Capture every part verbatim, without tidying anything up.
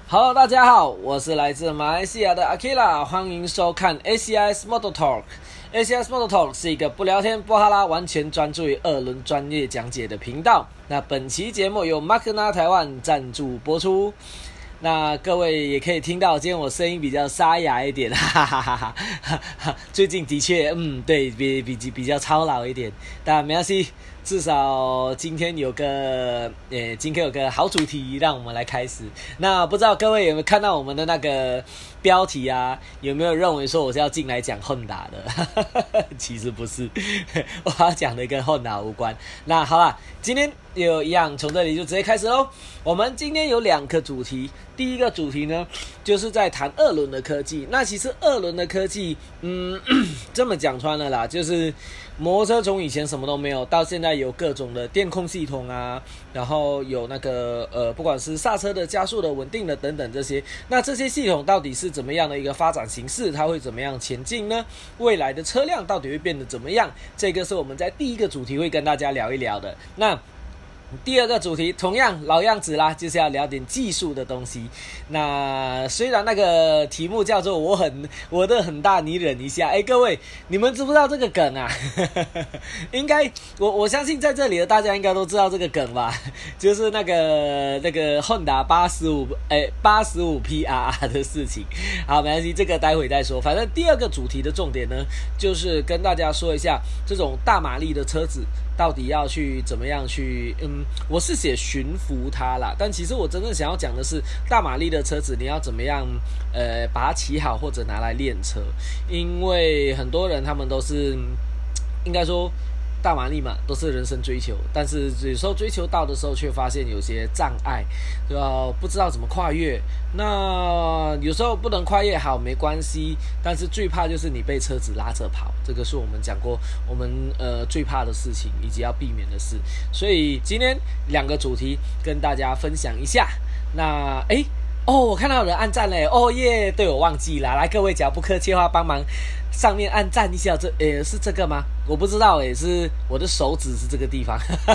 Hello， 大家好，我是来自马来西亚的 Akira， 欢迎收看 A C I S Motor Talk。A C I S Motor Talk 是一个不聊天不哈拉，完全专注于二轮专业讲解的频道。那本期节目由 Makna 台湾赞助播出。那各位也可以听到，今天我声音比较沙哑一点，哈哈哈哈哈哈。最近的确，嗯，对比比比较操劳一点，但没关系。至少今天有个，呃，今天有个好主题，让我们来开始。那不知道各位有没有看到我们的那个标题啊？有没有认为说我是要进来讲 Honda 的？其实不是，我要讲的跟 Honda 无关。那好啦，今天有一样，从这里就直接开始咯。我们今天有两个主题，第一个主题呢，就是在谈二轮的科技。那其实二轮的科技，嗯，这么讲穿了啦，就是摩托车从以前什么都没有，到现在有各种的电控系统啊，然后有那个呃，不管是刹车的、加速的、稳定的等等这些。那这些系统到底是怎么样的一个发展形式？它会怎么样前进呢？未来的车辆到底会变得怎么样？这个是我们在第一个主题会跟大家聊一聊的。那第二个主题同样老样子啦，就是要聊点技术的东西。那虽然那个题目叫做我很我的很大，你忍一下。哎，各位，你们知不知道这个梗啊？应该我我相信在这里的大家应该都知道这个梗吧？就是那个那个 Honda 八十五哎八十五 P R R 的事情。好，没关系，这个待会再说。反正第二个主题的重点呢，就是跟大家说一下这种大马力的车子到底要去怎么样去嗯。我是写驯服它啦，但其实我真正想要讲的是大马力的车子你要怎么样呃把它骑好或者拿来练车。因为很多人他们都是应该说大马力嘛，都是人生追求，但是有时候追求到的时候却发现有些障碍，对吧？不知道怎么跨越。那有时候不能跨越好没关系，但是最怕就是你被车子拉着跑，这个是我们讲过我们呃最怕的事情以及要避免的事。所以今天两个主题跟大家分享一下。那诶哦，我看到有人按赞嘞！哦耶，对，我忘记了，来各位只要不客气的话，帮忙上面按赞一下。这诶是这个吗？我不知道诶，是我的手指是这个地方，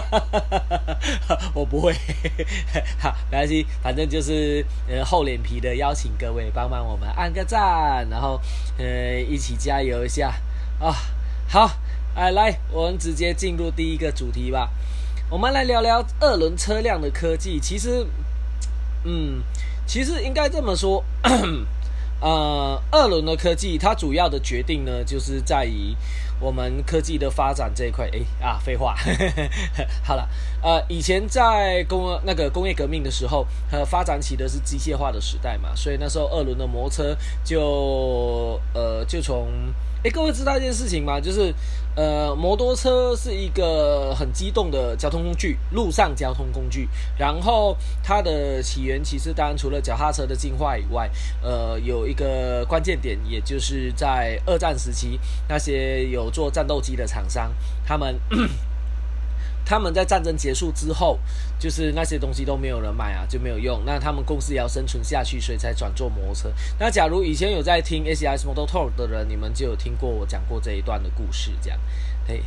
我不会。好，没关系，反正就是呃厚脸皮的邀请各位帮忙我们按个赞，然后呃一起加油一下啊、哦！好，哎来，我们直接进入第一个主题吧。我们来聊聊二轮车辆的科技。其实，嗯。其实应该这么说，呃，二轮的科技它主要的决定呢，就是在于我们科技的发展这一块。诶啊，废话，好了，呃，以前在工那个工业革命的时候，呃，发展起的是机械化的时代嘛，所以那时候二轮的摩托车就呃就从。诶，各位知道一件事情吗？就是，呃，摩托车是一个很机动的交通工具，路上交通工具。然后它的起源其实当然除了脚踏车的进化以外，呃，有一个关键点，也就是在二战时期，那些有做战斗机的厂商，他们。他们在战争结束之后，就是那些东西都没有人买啊，就没有用。那他们公司也要生存下去，所以才转做摩托车。那假如以前有在听 A C I S Motor Talk 的人，你们就有听过我讲过这一段的故事，这样。嘿，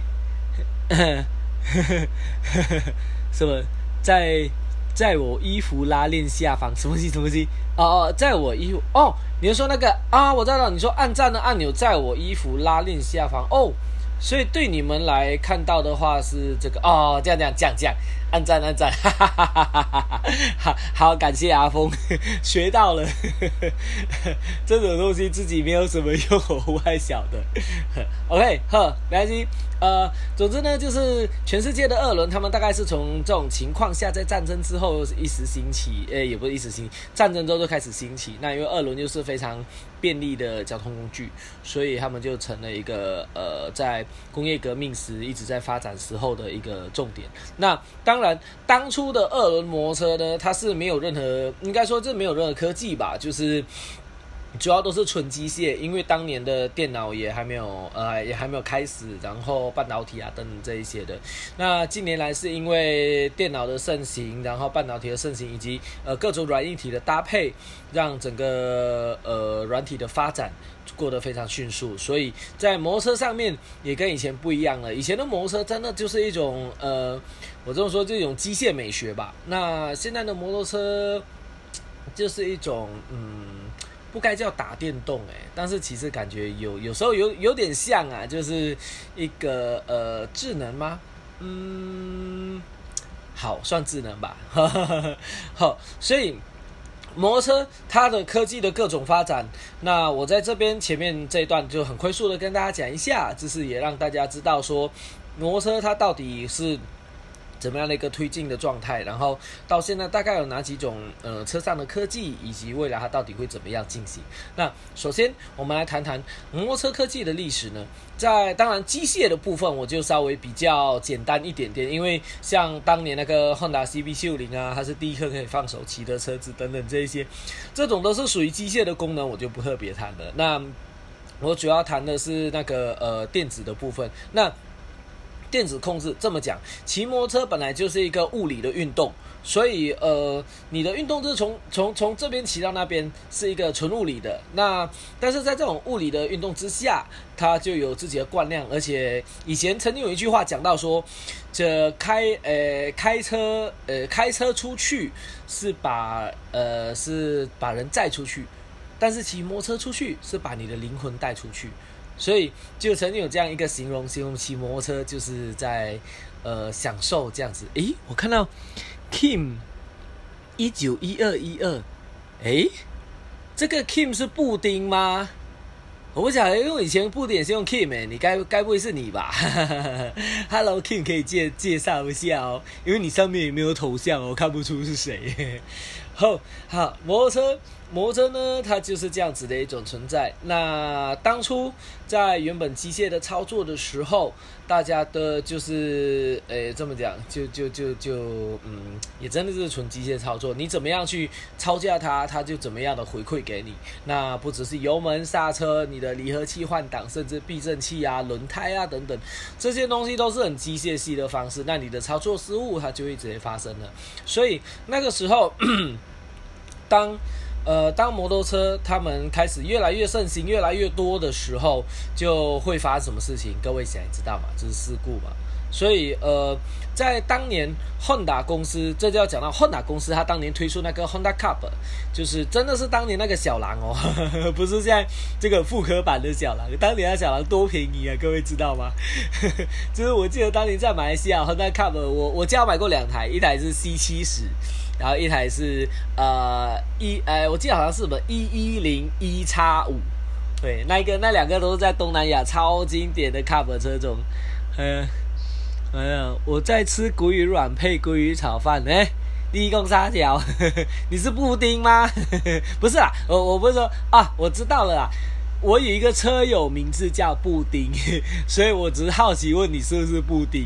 什么？在在我衣服拉链下方，什么东西？什么东西？哦哦，在我衣服哦，你是说那个啊？我知道了，你说按赞的按钮在我衣服拉链下方哦。所以对你们来看到的话是这个哦，这样这样这样这样，按赞按赞，哈哈哈哈哈哈！好，好，感谢阿峰，学到了，这种东西自己没有什么用，我户外晓得。OK， 呵，没关系。呃，总之呢，就是全世界的二轮，他们大概是从这种情况下，在战争之后一时兴起，诶，也不是一时兴起，战争之后就开始兴起。那因为二轮就是非常便利的交通工具，所以他们就成了一个呃，在工业革命时一直在发展时候的一个重点。那当然，当初的二轮摩托车呢，它是没有任何，应该说这没有任何科技吧，就是。主要都是纯机械，因为当年的电脑也还没有，呃，也还没有开始，然后半导体啊等等这一些的。那近年来是因为电脑的盛行，然后半导体的盛行，以及呃各种软硬体的搭配，让整个呃软体的发展过得非常迅速。所以在摩托车上面也跟以前不一样了。以前的摩托车真的就是一种呃，我这么说这种机械美学吧。那现在的摩托车。 就是一种嗯，不该叫打电动哎、欸，但是其实感觉有有时候有有点像啊，就是一个呃智能吗？嗯，好，算智能吧。好，所以摩托车它的科技的各种发展，那我在这边前面这一段就很快速的跟大家讲一下，就是也让大家知道说摩托车它到底是怎么样的一个推进的状态，然后到现在大概有哪几种呃车上的科技，以及未来它到底会怎么样进行。那首先我们来谈谈摩托车科技的历史呢，在当然机械的部分我就稍微比较简单一点点，因为像当年那个 Honda C B 七五零 啊，它是第一颗可以放手骑的车子等等这一些，这种都是属于机械的功能，我就不特别谈了。那我主要谈的是那个呃电子的部分。那电子控制这么讲，骑摩托车本来就是一个物理的运动，所以呃，你的运动就是从从从这边骑到那边是一个纯物理的。那但是在这种物理的运动之下，它就有自己的惯量，而且以前曾经有一句话讲到说，这开呃开车呃开车出去是把呃是把人载出去，但是骑摩托车出去是把你的灵魂带出去。所以就曾经有这样一个形容，形容骑摩托车就是在呃享受这样子。诶，我看到 Kim 一九一二一二，诶，这个 Kim 是布丁吗？我不晓得，因为以前布丁也是用 Kim 诶、欸，你该该不会是你吧？Hello Kim， 可以介介绍一下哦，因为你上面也没有头像哦，看不出是谁。好，好，摩托车。摩托车呢，它就是这样子的一种存在。那当初在原本机械的操作的时候，大家的就是诶这么讲，就就就就嗯，也真的是纯机械操作。你怎么样去操驾它，它就怎么样的回馈给你。那不只是油门、刹车、你的离合器换挡，甚至避震器啊、轮胎啊等等，这些东西都是很机械系的方式。那你的操作失误，它就会直接发生了。所以那个时候，当呃，当摩托车他们开始越来越盛行、越来越多的时候，就会发生什么事情？各位想也知道嘛，就是事故嘛。所以呃，在当年 Honda 公司，这就要讲到 Honda 公司，它当年推出那个 Honda Cup， 就是真的是当年那个小狼哦，呵呵不是现在这个复刻版的小狼。当年的小狼多便宜啊，各位知道吗？就是我记得当年在马来西亚 Honda Cup， 我我家买过两台，一台是 C 七十。然后一台是呃一呃，我记得好像是什么一一零一叉五，对，那一个那两个都是在东南亚超经典的 Cup 车种。嗯，哎呀，我在吃鲑鱼卵配鲑鱼炒饭，哎，你讲啥条？你是布丁吗？不是啦，我我不是说啊，我知道了啦。我有一个车友名字叫布丁，所以我只是好奇问你是不是布丁，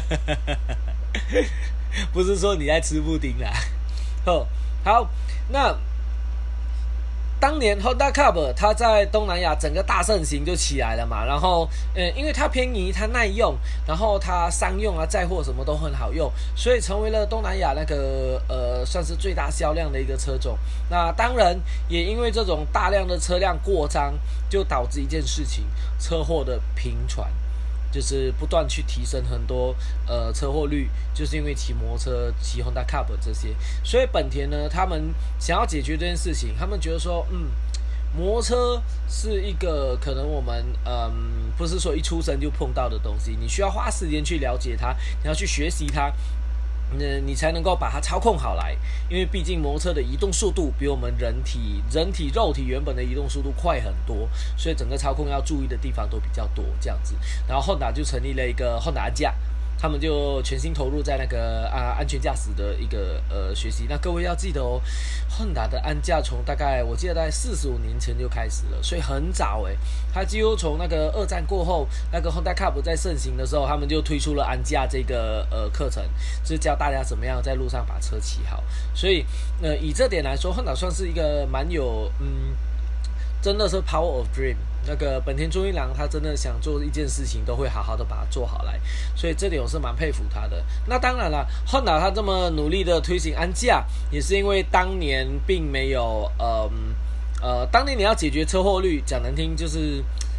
不是说你在吃布丁啦。哦，好，那当年 Honda Cup 它在东南亚整个大盛行就起来了嘛，然后呃，因为它便宜，它耐用，然后它商用啊、载货什么都很好用，所以成为了东南亚那个呃算是最大销量的一个车种。那当然也因为这种大量的车辆过张，就导致一件事情，车祸的频传。就是不断去提升很多呃车祸率，就是因为骑摩托车、骑 Honda Cup 这些，所以本田呢，他们想要解决这件事情，他们觉得说，嗯，摩托车是一个可能我们嗯不是说一出生就碰到的东西，你需要花时间去了解它，你要去学习它。呃，你才能够把它操控好来，因为毕竟摩托车的移动速度比我们人体人体肉体原本的移动速度快很多，所以整个操控要注意的地方都比较多这样子。然后 Honda 就成立了一个 Honda 安驾，他们就全心投入在那个啊安全驾驶的一个呃学习。那各位要记得哦 ，Honda 的安驾从大概我记得大概四十五年前就开始了，所以很早诶，它几乎从那个二战过后，那个 Honda Cup 在盛行的时候，他们就推出了安驾这个呃课程，就是教大家怎么样在路上把车骑好。所以呃以这点来说 ，Honda 算是一个蛮有嗯，真的是 power of dream。那个本田宗一郎他真的想做一件事情都会好好的把它做好来，所以这点我是蛮佩服他的。那当然了 Honda 他这么努力的推行安驾，也是因为当年并没有呃呃当年你要解决车祸率，讲难听就是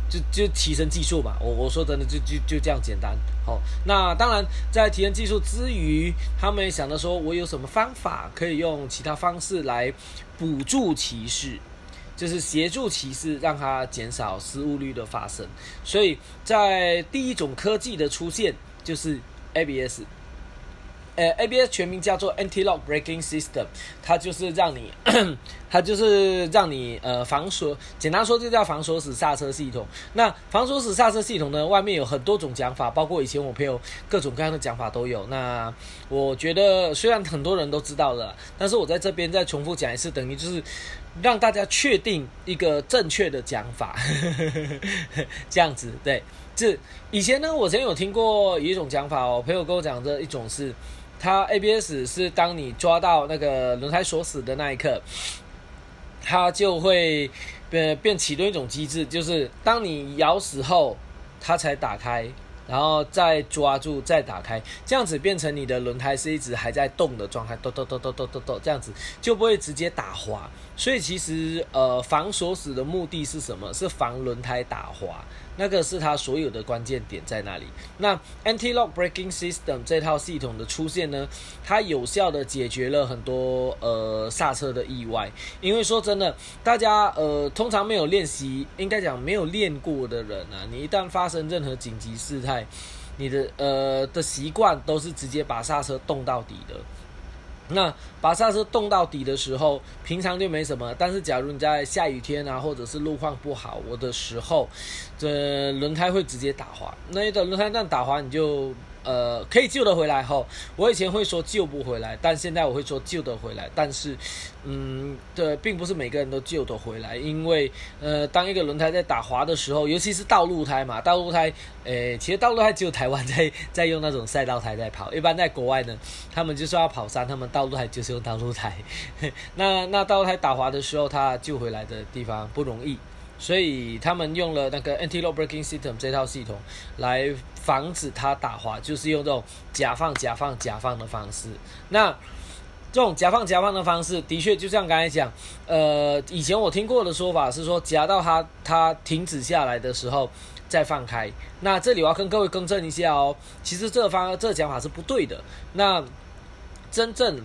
就就提升技术嘛，我我说真的就就就这样简单。好，那当然在提升技术之余，他们也想到说我有什么方法可以用其他方式来补助骑士，就是协助骑士让它减少失误率的发生。所以在第一种科技的出现就是 A B S。呃 ，A B S 全名叫做 Anti-Lock Braking System， 它就是让你，它就是让你呃防锁，简单说就叫防锁死刹车系统。那防锁死刹车系统呢，外面有很多种讲法，包括以前我朋友各种各样的讲法都有。那我觉得虽然很多人都知道了，但是我在这边再重复讲一次，等于就是让大家确定一个正确的讲法，这样子对。这以前呢，我曾经有听过有一种讲法哦，朋友跟我讲的一种是。它 A B S 是当你抓到那个轮胎锁死的那一刻，它就会变变启动一种机制，就是当你咬死后，它才打开，然后再抓住再打开，这样子变成你的轮胎是一直还在动的状态，抖抖抖抖抖抖抖，这样子就不会直接打滑。所以其实呃防锁死的目的是什么？是防轮胎打滑。那个是它所有的关键点在那里。那 Anti-Lock Braking System 这套系统的出现呢，它有效的解决了很多呃刹车的意外。因为说真的，大家呃通常没有练习，应该讲没有练过的人啊，你一旦发生任何紧急事态，你的呃的习惯都是直接把刹车动到底的。那把刹车动到底的时候，平常就没什么，但是假如你在下雨天啊，或者是路况不好的时候，这轮胎会直接打滑。那你的轮胎一旦打滑，你就呃可以救得回来后，我以前会说救不回来，但现在我会说救得回来。但是，嗯，对，并不是每个人都救得回来，因为呃，当一个轮胎在打滑的时候，尤其是道路胎嘛，道路胎，诶，其实道路胎只有台湾在在用那种赛道胎在跑，一般在国外呢，他们就是要跑山，他们道路胎就是用道路胎。那那道路胎打滑的时候，它救回来的地方不容易。所以他们用了那个 Anti-Lock Braking System 这套系统来防止它打滑，就是用这种夹放、夹放、夹放的方式。那这种夹放、夹放的方式，的确就像刚才讲，呃，以前我听过的说法是说，夹到它它停止下来的时候再放开。那这里我要跟各位更正一下哦，其实这个方这个讲法是不对的。那真正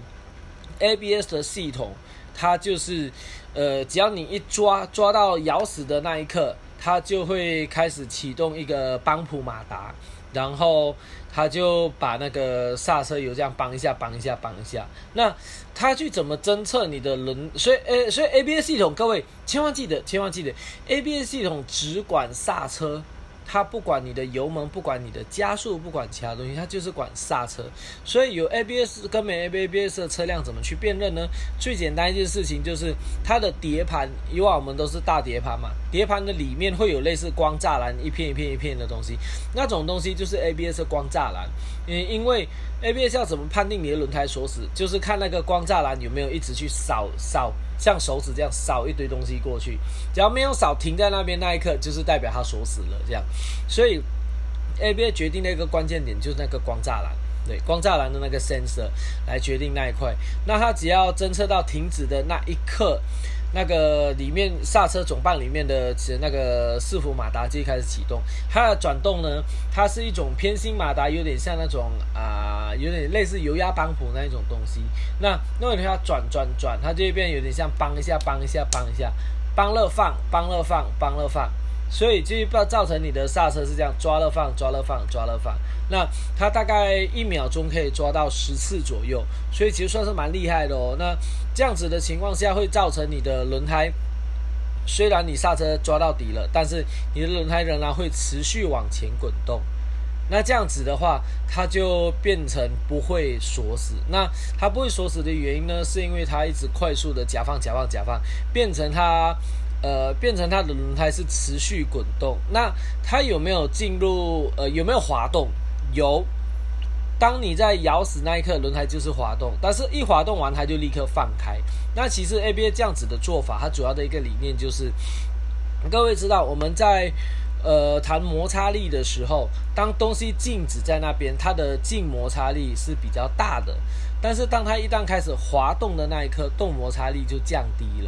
A B S 的系统，它就是呃，只要你一抓抓到咬死的那一刻，它就会开始启动一个帮浦马达，然后它就把那个刹车油这样绑一下绑一下绑一下。那它去怎么侦测你的轮？所以呃，所以 A B S 系统，各位千万记得，千万记得 ，A B S 系统只管刹车。它不管你的油门，不管你的加速，不管其他东西，它就是管刹车。所以有 A B S 跟没 A B S 的车辆怎么去辨认呢？最简单一件事情就是它的碟盘，以往我们都是大碟盘嘛，碟盘的里面会有类似光栅栏，一片一片一片的东西，那种东西就是 A B S 的光栅栏。因为 A B S 要怎么判定你的轮胎锁死，就是看那个光栅栏有没有一直去扫扫。像手指这样扫一堆东西过去，只要没有扫停在那边那一刻，就是代表它锁死了。这样，所以 A B S 决定的一个关键点就是那个光栅栏，对，光栅栏的那个 sensor 来决定那一块。那它只要侦测到停止的那一刻，那个里面刹车总棒里面的那个四伏马达机开始启动，它的转动呢，它是一种偏心马达，有点像那种啊、呃，有点类似油压帮浦那一种东西。那那为它转转转，它就会变有点像帮一下帮一下帮一下，帮了放帮了放帮了放。所以就造成你的刹车是这样抓了放抓了放抓了放，那它大概一秒钟可以抓到十次左右，所以其实算是蛮厉害的哦。那这样子的情况下会造成你的轮胎，虽然你刹车抓到底了，但是你的轮胎仍然会持续往前滚动。那这样子的话，它就变成不会锁死。那它不会锁死的原因呢，是因为它一直快速的夹放夹放夹放，变成它。呃，变成它的轮胎是持续滚动，那它有没有进入？呃，有没有滑动？有。当你在咬死那一刻，轮胎就是滑动，但是一滑动完，它就立刻放开。那其实 A B S 这样子的做法，它主要的一个理念就是，各位知道我们在呃谈摩擦力的时候，当东西静止在那边，它的静摩擦力是比较大的，但是当它一旦开始滑动的那一刻，动摩擦力就降低了。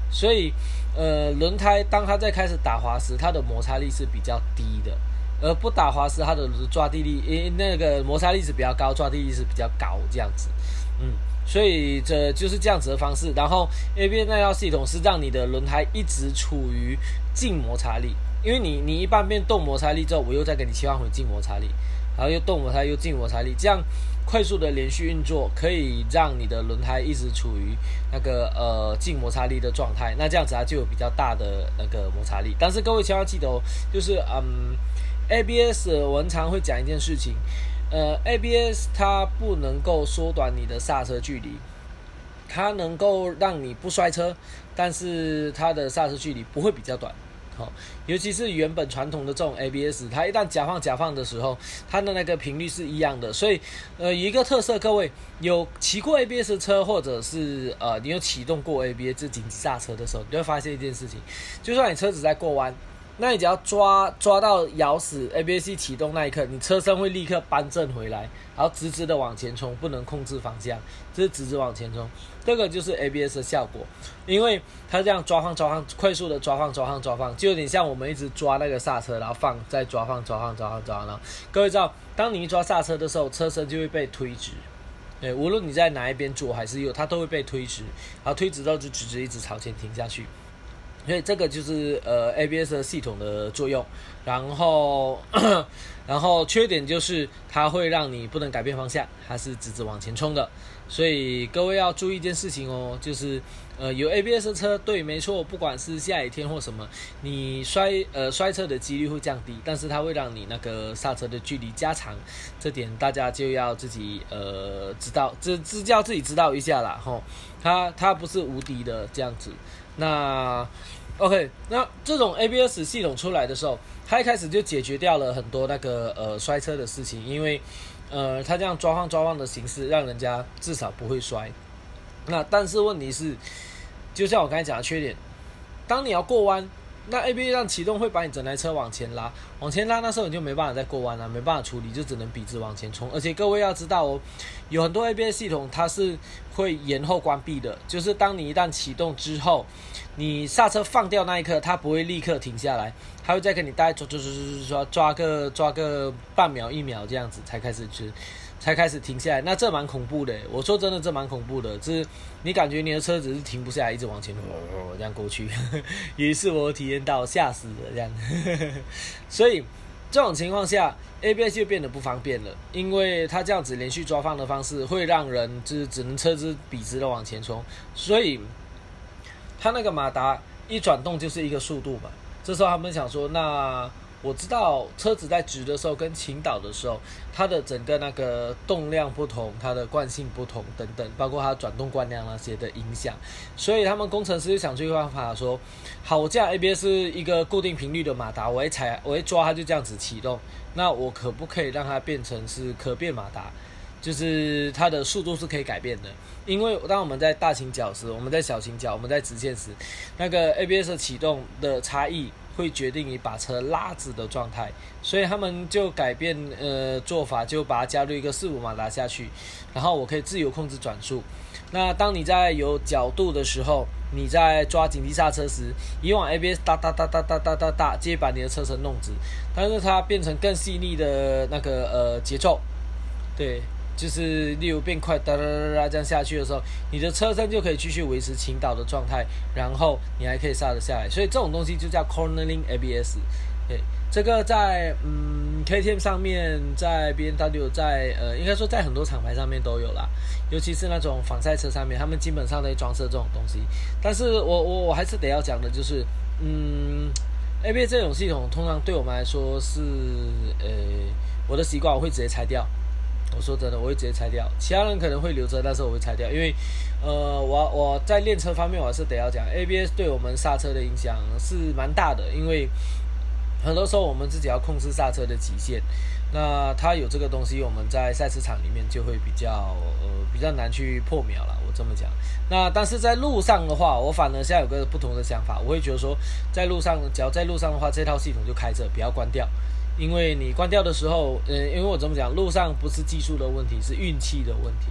所以呃轮胎当它在开始打滑时，它的摩擦力是比较低的，而不打滑时它的抓地力，诶那个摩擦力是比较高，抓地力是比较高这样子，嗯。所以这就是这样子的方式，然后 A B S 那套系统是让你的轮胎一直处于静摩擦力，因为你你一半变动摩擦力之后，我又再给你切换回静摩擦力，然后又动摩擦又静摩擦力，这样快速的连续运作可以让你的轮胎一直处于那个呃静摩擦力的状态，那这样子它就有比较大的那个摩擦力。但是各位千万记得哦，就是嗯 A B S 我们常会讲一件事情。呃 ，A B S 它不能够缩短你的刹车距离，它能够让你不摔车，但是它的刹车距离不会比较短。好、哦，尤其是原本传统的这种 A B S， 它一旦夹放夹放的时候，它的那个频率是一样的。所以，呃，有一个特色，各位有骑过 A B S 车，或者是呃你有启动过 A B S 紧急刹车的时候，你就会发现一件事情，就算你车子在过弯。那你只要抓抓到咬死 A B S 启动那一刻，你车身会立刻扳正回来，然后直直的往前冲，不能控制方向，这是直直往前冲。这个就是 A B S 的效果，因为它这样抓放抓放，快速的抓放抓放抓放，就有点像我们一直抓那个刹车，然后放再抓放抓放抓放抓放。然后各位知道，当你一抓刹车的时候，车身就会被推直。对，无论你在哪一边左还是右，它都会被推直，然后推直到就直直一直朝前停下去。所以这个就是呃 A B S 的系统的作用，然后然后缺点就是它会让你不能改变方向，它是直直往前冲的。所以各位要注意一件事情哦，就是呃有 A B S 的车，对，没错，不管是下雨天或什么，你摔呃摔车的几率会降低，但是它会让你那个刹车的距离加长，这点大家就要自己呃知道，这这叫自己知道一下啦吼。它它不是无敌的这样子。那 OK， 那这种 A B S 系统出来的时候，它一开始就解决掉了很多那个呃摔车的事情，因为呃它这样抓放抓放的形式，让人家至少不会摔。那但是问题是，就像我刚才讲的缺点，当你要过弯，那 A B S 让启动会把你整台车往前拉，往前拉，那时候你就没办法再过弯了，没办法处理，就只能笔直往前冲。而且各位要知道哦，有很多 A B S 系统它是会延后关闭的，就是当你一旦启动之后，你刹车放掉那一刻，它不会立刻停下来，它会再给你大概抓抓抓抓抓个抓个半秒一秒这样子才开始去。才开始停下来，那这蛮恐怖的。我说真的，这蛮恐怖的。就是你感觉你的车子是停不下来，一直往前这样过去。有一次我体验到，吓死了这样。所以这种情况下 ，A B S 就变得不方便了，因为它这样子连续抓放的方式会让人就是只能车子笔直的往前冲，所以它那个马达一转动就是一个速度嘛。这时候他们想说，那我知道车子在直的时候跟倾倒的时候，它的整个那个动量不同，它的惯性不同等等，包括它转动惯量那些的影响，所以他们工程师就想出一个办法说，好，我这样 A B S 是一个固定频率的马达，我一踩，我一抓它就这样子启动，那我可不可以让它变成是可变马达？就是它的速度是可以改变的，因为当我们在大倾角时，我们在小倾角，我们在直线时，那个 A B S 启动的差异会决定你把车拉直的状态，所以他们就改变呃做法，就把它加入一个四五马达下去，然后我可以自由控制转速。那当你在有角度的时候，你在抓紧急刹车时，以往 A B S 哒哒哒哒哒哒哒哒，直接把你的车身弄直，但是它变成更细腻的那个呃节奏，对。就是例如变快哒哒哒哒这样下去的时候，你的车身就可以继续维持倾倒的状态，然后你还可以刹得下来，所以这种东西就叫 cornering A B S。对，这个在嗯 K T M 上面，在 B M W， 在呃应该说在很多厂牌上面都有啦，尤其是那种仿赛车上面，他们基本上都会装设这种东西。但是我我我还是得要讲的就是，嗯 ，A B S 这种系统通常对我们来说是呃我的习惯我会直接拆掉。我说真的，我会直接拆掉，其他人可能会留着，但是我会拆掉，因为，呃，我我在练车方面，我还是得要讲 ，A B S 对我们刹车的影响是蛮大的，因为很多时候我们自己要控制刹车的极限，那它有这个东西，我们在赛车场里面就会比较呃比较难去破秒了，我这么讲。那但是在路上的话，我反而现在有个不同的想法，我会觉得说，在路上，只要在路上的话，这套系统就开着，不要关掉。因为你关掉的时候，呃，因为我怎么讲，路上不是技术的问题，是运气的问题。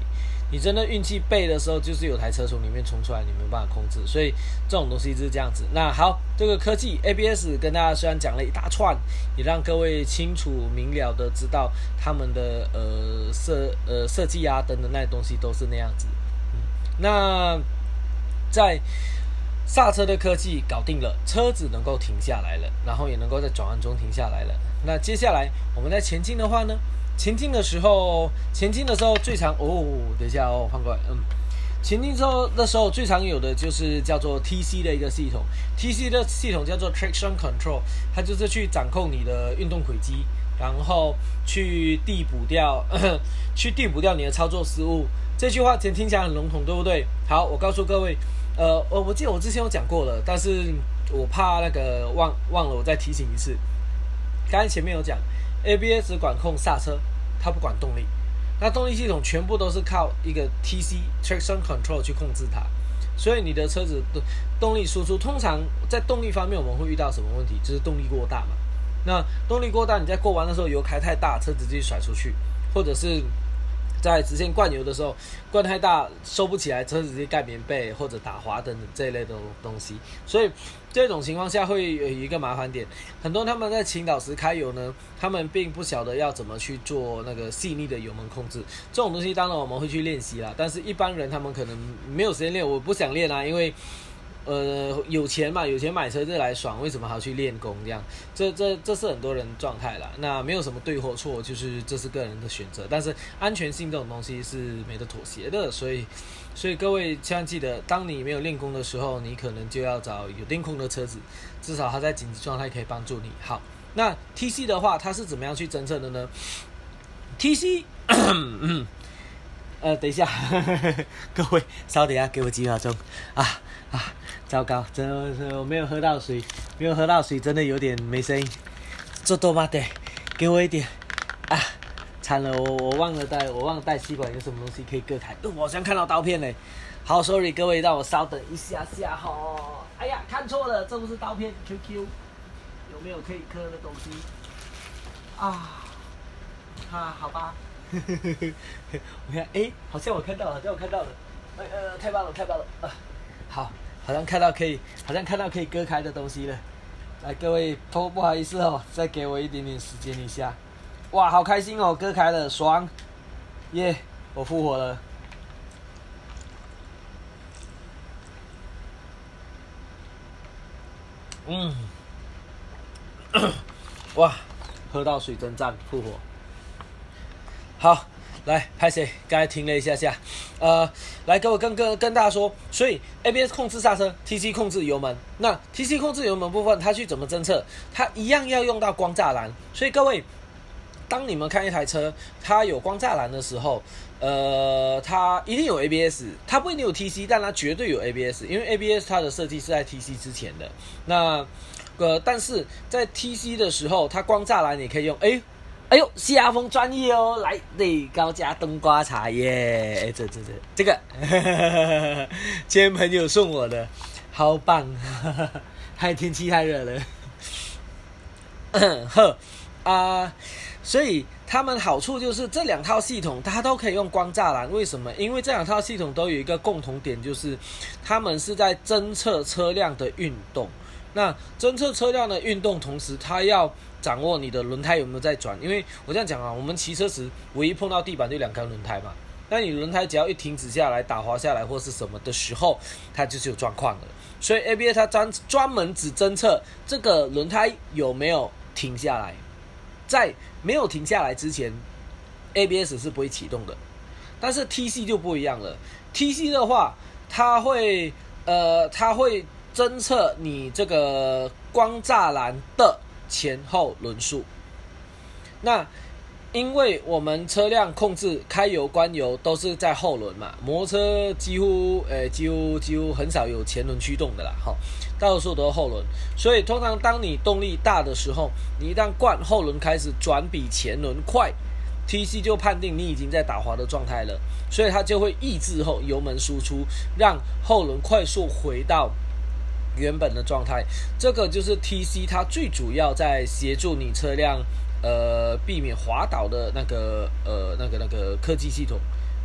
你真的运气背的时候，就是有台车从里面冲出来，你没有办法控制，所以这种东西就是这样子。那好，这个科技 A B S 跟大家虽然讲了一大串，也让各位清楚明了的知道他们的呃设呃设计啊等等那些东西都是那样子。嗯、那在刹车的科技搞定了，车子能够停下来了，然后也能够在转弯中停下来了。那接下来我们在前进的话呢？前进的时候，前进的时候最常哦，等一下哦，换过来，嗯，前进之后的时候最常有的就是叫做 T C 的一个系统 ，T C 的系统叫做 Traction Control， 它就是去掌控你的运动轨迹，然后去递补掉，去递补掉你的操作失误。这句话前听起来很笼统，对不对？好，我告诉各位。呃，我我记得我之前有讲过了，但是我怕那个忘忘了，我再提醒一次。刚才前面有讲 ，A B S 管控刹车，它不管动力，那动力系统全部都是靠一个 T C Traction Control 去控制它。所以你的车子的动力输出，通常在动力方面我们会遇到什么问题？就是动力过大嘛。那动力过大，你在过弯的时候油开太大，车子就甩出去，或者是在直线灌油的时候，灌太大收不起来，车子直接盖棉被或者打滑等等这一类的东西。所以这种情况下会有一个麻烦点，很多他们在倾倒时开油呢，他们并不晓得要怎么去做那个细腻的油门控制。这种东西当然我们会去练习啦，但是一般人他们可能没有时间练，我不想练啊，因为呃，有钱嘛，有钱买车就来爽，为什么还要去练功？这样，这这这是很多人状态啦。那没有什么对或错，就是这是个人的选择。但是安全性这种东西是没得妥协的，所以，所以各位千万记得，当你没有练功的时候，你可能就要找有电控的车子，至少它在紧急状态可以帮助你。好，那 T C 的话，它是怎么样去侦测的呢 ？T C， 呃，等一下，呵呵呵各位稍等一下，给我几秒钟啊啊！糟糕，真的是我没有喝到水，没有喝到水，真的有点没声音。这多妈的，给我一点啊！惨了，我我忘了带，我忘了带吸管，有什么东西可以割开？呃、我好像看到刀片嘞。好 ，sorry， 各位，让我稍等一下下哈。哎呀，看错了，这不是刀片 ，Q Q， 有没有可以割的东西？啊啊，好吧。我看，哎，好像我看到了，好像我看到了。呃呃，太棒了，太棒了啊！好。好像看到可以，好像看到可以割开的东西了。来，各位，不不好意思哦，再给我一点点时间一下。哇，好开心哦，割开了，爽！耶、yeah, ，我复活了。嗯，哇，喝到水真赞，复活。好。来，拍谁？刚才停了一下下，呃，来各位跟跟跟大家说，所以 A B S 控制刹车 ，T C 控制油门。那 T C 控制油门部分，它去怎么侦测？它一样要用到光栅栏。所以各位，当你们看一台车，它有光栅栏的时候，呃，它一定有 A B S， 它不一定有 T C， 但它绝对有 A B S， 因为 A B S 它的设计是在 T C 之前的。那呃，但是在 T C 的时候，它光栅栏也可以用，哎。哎呦，西雅风专业哦！来，对，高加冬瓜茶耶！哎，这这这这个，今天朋友送我的，好棒！还天气太热了，呵啊，所以他们好处就是这两套系统它都可以用光栅栏，为什么？因为这两套系统都有一个共同点，就是他们是在侦测车辆的运动。那侦测车辆的运动，同时它要掌握你的轮胎有没有在转，因为我这样讲啊，我们骑车时唯一碰到地板就两根轮胎嘛，那你轮胎只要一停止下来、打滑下来或是什么的时候，它就是有状况的。所以 A B S 它专专门只侦测这个轮胎有没有停下来，在没有停下来之前 ，A B S 是不会启动的。但是 T C 就不一样了 ，T C 的话，它会呃，它会侦测你这个光栅栏的前后轮数。那因为我们车辆控制开油关油都是在后轮嘛，摩托车几乎呃几乎几乎很少有前轮驱动的啦，齁，大多数都是后轮。所以通常当你动力大的时候，你一旦惯后轮开始转比前轮快， T C 就判定你已经在打滑的状态了，所以它就会抑制后油门输出，让后轮快速回到原本的状态。这个就是 T C 它最主要在协助你车辆呃避免滑倒的那个呃那个那个科技系统。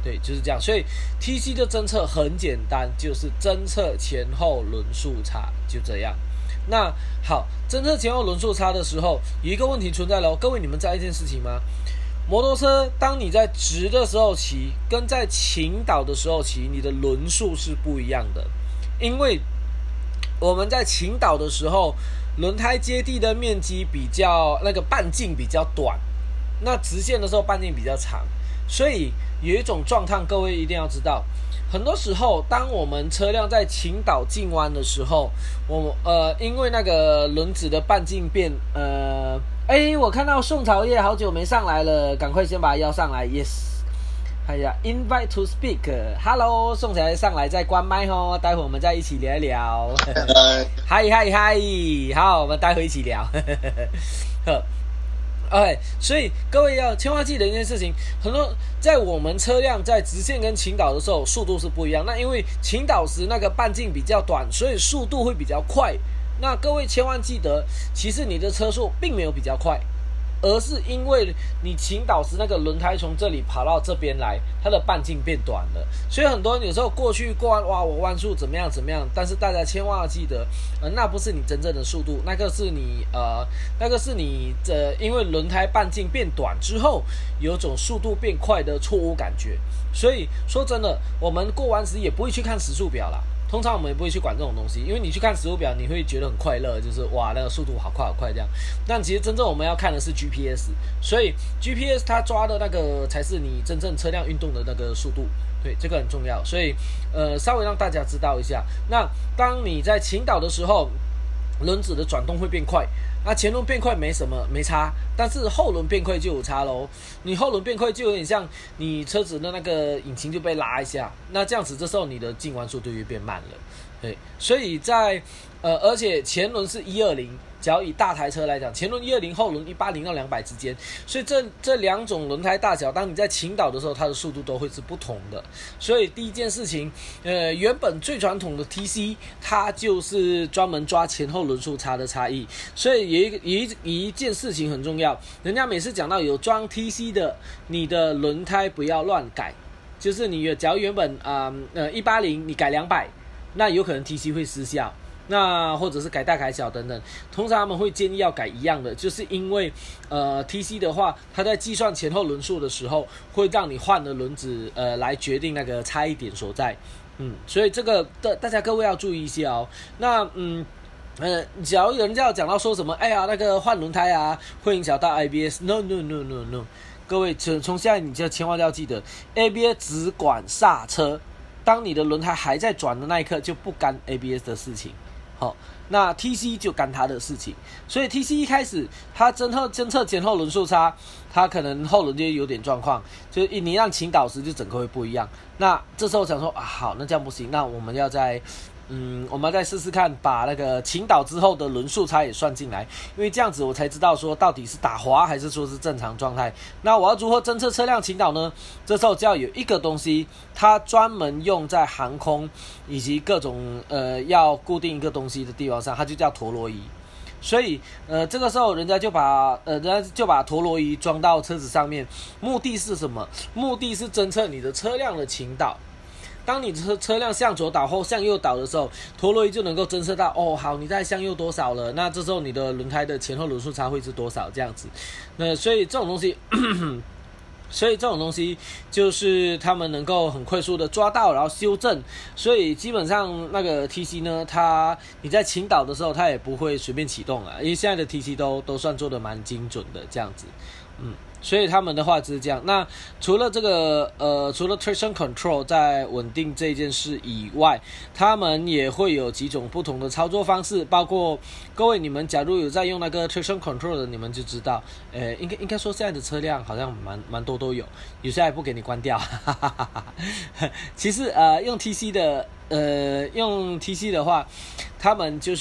对，就是这样。所以 T C 的侦测很简单，就是侦测前后轮速差，就这样。那好，侦测前后轮速差的时候，有一个问题存在咯，各位你们知道一件事情吗？摩托车当你在直的时候骑，跟在倾倒的时候骑，你的轮速是不一样的。因为我们在倾倒的时候，轮胎接地的面积比较那个半径比较短，那直线的时候半径比较长，所以有一种状况各位一定要知道，很多时候当我们车辆在倾倒进弯的时候，我呃因为那个轮子的半径变呃哎，我看到宋朝业好久没上来了，赶快先把他邀上来 ，yes。哎呀 ，invite to speak，Hello， 宋朝业上来再关麦哦，待会我们再一起聊一聊。嗨嗨嗨，好，我们待会一起聊。OK， 所以各位要千万记得一件事情，很多在我们车辆在直线跟倾倒的时候，速度是不一样。那因为倾倒时那个半径比较短，所以速度会比较快。那各位千万记得，其实你的车速并没有比较快，而是因为你倾倒时那个轮胎从这里跑到这边来，它的半径变短了。所以很多人有时候过去过弯，哇，我弯速怎么样怎么样，但是大家千万要记得，呃，那不是你真正的速度，那个是你呃，那个是你呃，因为轮胎半径变短之后，有种速度变快的错误感觉。所以说真的，我们过弯时也不会去看时速表啦。通常我们也不会去管这种东西，因为你去看时速表，你会觉得很快乐，就是哇，那个速度好快好快这样。但其实真正我们要看的是 G P S， 所以 G P S 它抓的那个才是你真正车辆运动的那个速度，对，这个很重要。所以呃，稍微让大家知道一下。那当你在倾倒的时候，轮子的转动会变快，那前轮变快没什么没差，但是后轮变快就有差咯。你后轮变快就有点像你车子的那个引擎就被拉一下，那这样子这时候你的进弯速度就变慢了。对，所以在呃，而且前轮是一二零，只要以大台车来讲，前轮一二零，后轮一八零到两百之间，所以这这两种轮胎大小，当你在倾倒的时候，它的速度都会是不同的。所以第一件事情，呃，原本最传统的 T C， 它就是专门抓前后轮速差的差异。所以有一个有一有一件事情很重要，人家每次讲到有装 T C 的，你的轮胎不要乱改，就是你假如原本啊 呃, 呃一八零，你改两百，那有可能 T C 会失效。那或者是改大改小等等，通常他们会建议要改一样的，就是因为呃 T C 的话，它在计算前后轮速的时候，会让你换的轮子呃来决定那个差异点所在，嗯，所以这个的大家各位要注意一下哦。那嗯呃，假如有人要讲到说什么，哎呀那个换轮胎啊会影响到 A B S，no no no no no， 各位从从现在你就千万要记得 ，A B S 只管刹车，当你的轮胎还在转的那一刻就不干 A B S 的事情。好，那 T C 就干它的事情，所以 T C 一开始它侦测侦测前后轮速差，它可能后轮就有点状况，就是你让倾倒时就整个会不一样。那这时候想说啊，好，那这样不行，那我们要在嗯，我们再试试看，把那个倾倒之后的轮速差也算进来，因为这样子我才知道说到底是打滑还是说是正常状态。那我要如何侦测车辆倾倒呢？这时候就要有一个东西，它专门用在航空以及各种呃要固定一个东西的地方上，它就叫陀螺仪。所以呃这个时候人家就把呃人家就把陀螺仪装到车子上面，目的是什么？目的是侦测你的车辆的倾倒。当你车车辆向左倒或向右倒的时候，陀螺仪就能够侦测到，哦，好，你在向右多少了？那这时候你的轮胎的前后轮速差会是多少？这样子，那所以这种东西，所以这种东西就是他们能够很快速的抓到，然后修正。所以基本上那个 T C 呢，它你在倾倒的时候，它也不会随便启动了，因为现在的 T C 都都算做的蛮精准的，这样子，嗯。所以他们的话就是这样。那除了这个呃，除了 traction control 在稳定这件事以外，他们也会有几种不同的操作方式，包括各位你们假如有在用那个 traction control 的，你们就知道，呃，应该应该说现在的车辆好像蛮蛮多都有，有些还不给你关掉。其实呃，用 T C 的呃，用 T C 的话，他们就是，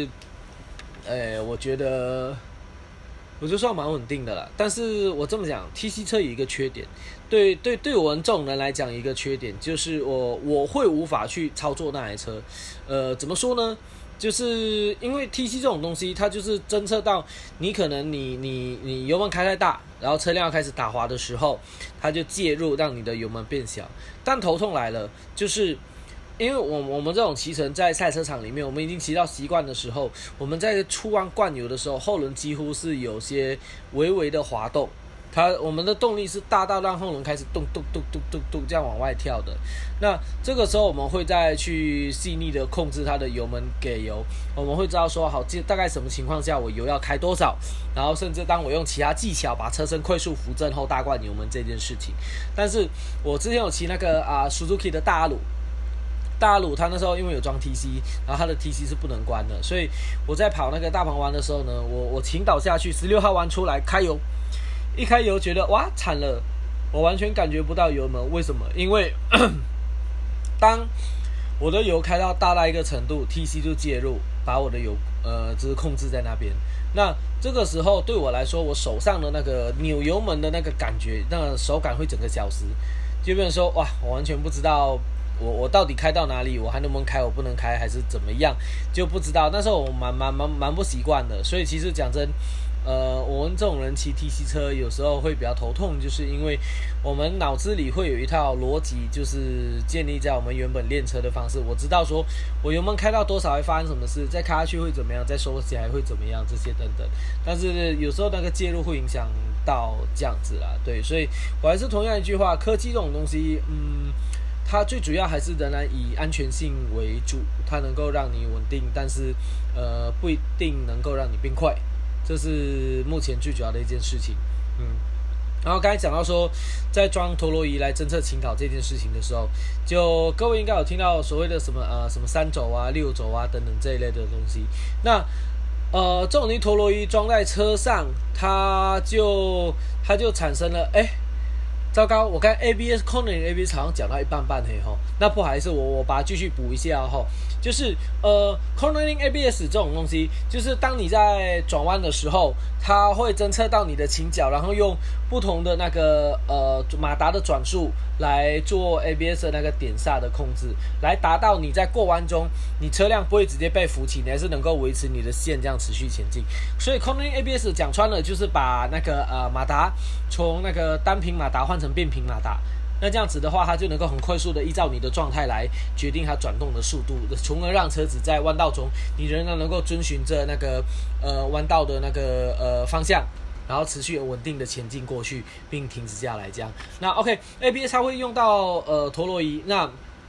呃，我觉得。我就算蛮稳定的啦，但是我这么讲 ，T C 车有一个缺点，对对对我们这种人来讲，一个缺点就是我我会无法去操作那台车，呃，怎么说呢？ 就是因为 T C 这种东西，它就是侦测到你可能你你你油门开太大，然后车辆要开始打滑的时候，它就介入让你的油门变小。但头痛来了，就是因为我我们这种骑乘在赛车场里面，我们已经骑到习惯的时候，我们在出弯灌油的时候，后轮几乎是有些微微的滑动。它我们的动力是大到让后轮开始咚咚咚咚咚咚这样往外跳的。那这个时候我们会再去细腻的控制它的油门给油，我们会知道说好大概什么情况下我油要开多少，然后甚至当我用其他技巧把车身快速扶正后大灌油门这件事情。但是我之前有骑那个啊 Suzuki 的大阿鲁。大阿鲁他那时候因为有装 T C， 然后他的 T C 是不能关的，所以我在跑那个大鹏湾的时候呢，我我倾倒下去，十六号弯出来开油。一开油觉得哇惨了，我完全感觉不到油门，为什么？因为当我的油开到大到一个程度 ，T C 就介入，把我的油呃就是控制在那边。那这个时候对我来说，我手上的那个扭油门的那个感觉，那个手感会整个消失，就变成说哇，我完全不知道我我到底开到哪里，我还能不能开，我不能开还是怎么样，就不知道。那时候我蛮蛮蛮蛮不习惯的，所以其实讲真。呃，我们这种人骑 T C 车有时候会比较头痛，就是因为我们脑子里会有一套逻辑，就是建立在我们原本练车的方式。我知道说我油门开到多少会发生什么事，再开下去会怎么样，再收起来会怎么样，这些等等。但是有时候那个介入会影响到这样子啦，对，所以我还是同样一句话，科技这种东西，嗯。它最主要还是仍然以安全性为主，它能够让你稳定，但是呃不一定能够让你变快。这是目前最主要的一件事情，嗯，然后刚才讲到说，在装陀螺仪来侦测倾倒这件事情的时候，就各位应该有听到所谓的什么呃什么三轴啊、六轴啊等等这一类的东西。那呃这种陀螺仪装在车上，它就它就产生了哎。糟糕，我刚 A B S Cornering A B S 好像讲到一半半嘿吼，那不好意思，我我把它继续补一下吼，就是呃 Cornering A B S 这种东西，就是当你在转弯的时候，它会侦测到你的倾角，然后用不同的那个呃马达的转速来做 A B S 的那个点刹的控制，来达到你在过弯中，你车辆不会直接被扶起，你还是能够维持你的线这样持续前进。所以 Cornering A B S 讲穿了就是把那个呃马达从那个单频马达换成变频马达，那这样子的话，它就能够很快速的依照你的状态来决定它转动的速度，从而让车子在弯道中，你仍然能够遵循着那个呃弯道的那个呃方向，然后持续稳定的前进过去，并停止下来这样。那 OK，A B S 它会用到呃陀螺仪，那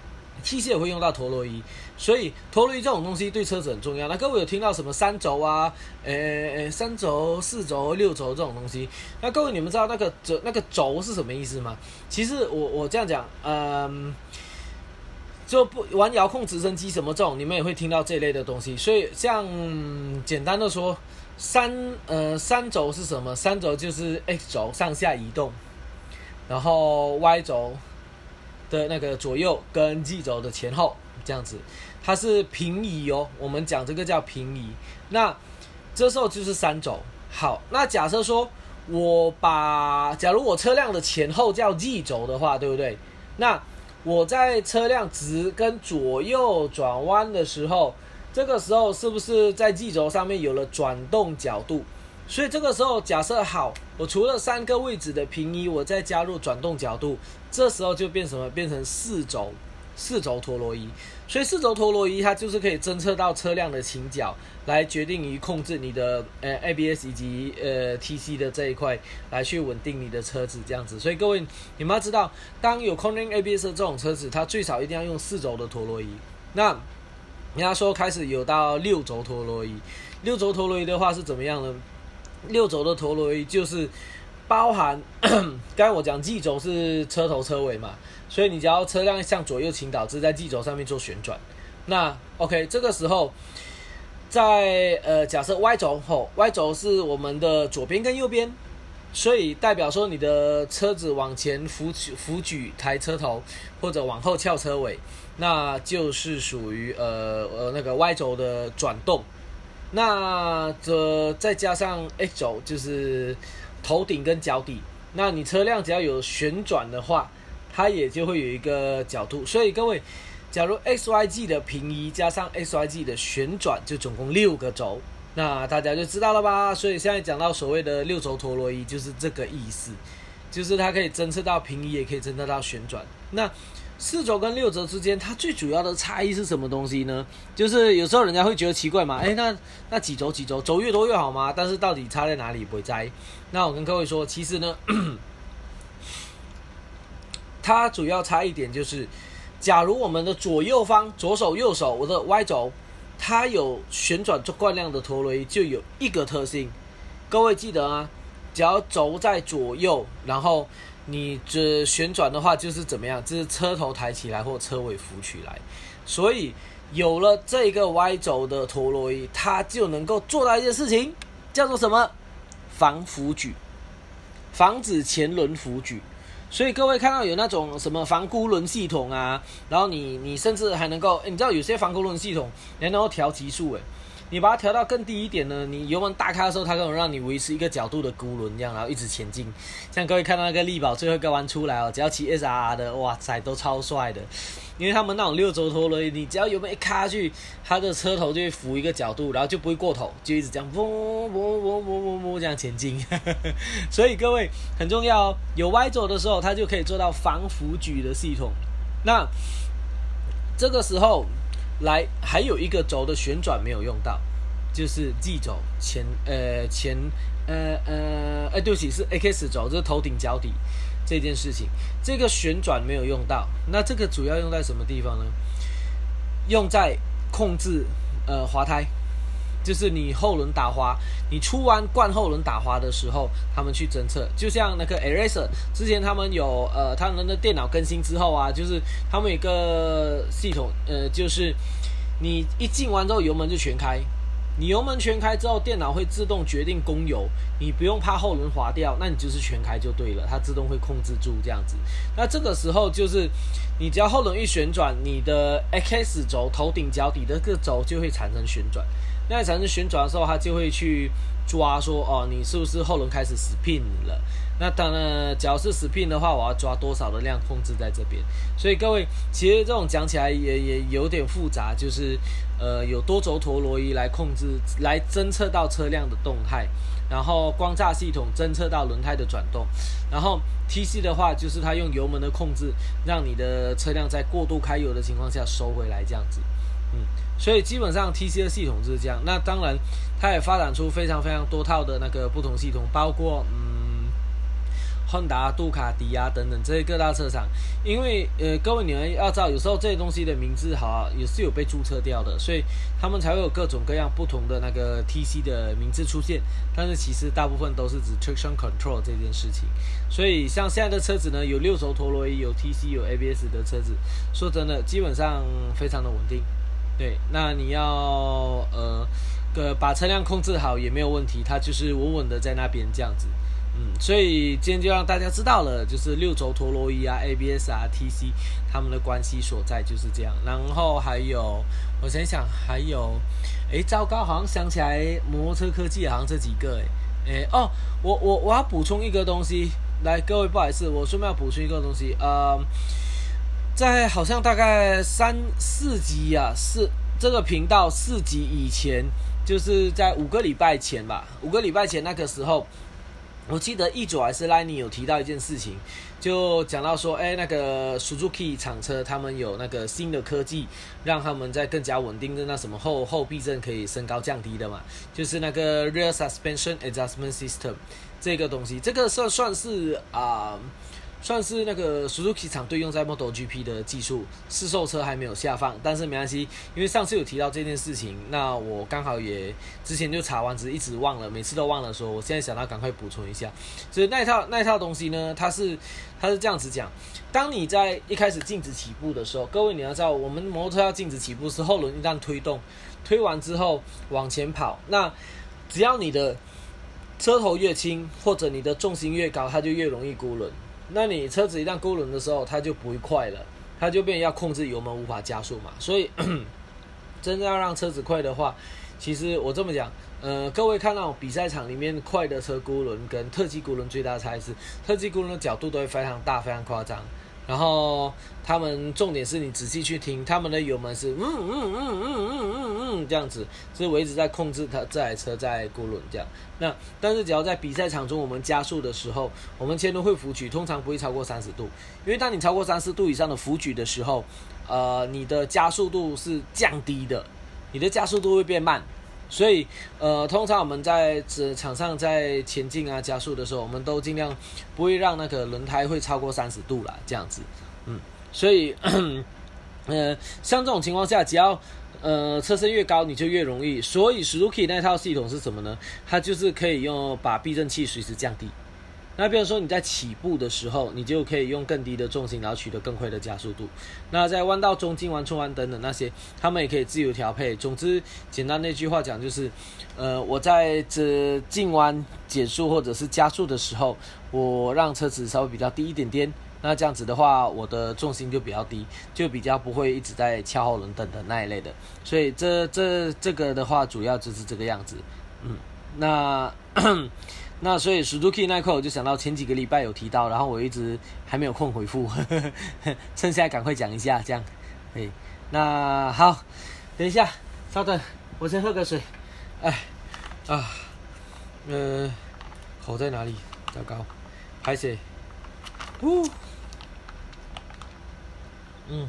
T C 也会用到陀螺仪，所以陀螺仪这种东西对车子很重要。那各位有听到什么三轴啊、呃三轴、四轴、六轴这种东西？那各位你们知道那个轴那个轴是什么意思吗？其实我我这样讲，嗯，就不玩遥控直升机什么这种，你们也会听到这一类的东西。所以像简单的说，三呃三轴是什么？三轴就是 X 轴上下移动，然后 Y 轴的那个左右跟 Z 轴的前后这样子，它是平移哦。我们讲这个叫平移。那这时候就是三轴。好，那假设说我把，假如我车辆的前后叫 Z 轴的话，对不对？那我在车辆直跟左右转弯的时候，这个时候是不是在 Z 轴上面有了转动角度？所以这个时候假设好，我除了三个位置的平移，我再加入转动角度，这时候就变什么？变成四轴，四轴陀螺仪。所以四轴陀螺仪它就是可以侦测到车辆的倾角，来决定于控制你的呃 A B S 以及呃 T C 的这一块，来去稳定你的车子这样子。所以各位你们要知道，当有 Cornering A B S 的这种车子，它最少一定要用四轴的陀螺仪。那人家说开始有到六轴陀螺仪，六轴陀螺仪的话是怎么样呢？六轴的陀螺仪就是包含刚才我讲 G 轴是车头车尾嘛，所以你只要车辆向左右倾倒，是在 G 轴上面做旋转。那 OK， 这个时候在呃假设 Y 轴后 ，Y 轴是我们的左边跟右边，所以代表说你的车子往前扶举扶举抬车头，或者往后翘车尾，那就是属于呃呃那个 Y 轴的转动。那这再加上 X 轴就是头顶跟脚底，那你车辆只要有旋转的话，它也就会有一个角度。所以各位假如 X Y G 的平移加上 X Y G 的旋转，就总共六个轴，那大家就知道了吧？所以现在讲到所谓的六轴陀螺仪，就是这个意思，就是它可以侦测到平移，也可以侦测到旋转。那四轴跟六轴之间，它最主要的差异是什么东西呢？就是有时候人家会觉得奇怪嘛，哎，那那几轴几轴，轴越多越好吗？但是到底差在哪里？不会在。那我跟各位说，其实呢，它主要差一点就是，假如我们的左右方，左手右手，我的 Y 轴，它有旋转做惯量的陀螺仪，就有一个特性，各位记得啊，只要轴在左右，然后你这旋转的话就是怎么样？就是车头抬起来或车尾浮起来。所以有了这个 Y 轴的陀螺仪，它就能够做到一件事情，叫做什么？防浮举，防止前轮浮举。所以各位看到有那种什么防孤轮系统啊，然后你你甚至还能够，你知道有些防孤轮系统还能够调级数诶。你把它调到更低一点呢，你油门大开的时候，它可能让你维持一个角度的孤轮这样，然后一直前进。像各位看到那个力宝最后一个弯出来哦，只要骑 S R R 的，哇塞，都超帅的。因为他们那种六轴陀螺仪，你只要油门一开下去，它的车头就会浮一个角度，然后就不会过头，就一直这样嗡嗡嗡嗡嗡嗡这样前进。所以各位很重要哦，有 Y 轴的时候，它就可以做到防浮举的系统。那这个时候来还有一个轴的旋转没有用到，就是 G 轴前呃前呃呃哎对不起是 X 轴，这是头顶脚底这件事情，这个旋转没有用到。那这个主要用在什么地方呢？用在控制呃滑胎，就是你后轮打滑，你出弯惯后轮打滑的时候，他们去侦测。就像那个 Eraser 之前他们有呃他们的电脑更新之后啊，就是他们有一个系统呃就是你一进完之后油门就全开，你油门全开之后，电脑会自动决定供油，你不用怕后轮滑掉，那你就是全开就对了，它自动会控制住这样子。那这个时候就是你只要后轮一旋转，你的 X 轴头顶脚底的这个轴就会产生旋转。那产生旋转的时候，它就会去抓说哦，你是不是后轮开始 spin 了？那当然，假如是 spin 的话，我要抓多少的量控制在这边。所以各位，其实这种讲起来也也有点复杂，就是呃有多轴陀螺仪来控制，来侦测到车辆的动态，然后光栅系统侦测到轮胎的转动，然后 T C 的话就是它用油门的控制，让你的车辆在过度开油的情况下收回来这样子。嗯，所以基本上 T C 的系统就是这样。那当然，它也发展出非常非常多套的那个不同系统，包括嗯，亨达、杜卡迪啊等等这些各大车厂。因为呃，各位你们要知道，有时候这些东西的名字好、啊、也是有被注册掉的，所以他们才会有各种各样不同的那个 T C 的名字出现。但是其实大部分都是指 traction control 这件事情。所以像现在的车子呢，有六轴陀螺仪、有 T C、有 A B S 的车子，说真的，基本上非常的稳定。对，那你要呃，呃把车辆控制好也没有问题，它就是稳稳的在那边这样子，嗯，所以今天就让大家知道了，就是六轴陀螺仪啊、A B S 啊、T C 他们的关系所在就是这样。然后还有，我想想还有，哎，糟糕，好像想起来摩托车科技好像这几个，哎，哎哦，我我我要补充一个东西，来，各位不好意思，我顺便要补充一个东西，呃。在好像大概三四集啊，四这个频道四集以前，就是在五个礼拜前吧，五个礼拜前那个时候，我记得一左还是 Line 有提到一件事情，就讲到说，哎，那个 Suzuki 厂车他们有那个新的科技，让他们在更加稳定的那什么后后避震可以升高降低的嘛，就是那个 Rear Suspension Adjustment System 这个东西，这个算算是啊。呃算是那个 Suzuki 厂队用在 MotoGP 的技术，试售车还没有下放，但是没关系，因为上次有提到这件事情，那我刚好也之前就查完，只是一直忘了，每次都忘了说，我现在想到赶快补充一下。所以那一套那一套东西呢，它是它是这样子讲，当你在一开始静止起步的时候，各位你要知道，我们摩托车要静止起步是后轮一旦推动，推完之后往前跑，那只要你的车头越轻，或者你的重心越高，它就越容易孤轮。那你车子一旦孤轮的时候，它就不会快了，它就变成要控制油门无法加速嘛。所以真正要让车子快的话，其实我这么讲，呃，各位看那种比赛场里面快的车孤轮跟特技孤轮最大的差异是，特技孤轮的角度都会非常大、非常夸张。 然后他们重点是你仔细去听，他们的油门是嗯嗯嗯嗯嗯嗯嗯这样子，所以我一直在控制它这台车在过轮这样。那但是只要在比赛场中我们加速的时候，我们前轮会浮举，通常不会超过三十度，因为当你超过三十度以上的浮举的时候，呃，你的加速度是降低的，你的加速度会变慢。所以，呃，通常我们在场上在前进啊、加速的时候，我们都尽量不会让那个轮胎会超过三十度啦，这样子，嗯，所以，呃，像这种情况下，只要呃车身越高，你就越容易。所以 Suzuki 那套系统是什么呢？它就是可以用把避震器随时降低。那比如说你在起步的时候，你就可以用更低的重心，然后取得更快的加速度。那在弯道中、进弯、冲弯等等那些，他们也可以自由调配。总之，简单的一句话讲就是，呃，我在这进弯、减速或者是加速的时候，我让车子稍微比较低一点点。那这样子的话，我的重心就比较低，就比较不会一直在翘后轮等等那一类的。所以这这这个的话，主要就是这个样子。嗯，那。那所以 Suzuki 那一块我就想到前几个礼拜有提到，然后我一直还没有空回复，呵呵趁现在赶快讲一下，这样，哎，那好，等一下，稍等，我先喝个水，哎，啊，呃，口在哪里？糟糕，拍谁？呜，嗯，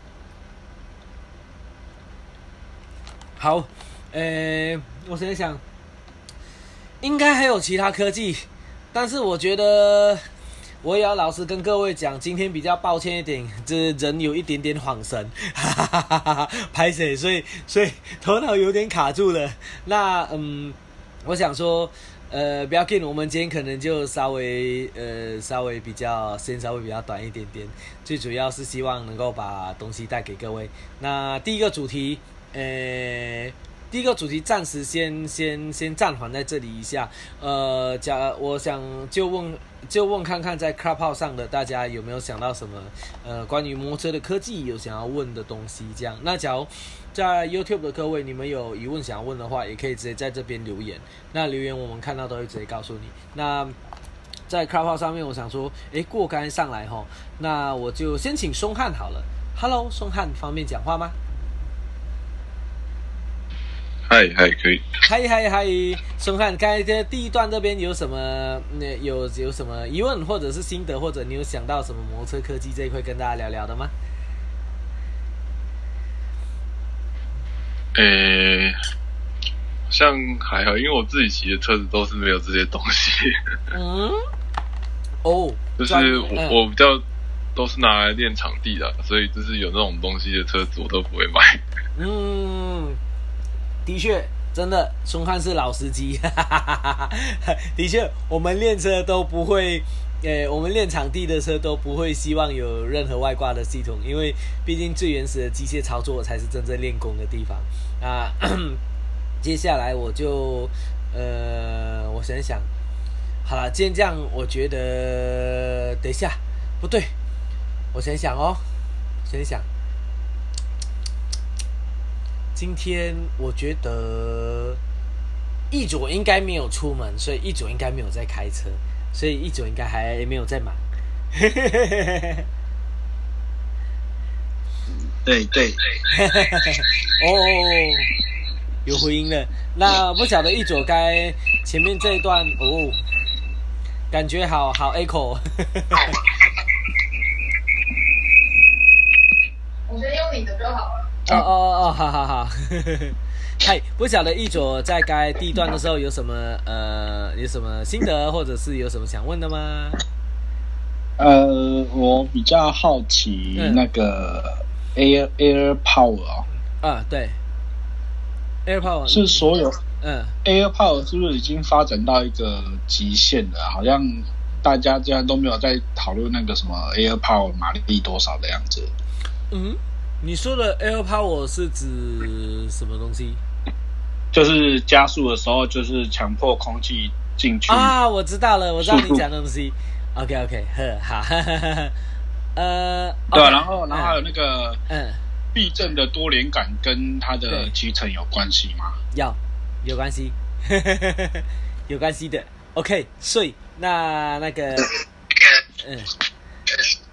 好，呃，我现在想。应该还有其他科技，但是我觉得我也要老实跟各位讲，今天比较抱歉一点，这人有一点点恍神，哈哈哈哈，拍谁？所以所以头脑有点卡住了。那嗯，我想说，呃，不要紧，我们今天可能就稍微呃稍微比较时间稍微比较短一点点，最主要是希望能够把东西带给各位。那第一个主题，呃。第一个主题暂时先先先暂缓在这里一下，呃，假我想就问就问看看在 Clubhouse 上的大家有没有想到什么呃关于摩托车的科技有想要问的东西，这样。那假如在 YouTube 的各位你们有疑问想要问的话，也可以直接在这边留言。那留言我们看到都会直接告诉你。那在 Clubhouse 上面，我想说，诶，过刚上来齁，那我就先请松汉好了。Hello， 松汉方便讲话吗？ 嗨嗨，可以。 嗨嗨嗨，松汉，刚才在第一段这边有什么有有什么疑问，或者是心得，或者你有想到什么摩托车科技这一块跟大家聊聊的吗？ 诶，像还好，因为我自己骑的车子都是没有这些东西。 嗯，哦， 就是我、嗯、我比较都是拿来练场地的，所以就是有那种东西的车子我都不会买。 嗯。的确，真的，松汉是老司机。的确，我们练车都不会，呃，我们练场地的车都不会希望有任何外挂的系统，因为毕竟最原始的机械操作才是真正练功的地方啊。接下来我就，呃，我想想，好了，今天这样，我觉得，等一下，不对，我想想哦，想想。今天我觉得一左应该没有出门，所以一左应该没有在开车，所以一左应该还没有在忙。 对对。 哦，有回音了。那不晓得一左该前面这一段哦，感觉好好 echo。 我觉得用你的就好了。 哦哦哦，好好好，嗨，不晓得一左在该第一段的时候有什么呃有什么心得，或者是有什么想问的吗？ 呃，我比较好奇那个 Air、嗯、Air Power 啊、 哦，啊对 ，Air Power 是所有嗯 Air Power 是不是已经发展到一个极限了？好像大家这样都没有在讨论那个什么 Air Power 马力多少的样子。 嗯。你说的 Air Power 是指什么东西？ 就是加速的时候，就是强迫空气进去啊！我知道了，我知道你讲的东西。OK OK， 呵，好，呵呵呵呃， 对、啊 okay, 然后然后还有那个嗯， 避震的多连杆跟它的骑乘有关系吗？ 有，有关系，有关系的。OK， 所以那那个，嗯。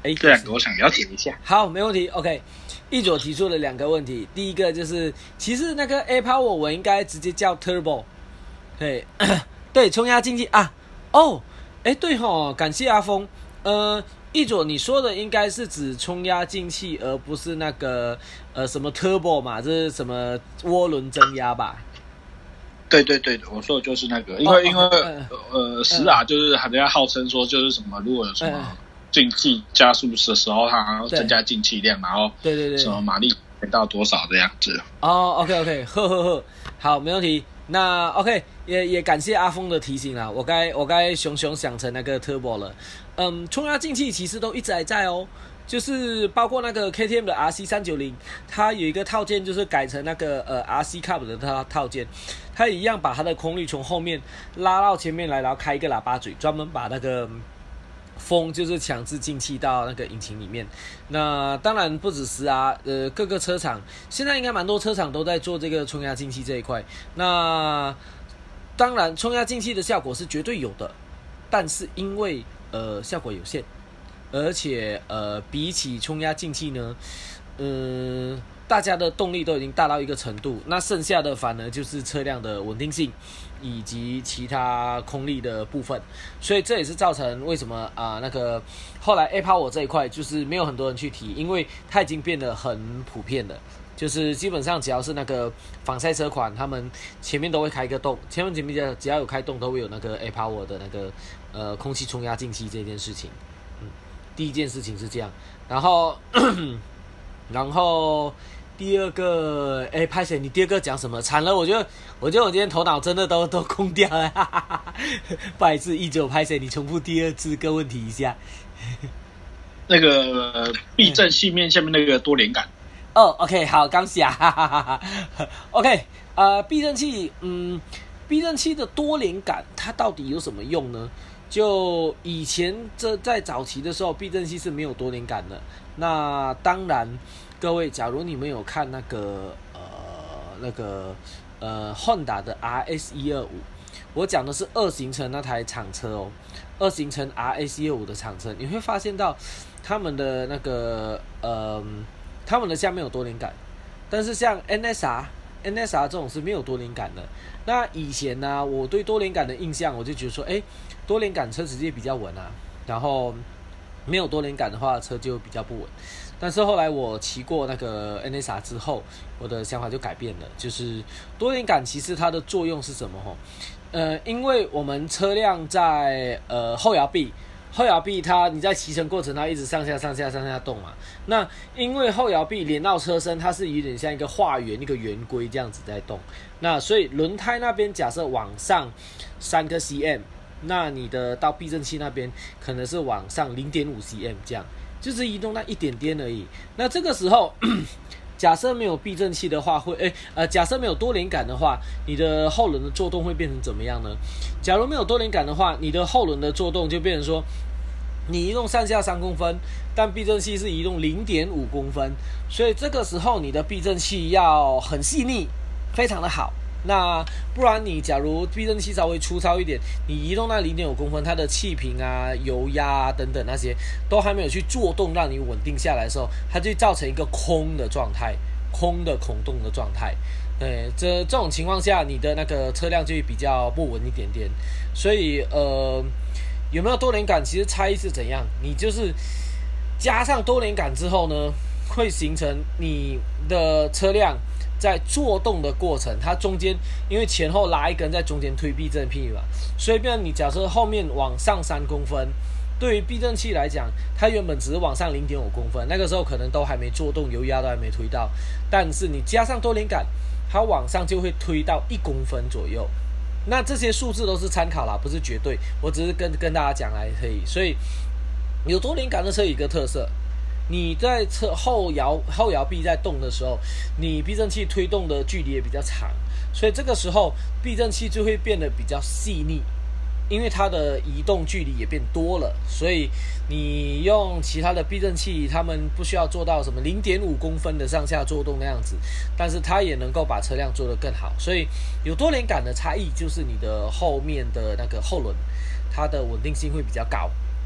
哎， 这两个我想了解一下。 好，没问题。OK， 一左提出了两个问题，第一个就是其实那个 A Power 我应该直接叫 Turbo， 对对，冲压进气啊。哦，哎对吼，感谢阿峰。呃，一左你说的应该是指冲压进气，而不是那个呃什么 Turbo 嘛，这是什么涡轮增压吧？ 对对对，我说的就是那个，因为、哦、因为、 呃、 呃，十 R 就是人家号称说就是什么，如果有什么进气加速的时候，它要增加进气量，然后对对对， 什么马力到多少这样子。 哦 ，OK OK， 呵呵呵，好，没问题。那 OK， 也也感谢阿峰的提醒啦，我该我该熊熊想成那个 Turbo 了。嗯，冲压进气其实都一直还在哦，就是包括那个 K T M 的 R C 三九零， 它有一个套件就是改成那个呃 R C Cup 的套套件，它一样把它的空力从后面拉到前面来，然后开一个喇叭嘴，专门把那个风就是强制进气到那个引擎里面。那当然不止十 R， 呃，各个车厂现在应该蛮多车厂都在做这个冲压进气这一块。那当然冲压进气的效果是绝对有的，但是因为呃效果有限，而且呃比起冲压进气呢，嗯、呃。大家的动力都已经大到一个程度，那剩下的反而就是车辆的稳定性以及其他空力的部分，所以这也是造成为什么啊、呃、那个后来 A Power 这一块就是没有很多人去提，因为它已经变得很普遍了，就是基本上只要是那个仿赛车款，他们前面都会开一个洞，前面前面只要有开洞都会有那个 A Power 的那个呃空气冲压进气这件事情。嗯，第一件事情是这样，然后然后。第二个，哎，拍谁？你第二个讲什么？惨了，我觉得，我觉得我今天头脑真的都都空掉了，哈哈哈。不好意思，一九拍谁？你重复第二次个问题一下。 那个避震器面下面那个多连杆。 哦 ，OK， 好，刚下，哈哈哈哈。OK， 呃，避震器，嗯，避震器的多连杆它到底有什么用呢？就以前这在早期的时候，避震器是没有多连杆的。那当然。各位，假如你们有看那个呃那个呃 Honda 的 R S 一二五， 我讲的是二行程那台厂车哦，二行程 R S 一二五 的厂车，你会发现到他们的那个呃他们的下面有多连杆，但是像 N S R、N S R 这种是没有多连杆的。那以前呢、啊，我对多连杆的印象，我就觉得说，哎，多连杆车直接比较稳啊，然后没有多连杆的话，车就比较不稳。但是后来我骑过那个 N S R 之后，我的想法就改变了，就是多连杆其实它的作用是什么？吼，呃，因为我们车辆在呃后摇臂，后摇臂它你在骑乘过程它一直上下上下上下动嘛，那因为后摇臂连到车身，它是有点像一个画圆一个圆规这样子在动，那所以轮胎那边假设往上三个 cm， 那你的到避震器那边可能是往上 零点五 cm 这样。就是移动那一点点而已。那这个时候，假设没有避震器的话，会诶呃，假设没有多连杆的话，你的后轮的作动会变成怎么样呢？假如没有多连杆的话，你的后轮的作动就变成说，你移动上下三公分，但避震器是移动 零点五公分，所以这个时候你的避震器要很细腻，非常的好。那不然你假如避震器稍微粗糙一点，你移动那 零点五公分，它的气瓶啊、油压啊等等那些都还没有去做动让你稳定下来的时候，它就造成一个空的状态，空的孔洞的状态。对，这这种情况下，你的那个车辆就会比较不稳一点点。所以呃，有没有多连杆？其实差异是怎样？你就是加上多连杆之后呢，会形成你的车辆。在做动的过程，它中间因为前后拉一根在中间推避震器嘛，所以变成你假设后面往上三公分，对于避震器来讲，它原本只是往上 零点五公分，那个时候可能都还没做动，油压都还没推到，但是你加上多连杆，它往上就会推到一公分左右。那这些数字都是参考啦，不是绝对，我只是跟跟大家讲来可以。所以有多连杆的车有一个特色。你在车后摇后摇臂在动的时候，你避震器推动的距离也比较长，所以这个时候避震器就会变得比较细腻，因为它的移动距离也变多了，所以你用其他的避震器，他们不需要做到什么 零点五公分的上下作动那样子，但是它也能够把车辆做得更好。所以有多连杆的差异就是你的后面的那个后轮，它的稳定性会比较高。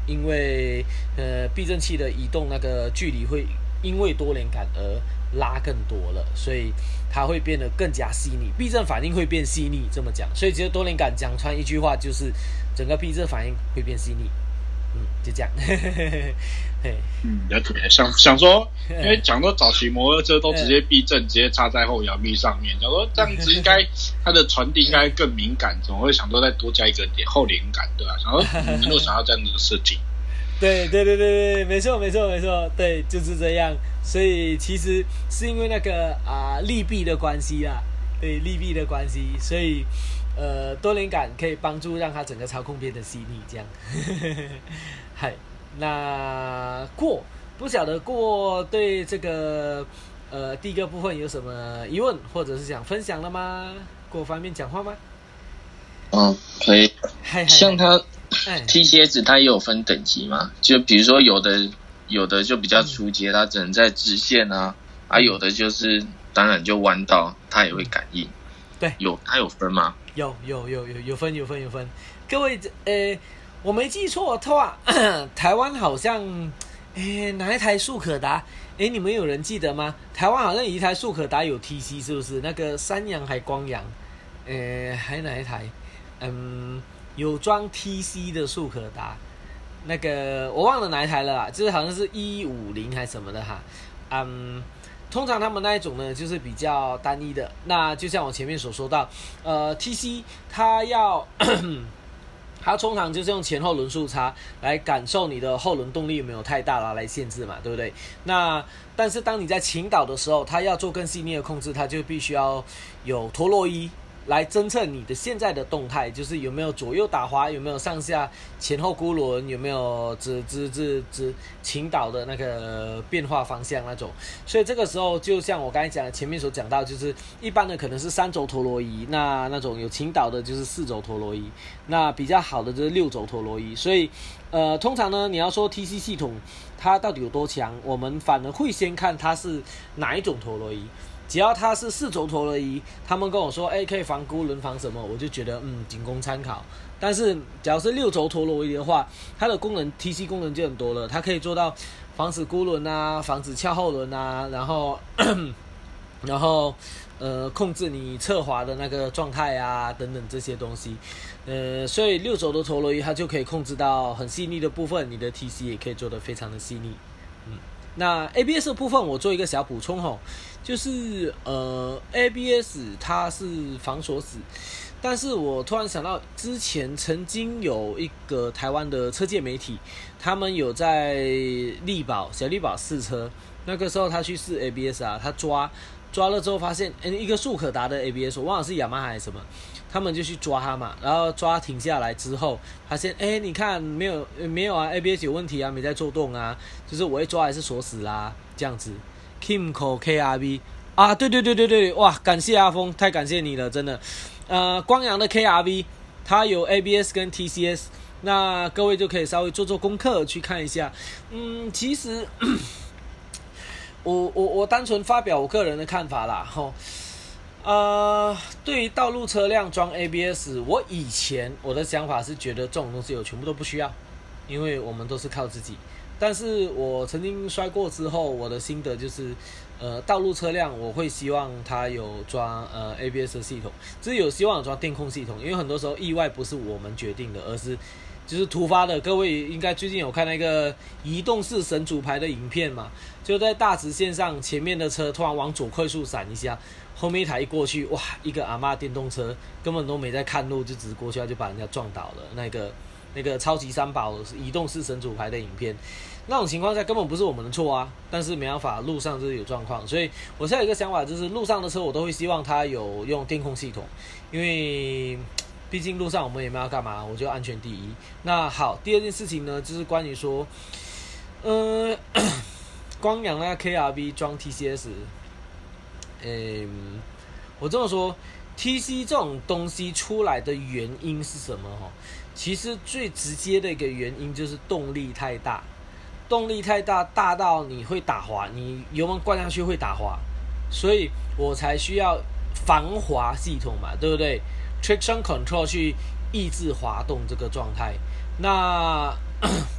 因为呃避震器的移动那个距离会因为多连杆而拉更多了，所以它会变得更加细腻，避震反应会变细腻，这么讲。所以其实多连杆讲穿一句话就是整个避震反应会变细腻，嗯，就这样。 嗯，了解。想想说，因为讲到早期摩托车都直接避震直接插在后摇臂上面，想说这样子应该它的传递应该更敏感，怎么会想说再多加一个点后连杆，对吧、啊？想说你们都想要这样子的设计。 对对对对对，没错没错没错，对，就是这样。所以其实是因为那个啊、呃、利弊的关系啦，对利弊的关系，所以呃多连杆可以帮助让它整个操控变得细腻，这样。嗨，那过不晓得过对这个呃第一个部分有什么疑问或者是想分享的吗？过方面讲话吗？ 嗯，可以。 嗨嗨像它。 哎、 T C S 它也有分等级嘛，就比如说有的有的就比较初阶，它只能在直线啊，啊有的就是当然就弯道，它也会感应。 对， 有它有分吗？ 有有有有有分有分有分。各位，呃，我没记错的话，台湾好像，诶哪一台速可达？诶你们有人记得吗？台湾好像有一台速可达有 T C， 是不是？那个三阳还光阳？呃，还哪一台？嗯。有装 T C 的速可达，那个我忘了哪一台了啦，就是好像是一五零还是什么的哈，嗯，通常他们那一种呢就是比较单一的，那就像我前面所说到，呃 T C 它要它通常就是用前后轮速差来感受你的后轮动力有没有太大啦，来限制嘛，对不对？那但是当你在倾倒的时候，它要做更细腻的控制，它就必须要有陀螺仪来侦测你的现在的动态，就是有没有左右打滑，有没有上下前后孤轮，有没有直直直直倾倒的那个变化方向那种。所以这个时候就像我刚才讲的，前面所讲到，就是一般的可能是三轴陀螺仪，那那种有倾倒的就是四轴陀螺仪，那比较好的就是六轴陀螺仪。所以呃，通常呢，你要说 T C 系统它到底有多强，我们反而会先看它是哪一种陀螺仪。只要它是四轴陀螺仪，他们跟我说，哎，可以防孤轮防什么，我就觉得嗯，仅供参考。但是，只要是六轴陀螺仪的话，它的功能 T C 功能就很多了，它可以做到防止孤轮啊，防止翘后轮啊，然后然后呃控制你侧滑的那个状态啊，等等这些东西。呃，所以六轴的陀螺仪它就可以控制到很细腻的部分，你的 T C 也可以做得非常的细腻。嗯，那 A B S 的部分我做一个小补充吼。就是呃 ，A B S 它是防锁死，但是我突然想到，之前曾经有一个台湾的车界媒体，他们有在力宝小力宝试车，那个时候他去试 A B S 啊，他抓抓了之后发现，哎，一个速可达的 A B S， 我忘了是雅马哈还是什么，他们就去抓它嘛，然后抓停下来之后，发现，哎，你看没有没有啊 ，A B S 有问题啊，没在做动啊，就是我一抓还是锁死啦，这样子。Kimco K R V 啊，对对对对对，哇，感谢阿峰，太感谢你了，真的。呃，光阳的 K R V 它有 A B S 跟 T C S， 那各位就可以稍微做做功课去看一下。嗯，其实我我我单纯发表我个人的看法啦，吼。呃，对于道路车辆装 A B S， 我以前我的想法是觉得这种东西我全部都不需要，因为我们都是靠自己。但是我曾经摔过之后，我的心得就是，呃，道路车辆我会希望它有装呃 A B S 的系统，只是有希望有装电控系统，因为很多时候意外不是我们决定的，而是就是突发的。各位应该最近有看那个移动式神主牌的影片嘛？就在大直线上，前面的车突然往左快速闪一下，后面一台一过去，哇，一个阿嬷电动车根本都没在看路，就只是过去，他就把人家撞倒了。那个。那个超级三宝移动式神主牌的影片，那种情况下根本不是我们的错啊，但是没办法，路上就是有状况，所以我现在有一个想法，就是路上的车我都会希望它有用电控系统，因为毕竟路上我们也没有干嘛，我就安全第一。那好，第二件事情呢，就是关于说，呃，光阳那 K R V 装 T C S， 嗯，我这么说 ，T C 这种东西出来的原因是什么？哈？其实最直接的一个原因就是动力太大，动力太大，大到你会打滑，你油门灌上去会打滑，所以我才需要防滑系统嘛，对不对 ？Traction Control 去抑制滑动这个状态。那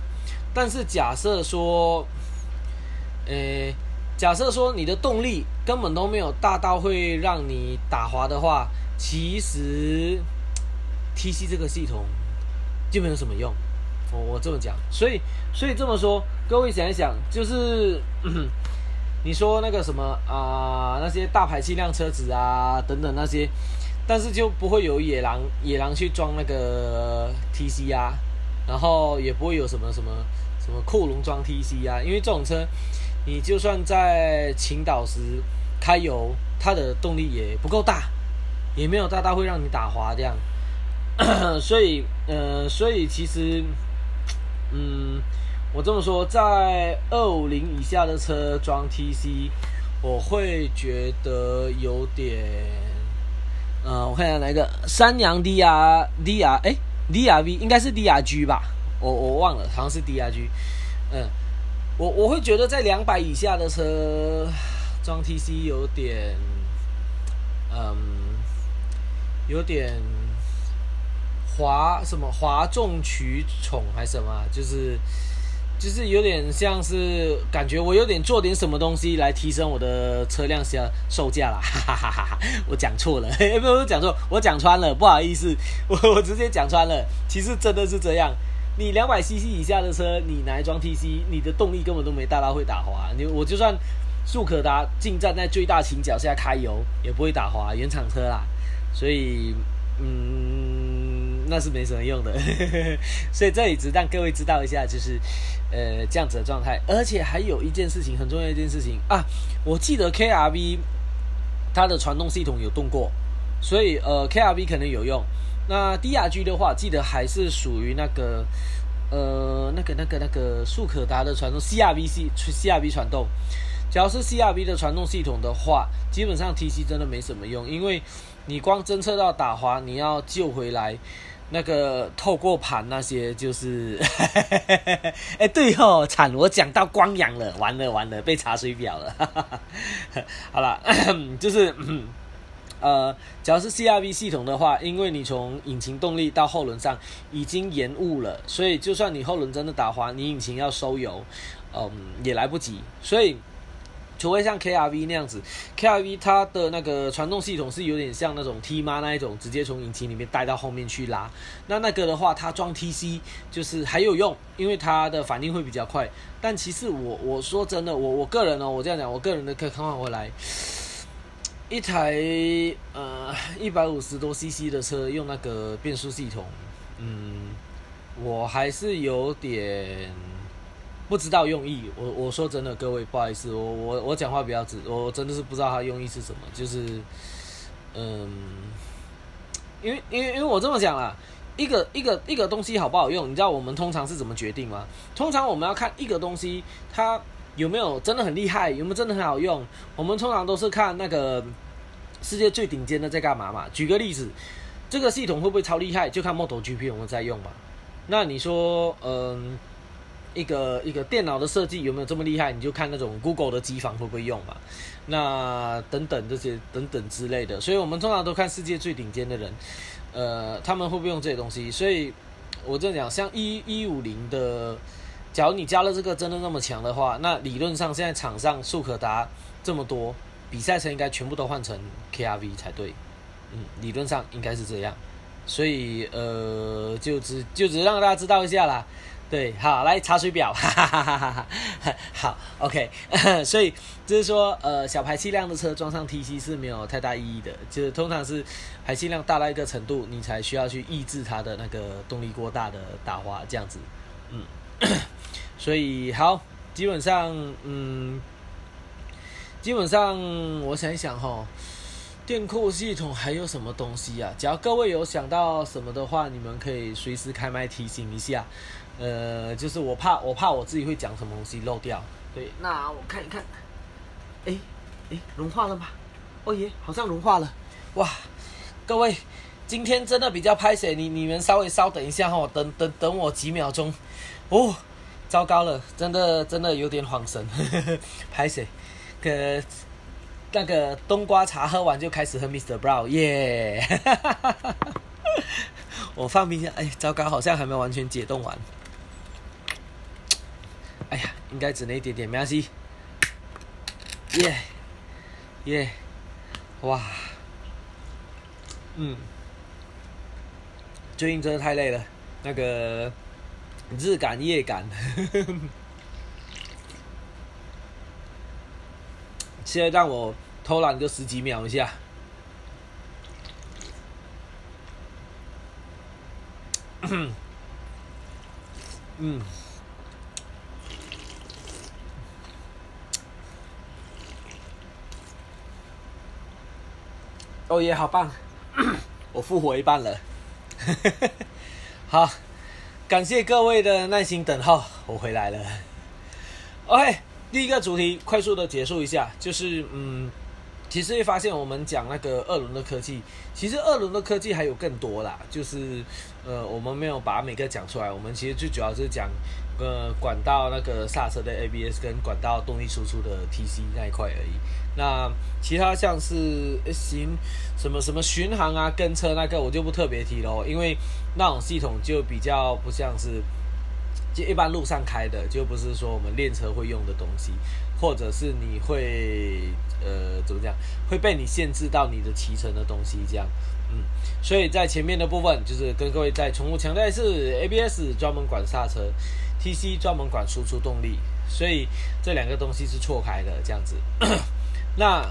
但是假设说，诶，假设说你的动力根本都没有大到会让你打滑的话，其实 T C 这个系统就没有什么用。我我这么讲，所以所以这么说，各位想一想，就是。嗯你说那个什么啊、呃，那些大排气量车子啊，等等那些，但是就不会有野狼野狼去装那个 T C 啊，然后也不会有什么什么什么库龙装 T C 啊，因为这种车，你就算在倾倒时开油，它的动力也不够大，也没有大到会让你打滑这样，所以呃，所以其实，嗯。我这么说，在二五零以下的车装 T C， 我会觉得有点，呃，我看一下哪一个三洋 D R D R 哎 D R V 应该是 D R G 吧，我我忘了，好像是 D R G， 嗯，我我会觉得在两百以下的车装 T C 有点，嗯，有点哗什么哗众取宠还是什么，就是。就是有点像是感觉我有点做点什么东西来提升我的车辆销售价啦，哈哈哈哈！我讲错了，嘿，不是讲错，我讲穿了，不好意思，我我直接讲穿了。其实真的是这样，你两百 C C 以下的车，你拿来装 T C， 你的动力根本都没大到会打滑。你我就算速可达进站在最大倾角下开油，也不会打滑，原厂车啦。所以，嗯，那是没什么用的。所以这里只让各位知道一下，就是。呃，这样子的状态，而且还有一件事情，很重要的一件事情啊，我记得 K R V 它的传动系统有动过，所以呃 K R V 可能有用。那 D R G 的话，记得还是属于那个呃那个那个那个速可达的传动 C R V C C R V 传动。只要是 C R V 的传动系统的话，基本上 T C 真的没什么用，因为你光侦测到打滑，你要救回来。那个透过盘那些就是，哎、欸、对哦，惨，我讲到光阳了，完了完了，被查水表了。好了，就是，呃，只要是 C R V 系统的话，因为你从引擎动力到后轮上已经延误了，所以就算你后轮真的打滑，你引擎要收油，嗯，也来不及，所以。除非像 K R V 那样子 ，K R V 它的那个传动系统是有点像那种 T 妈那一种，直接从引擎里面带到后面去拉。那那个的话，它装 T C 就是还有用，因为它的反应会比较快。但其实我我说真的，我我个人哦，我这样讲，我个人的看法回来，一台呃一百五十多 C C 的车用那个变速系统，嗯，我还是有点。不知道用意，我我说真的，各位不好意思，我我我讲话比较直，我真的是不知道它用意是什么，就是，嗯，因为因为因为我这么讲啦，一个一个一个东西好不好用，你知道我们通常是怎么决定吗？通常我们要看一个东西它有没有真的很厉害，有没有真的很好用，我们通常都是看那个世界最顶尖的在干嘛嘛。举个例子，这个系统会不会超厉害，就看 MotoGP 有没有在用嘛。那你说，嗯。一个一个电脑的设计有没有这么厉害？你就看那种 Google 的机房会不会用嘛？那等等这些等等之类的，所以我们通常都看世界最顶尖的人，呃，他们会不会用这些东西？所以我这样讲，像一一五零的，假如你加了这个真的那么强的话，那理论上现在场上速可达这么多，比赛车应该全部都换成 K R V 才对，嗯，理论上应该是这样。所以呃，就只就只让大家知道一下啦。对，好，来查水表，哈哈哈哈哈。好 ，OK， 所以就是说，呃，小排气量的车装上 T C 是没有太大意义的，就是通常是排气量大到一个程度，你才需要去抑制它的那个动力过大的打滑这样子，嗯，所以好，基本上，嗯，基本上我想一想哈。电控系统还有什么东西啊？只要各位有想到什么的话，你们可以随时开麦提醒一下。呃，就是我怕我怕我自己会讲什么东西漏掉。对，那我看一看，哎哎，融化了吗？哦耶，好像融化了。哇，各位，今天真的比较拍水，你你们稍微稍等一下哈，等等等我几秒钟。哦，糟糕了，真的真的有点恍神，拍水，个。那个冬瓜茶喝完就开始喝 Mister Brown 耶、yeah ！我放冰箱，哎，糟糕，好像还没完全解冻完。 哎呀，应该只能一点点，没关系。耶耶，哇，嗯，最近真的太累了，那个日赶夜赶。现在让我偷懒个十几秒一下。嗯，哦耶，好棒！我复活一半了。好，感谢各位的耐心等候，我回来了。OK， 第一个主题快速的结束一下，就是嗯。其实会发现，我们讲那个二轮的科技，其实二轮的科技还有更多啦。就是呃，我们没有把每个讲出来，我们其实最主要是讲呃管道那个刹车的 A B S 跟管道动力输出的 T C 那一块而已。那其他像是行什么什么巡航啊、跟车那个，我就不特别提咯，因为那种系统就比较不像是就一般路上开的，就不是说我们练车会用的东西。或者是你会呃怎么讲，会被你限制到你的骑乘的东西这样，嗯，所以在前面的部分就是跟各位再重复强调一次 ，A B S 专门管刹车 ，T C 专门管输出动力，所以这两个东西是错开的这样子。那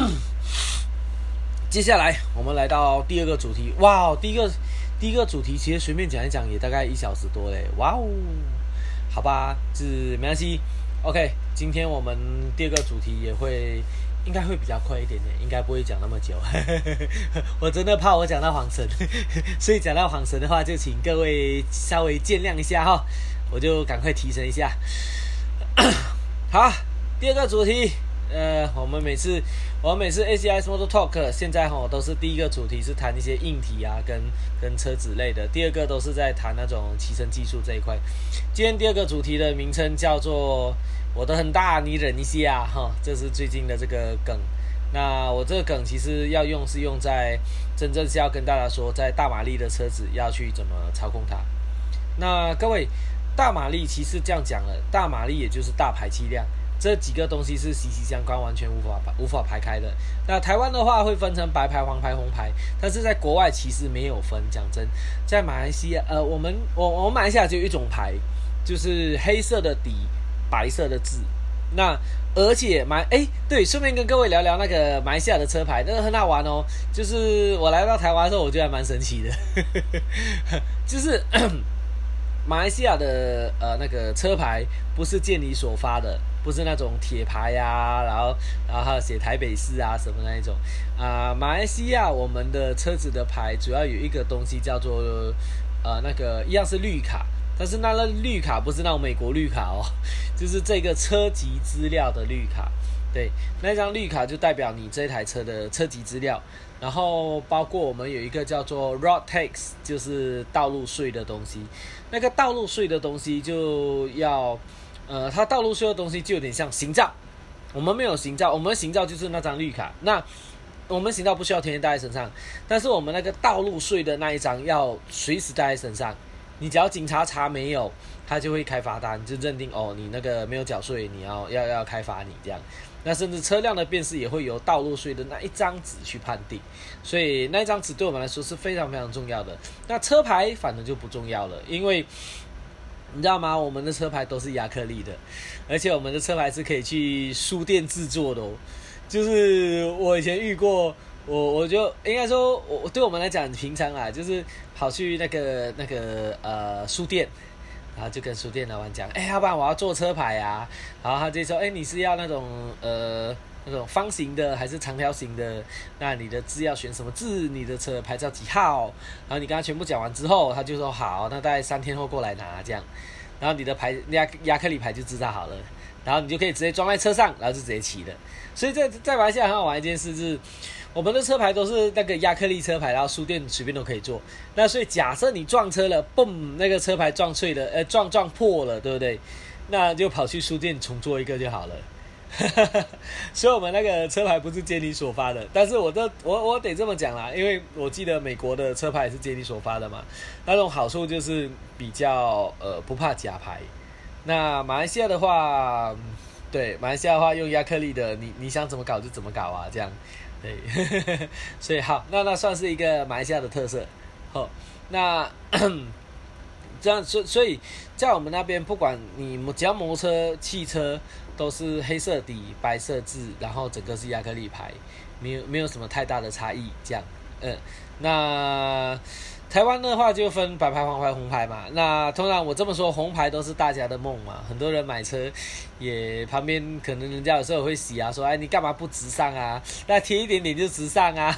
接下来我们来到第二个主题，哇，第一个第一个主题其实随便讲一讲也大概一小时多嘞，哇哦，好吧，是没关系。OK， 今天我们第二个主题也会应该会比较快一点点，应该不会讲那么久。我真的怕我讲到黄神，所以讲到黄神的话，就请各位稍微见谅一下哈，我就赶快提升一下。好，第二个主题，呃，我们每次我们每次 A C I S Motor Talk 现在哈都是第一个主题是谈一些硬体啊，跟跟车子类的，第二个都是在谈那种骑乘技术这一块。今天第二个主题的名称叫做我的很大，你忍一下哈，这是最近的这个梗。那我这个梗其实要用是用在真正是要跟大家说，在大马力的车子要去怎么操控它。那各位，大马力其实这样讲了，大马力也就是大排气量，这几个东西是息息相关，完全无法无法排开的。那台湾的话会分成白牌、黄牌、红牌，但是在国外其实没有分。讲真，在马来西亚，呃，我们我我们马来西亚只有一种牌，就是黑色的底，白色的字。那而且马哎对，顺便跟各位聊聊那个马来西亚的车牌，那个很好玩哦。就是我来到台湾的时候，我觉得还蛮神奇的，就是马来西亚的呃那个车牌不是监理所发的，不是那种铁牌啊，然后然后还有写台北市啊什么那一种啊、呃。马来西亚我们的车子的牌主要有一个东西叫做呃那个一样是绿卡。但是那个绿卡不是那种美国绿卡哦，就是这个车籍资料的绿卡。对，那张绿卡就代表你这台车的车籍资料，然后包括我们有一个叫做 road tax， 就是道路税的东西。那个道路税的东西就要，呃，它道路税的东西就有点像行照，我们没有行照，我们行照就是那张绿卡。那我们行照不需要天天带在身上，但是我们那个道路税的那一张要随时带在身上。你只要警察查没有，他就会开罚单，就认定哦，你那个没有缴税，你要要要开罚你这样。那甚至车辆的辨识也会由道路税的那一张纸去判定，所以那一张纸对我们来说是非常非常重要的。那车牌反正就不重要了，因为你知道吗？我们的车牌都是亚克力的，而且我们的车牌是可以去书店制作的哦。就是我以前遇过。我我就应该说，我对我们来讲很平常啦，就是跑去那个那个呃书店，然后就跟书店老板讲，哎、欸，要不然我要做车牌啊，然后他就说，哎、欸，你是要那种呃那种方形的还是长条形的？那你的字要选什么字？你的车牌照几号？然后你跟他全部讲完之后，他就说好，那大概三天后过来拿这样，然后你的牌亚亚克力牌就制造好了，然后你就可以直接装在车上，然后就直接骑了。所以在在马来西亚很好玩一件事是。我们的车牌都是那个亚克力车牌，然后书店随便都可以做。那所以假设你撞车了，嘣，那个车牌撞碎了，呃，撞撞破了，对不对？那就跑去书店重做一个就好了。所以我们那个车牌不是监理所发的，但是我这我我得这么讲啦，因为我记得美国的车牌也是监理所发的嘛。那种好处就是比较呃不怕假牌。 那马来西亚的话，对，马来西亚的话用亚克力的，你你想怎么搞就怎么搞啊，这样，对，所以好，那那算是一个马来西亚的特色。好，那这样，所所以在我们那边，不管你只要摩托车、汽车都是黑色底、白色字，然后整个是亚克力牌，没有没有什么太大的差异，这样，嗯，那。台湾的话就分白牌、黄牌、红牌嘛。那通常我这么说，红牌都是大家的梦嘛。很多人买车也旁边可能人家有时候会洗啊，说哎你干嘛不直上啊？那贴一点点就直上啊。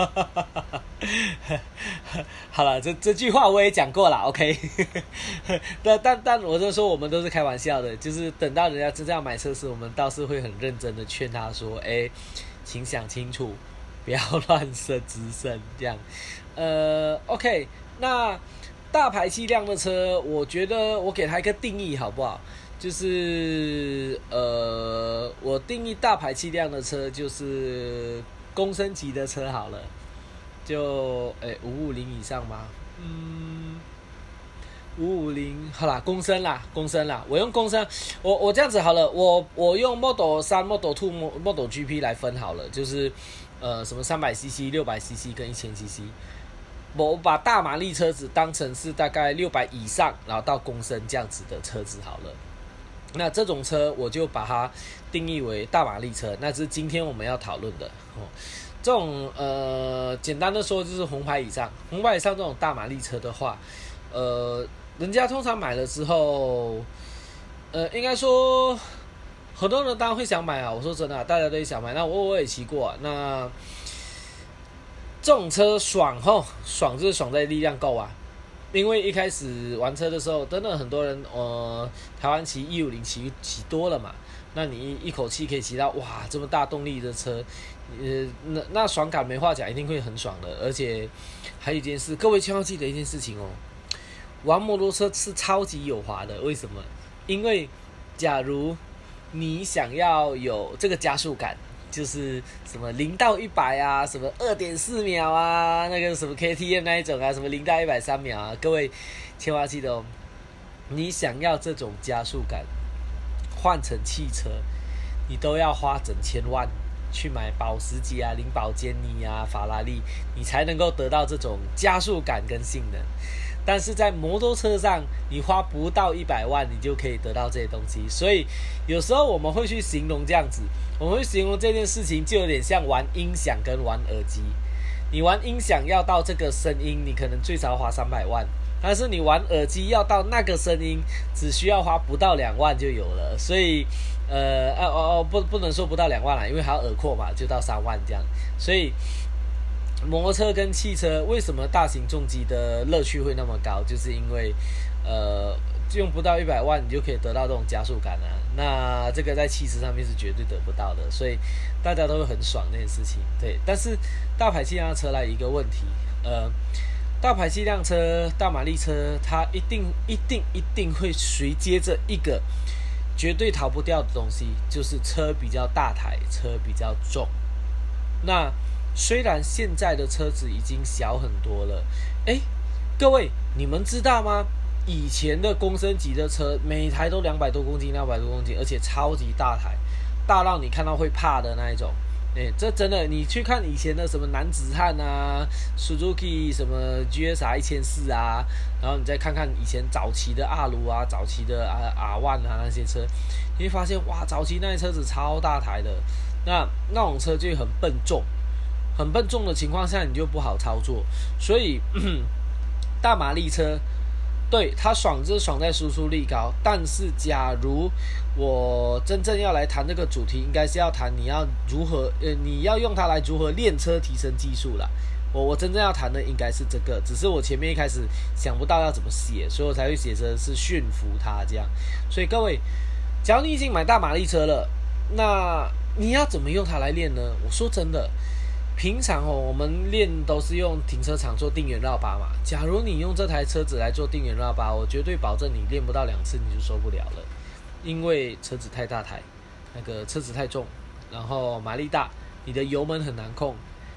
好了，这这句话我也讲过了 ，OK 但。但但我就说我们都是开玩笑的，就是等到人家真正要买车时，我们倒是会很认真的劝他说，哎，请想清楚，不要乱设直升这样。呃 ，OK， 那大排气量的车，我觉得我给它一个定义好不好？就是呃，我定义大排气量的车就是公升级的车好了，就诶五五零以上吗？嗯，五五零好啦，公升啦，公升啦，我用公升，我我这样子好了，我我用 Model 三、Model 二、Model G P 来分好了，就是呃什么三百 C C、六百 C C 跟一千 C C。我把大马力车子当成是大概六百以上，然后到公升这样子的车子好了。那这种车我就把它定义为大马力车，那是今天我们要讨论的。哦，这种呃，简单的说就是红牌以上，红牌以上这种大马力车的话，呃，人家通常买了之后，呃，应该说很多人当然会想买啊。我说真的、啊，大家都想买。那我我也骑过、啊，那。这种车爽吼，爽就是爽在力量够啊！因为一开始玩车的时候，真的很多人呃，台湾骑一五零骑骑多了嘛，那你一口气可以骑到哇这么大动力的车，呃，那那爽感没话讲，一定会很爽的。而且还有一件事，各位千万记得一件事情哦，玩摩托车是超级有滑的。为什么？因为假如你想要有这个加速感。就是什么零到一百啊，什么二点四秒啊，那个什么 K T M 那一种啊，什么零到一百三秒啊，各位千万记得哦，你想要这种加速感，换成汽车，你都要花整千万去买保时捷啊、林宝坚尼啊、法拉利，你才能够得到这种加速感跟性能。但是在摩托车上，你花不到一百万，你就可以得到这些东西。所以有时候我们会去形容这样子，我们会形容这件事情就有点像玩音响跟玩耳机。你玩音响要到这个声音，你可能最少花三百万，但是你玩耳机要到那个声音，只需要花不到两万就有了。所以，呃，哦哦，不，不能说不到两万啦，因为还要耳廓嘛，就到三万这样。所以。摩托车跟汽车为什么大型重机的乐趣会那么高？就是因为，呃，用不到一百万你就可以得到这种加速感啊。那这个在汽车上面是绝对得不到的，所以大家都会很爽那件事情。对，但是大排气量车来一个问题，呃，大排气量车、大马力车，它一定、一定、一定会随接着一个绝对逃不掉的东西，就是车比较大台，车比较重。那虽然现在的车子已经小很多了，哎，各位你们知道吗？以前的公升级的车，每台都两百多公斤、两百多公斤，而且超级大台，大到你看到会怕的那一种。哎，这真的，你去看以前的什么男子汉啊 ，Suzuki 什么 G S R 一千四啊，然后你再看看以前早期的阿鲁啊、早期的 R 一啊那些车，你会发现哇，早期那些车子超大台的，那那种车就很笨重。很笨重的情况下，你就不好操作，所以大马力车，对它爽就是爽在输出力高。但是，假如我真正要来谈这个主题，应该是要谈你要如何，呃，你要用它来如何练车提升技术啦。我我真正要谈的应该是这个，只是我前面一开始想不到要怎么写，所以我才会写成是驯服它这样。所以各位，假如你已经买大马力车了，那你要怎么用它来练呢？我说真的。平常哦，我们练都是用停车场做定圆绕把嘛。假如你用这台车子来做定圆绕把，我绝对保证你练不到两次你就受不了了，因为车子太大台，那个车子太重，然后马力大，你的油门很难控，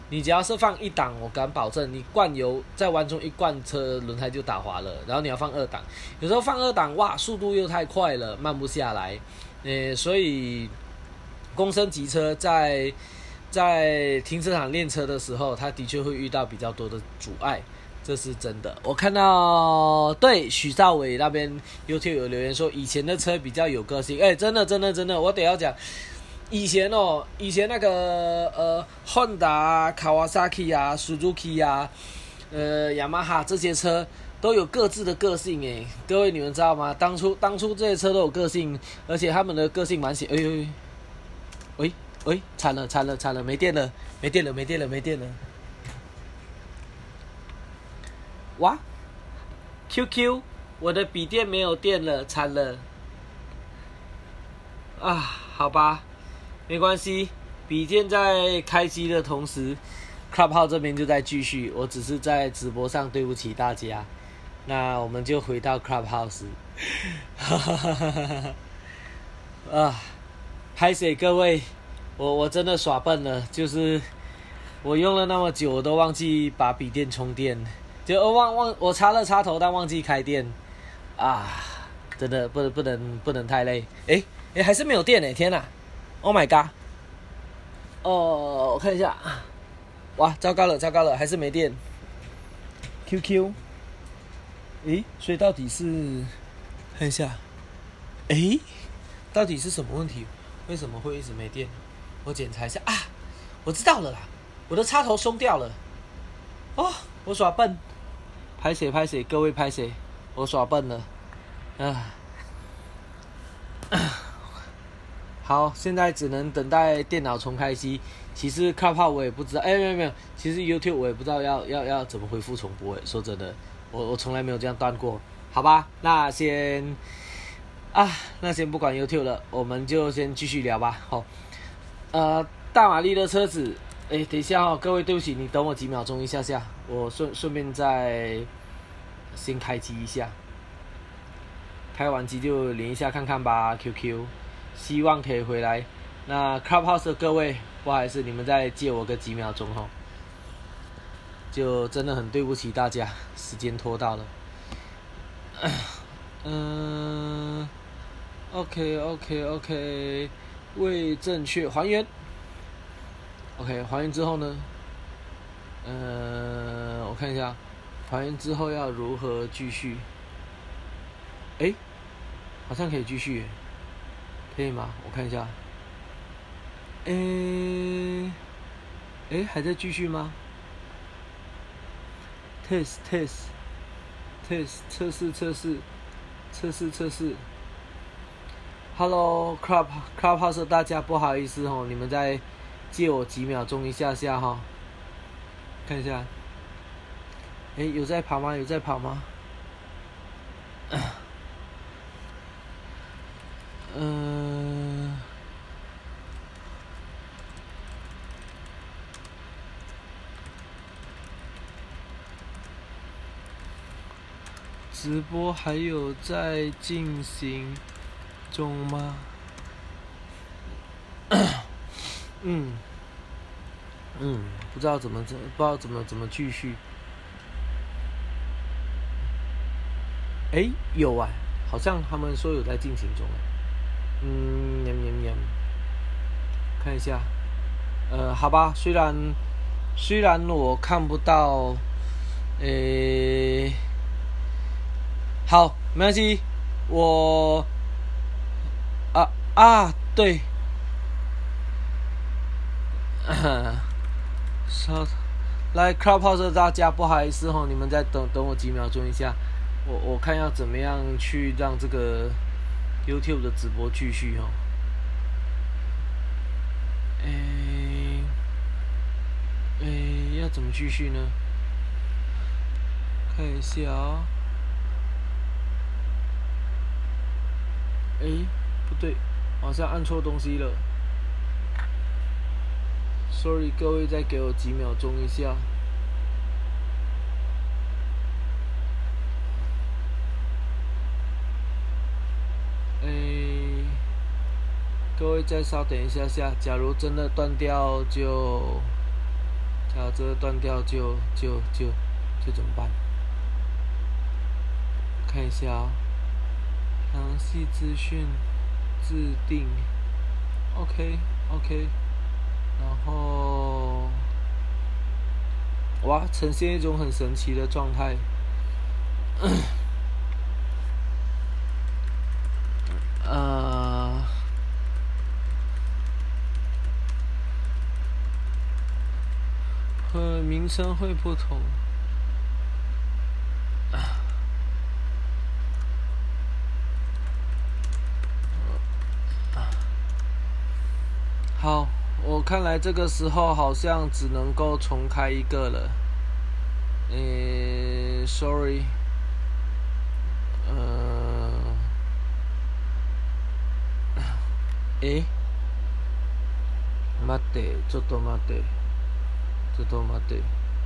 你只要是放一档，我敢保证你灌油在弯中一灌车轮胎就打滑了。然后你要放二档，有时候放二档哇，速度又太快了，慢不下来。呃，所以公升级车在在停车场练车的时候，它的确会遇到比较多的阻碍，这是真的。我看到对许兆伟那边 YouTube 有留言说，以前的车比较有个性。哎，真的真的真的，我得要讲。以前哦，以前那个呃，Honda 啊、Kawasaki 啊、Suzuki 啊、呃，Yamaha 这些车都有各自的个性诶。各位你们知道吗？当初当初这些车都有个性，而且他们的个性蛮显。哎呦，喂喂，惨了惨了惨了，没电了没电了没电了没电了！哇 ，Q Q， 我的笔电没有电了，惨了！啊，好吧。没关系，笔电在开机的同时 ，Clubhouse 这边就在继续。我只是在直播上对不起大家，那我们就回到 Clubhouse。啊，拍谁各位，我我真的耍笨了，就是我用了那么久，我都忘记把笔电充电，就忘忘我插了插头，但忘记开电啊，真的不能不能不能太累。哎哎，还是没有电哎，天哪！ Oh my god！ 哦，我看一下，哇，糟糕了，糟糕了，还是没电。Q Q， 诶，所以到底是看一下，诶，到底是什么问题？为什么会一直没电？我检查一下啊，我知道了啦，我的插头松掉了。哦，我耍笨，拍谁拍谁，各位拍谁，我耍笨了，啊。好，现在只能等待电脑重开机。其实 Clubhouse 我也不知道，哎、欸，没有没有，其实 YouTube 我也不知道要要要怎么恢复重播。哎，说真的，我我从来没有这样断过。好吧，那先啊，那先不管 YouTube 了，我们就先继续聊吧。好，呃，大马力的车子，哎、欸，等一下哦，各位对不起，你等我几秒钟一下下，我顺顺便再先开机一下，开完机就连一下看看吧 ，Q Q。 希望可以回来。那 Clubhouse 的各位，不好意思，你们再借我个几秒钟吼，就真的很对不起大家，时间拖到了。嗯、呃、，OK OK OK， 未正确还原。OK， 还原之后呢？呃，我看一下，还原之后要如何继续？哎，好像可以继续。 可以吗？我看一下。诶，诶，还在继续吗 ？Test test test 测试测试测试测试。Hello Club Clubhouse 大家不好意思哦，你们再借我几秒钟一下下哈。看一下。诶，有在跑吗？有在跑吗？嗯、呃，直播还有在进行中吗？嗯嗯，不知道怎么怎不知道怎么怎么继续。哎，有啊，好像他们说有在进行中哎。 嗯，念念念，看一下，呃，好吧，虽然虽然我看不到，诶，好，没关系，我啊啊，对，稍来 Clubhouse 大家不好意思吼，你们再等等我几秒钟一下，我我看要怎么样去让这个。 YouTube 的直播继续哦。诶诶，要怎么继续呢？看一下哦。诶，不对，好像按错东西了。Sorry， 各位再给我几秒钟一下。诶，各位再稍等一下下，假如真的断掉就， 然后这个断掉就就就就怎么办？看一下哦，详细资讯制定 ，OK OK， 然后哇，呈现一种很神奇的状态。呃，和名称会不同。好，我看来这个时候好像只能够重开一个了。诶 ，sorry， 呃，诶，待ってちょっと待ってちょっと待って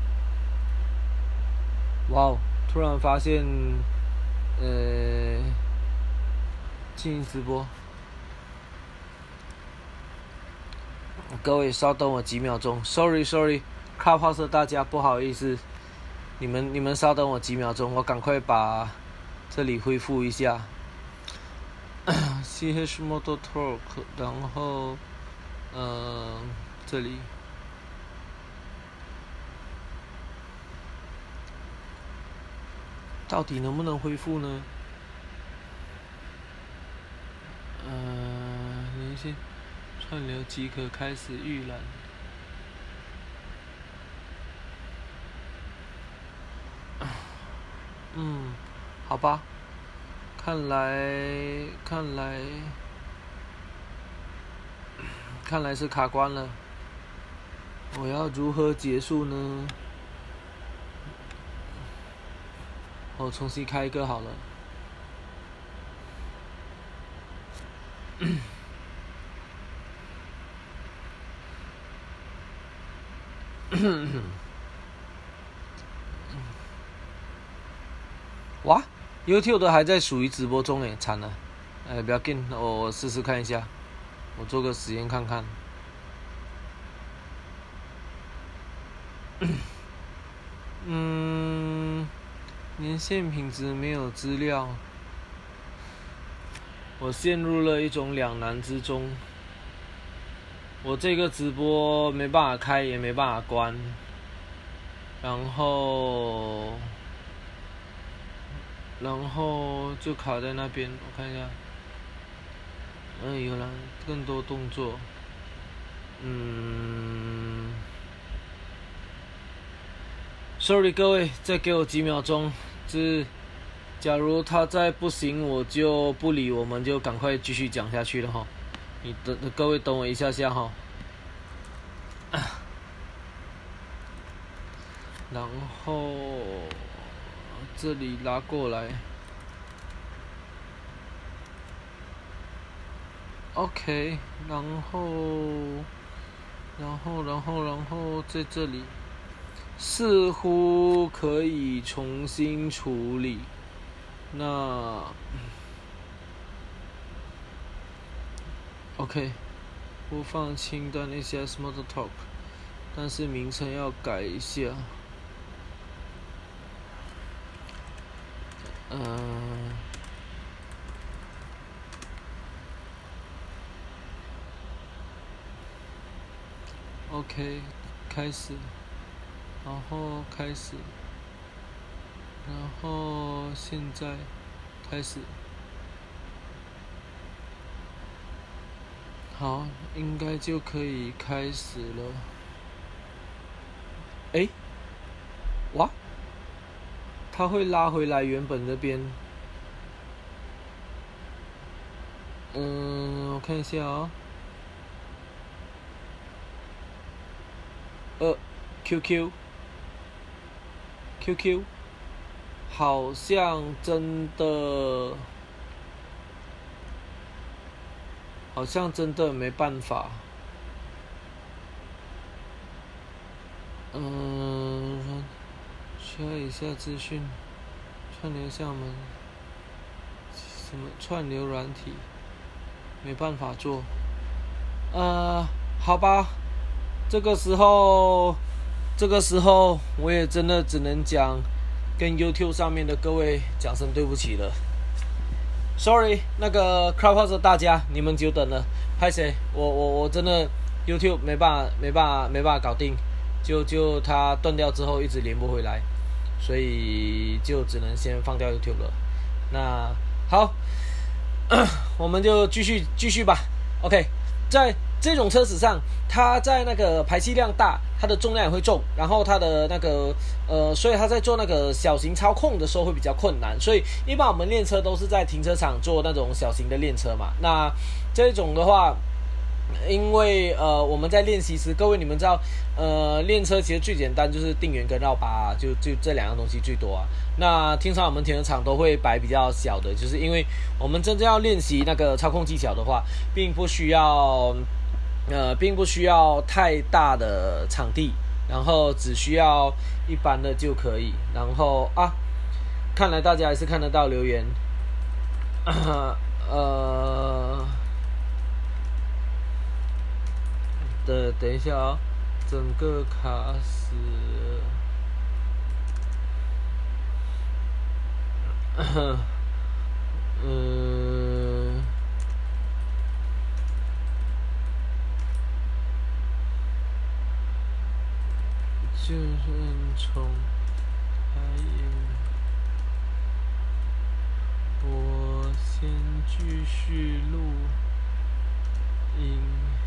哇哦！突然发现，呃，进行直播。各位稍等我几秒钟 ，sorry sorry， Clubhouse 大家不好意思，你们你们稍等我几秒钟，我赶快把这里恢复一下。C H Moto Talk， 然后，嗯、呃，这里。到底能不能恢复呢？呃，连线串流即可开始预览。嗯，好吧，看来看来看来是卡关了。我要如何结束呢？我重新开一个好了。哇 ，YouTube 的还在属于直播中诶，惨了！哎，不要紧，我我试试看一下，我做个实验看看。嗯。连线品质没有资料，我陷入了一种两难之中。我这个直播没办法开，也没办法关，然后，然后就卡在那边。我看一下，嗯，有了更多动作，嗯 ，sorry 各位，再给我几秒钟。是，假如他再不行，我就不理，我们就赶快继续讲下去了哈。你等各位等我一下下哈。然后这里拉过来 ，OK， 然后，然后，然后，然后在这里。似乎可以重新处理。那 OK， 播放清单 A C S Moto Talk， 但是名称要改一下。嗯、呃、，OK， 开始。然后开始，然后现在开始，好，应该就可以开始了。诶，哇，它会拉回来原本这边。嗯，我看一下啊、哦，呃 ，Q Q。Q Q 好像真的，好像真的没办法。嗯，需要一下资讯，串流项目，什么串流软体，没办法做。呃，好吧，这个时候。 这个时候我也真的只能讲，跟 YouTube 上面的各位讲声对不起了。Sorry， 那个 Clubhouse 大家，你们久等了，拍谁？我我我真的 YouTube 没办法没办法没办法搞定，就就它断掉之后一直连不回来，所以就只能先放掉 YouTube 了。那好，我们就继续继续吧。OK， 在这种车子上，它在那个排气量大，它的重量也会重，然后它的那个呃，所以它在做那个小型操控的时候会比较困难。所以一般我们练车都是在停车场做那种小型的练车嘛。那这种的话，因为呃我们在练习时，各位你们知道，呃练车其实最简单就是定圆跟绕把、啊，就就这两样东西最多啊。那通常我们停车场都会摆比较小的，就是因为我们真正要练习那个操控技巧的话，并不需要。呃，并不需要太大的场地，然后只需要一般的就可以。然后啊，看来大家还是看得到留言。呃，等等一下啊、哦，整个卡死了。嗯。就是从开音，我先继续录音，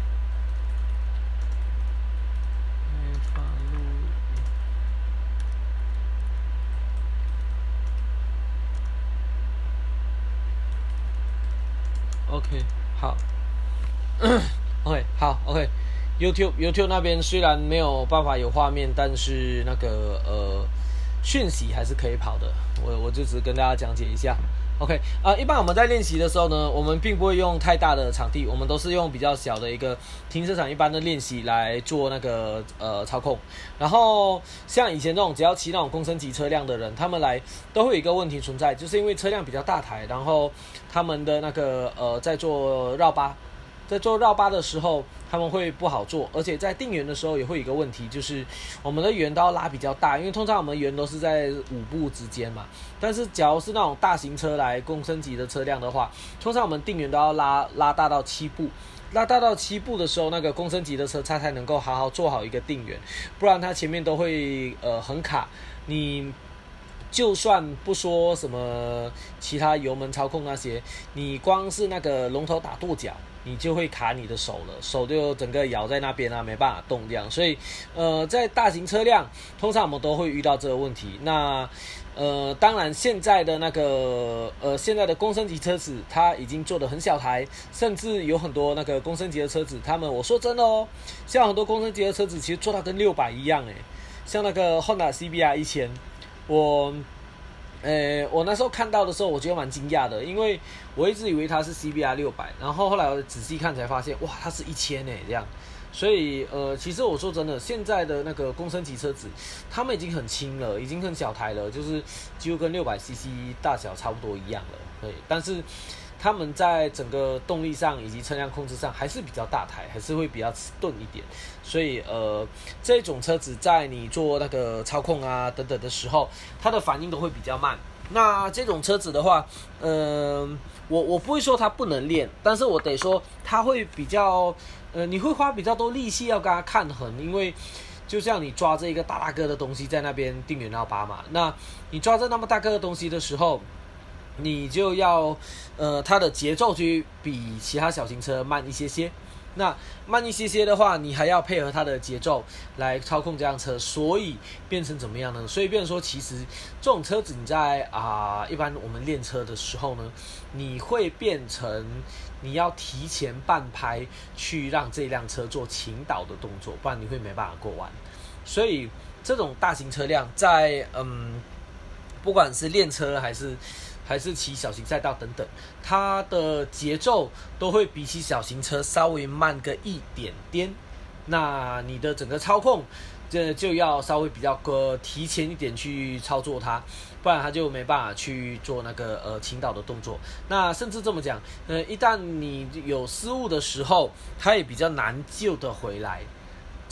开发录音。OK， 好。OK， 好 ，OK。YouTube YouTube 那边虽然没有办法有画面，但是那个呃讯息还是可以跑的。我我就只跟大家讲解一下。OK 啊、呃，一般我们在练习的时候呢，我们并不会用太大的场地，我们都是用比较小的一个停车场一般的练习来做那个呃操控。然后像以前那种只要骑那种公升级车辆的人，他们来都会有一个问题存在，就是因为车辆比较大台，然后他们的那个呃在做绕八。在做绕八的时候，他们会不好做，而且在定圆的时候也会有一个问题，就是我们的圆都要拉比较大，因为通常我们圆都是在五步之间嘛。但是假如是那种大型车来公升级的车辆的话，通常我们定圆都要拉拉大到七步，拉大到七步的时候，那个公升级的车它才能够好好做好一个定圆，不然它前面都会呃很卡。你就算不说什么其他油门操控那些，你光是那个龙头打跺脚，你就会卡你的手了，手就整个摇在那边啊，没办法动这样。所以，呃，在大型车辆，通常我们都会遇到这个问题。那，呃，当然现在的那个，呃，现在的公升级车子，它已经做得很小台，甚至有很多那个公升级的车子，他们我说真的哦，像很多公升级的车子，其实做到跟六百一样诶，像那个 Honda C B R 一千。我，呃，我那时候看到的时候，我觉得蛮惊讶的，因为我一直以为它是 C B R 六百，然后后来我仔细看才发现，哇，它是一千诶，这样。所以，呃，其实我说真的，现在的那个公升级车子，他们已经很轻了，已经很小台了，就是几乎跟六百 C C 大小差不多一样了。对，但是他们在整个动力上以及车辆控制上还是比较大台，还是会比较迟钝一点。所以呃，这种车子在你做那个操控啊等等的时候，它的反应都会比较慢。那这种车子的话，呃，我我不会说它不能练，但是我得说它会比较，呃，你会花比较多力气要跟它抗衡，因为就像你抓着一个大大个的东西在那边定圆绕八嘛，那你抓着那么大个的东西的时候，你就要，呃，它的节奏就比其他小型车慢一些些。那慢一些些的话，你还要配合它的节奏来操控这辆车，所以变成怎么样呢？所以变成说，其实这种车子你在啊、呃，一般我们练车的时候呢，你会变成你要提前半拍去让这辆车做倾倒的动作，不然你会没办法过弯。所以这种大型车辆在嗯，不管是练车还是还是骑小型赛道等等，它的节奏都会比起小型车稍微慢个一点点。那你的整个操控，这就要稍微比较个提前一点去操作它，不然它就没办法去做那个呃倾倒的动作。那甚至这么讲，呃，一旦你有失误的时候，它也比较难救得回来。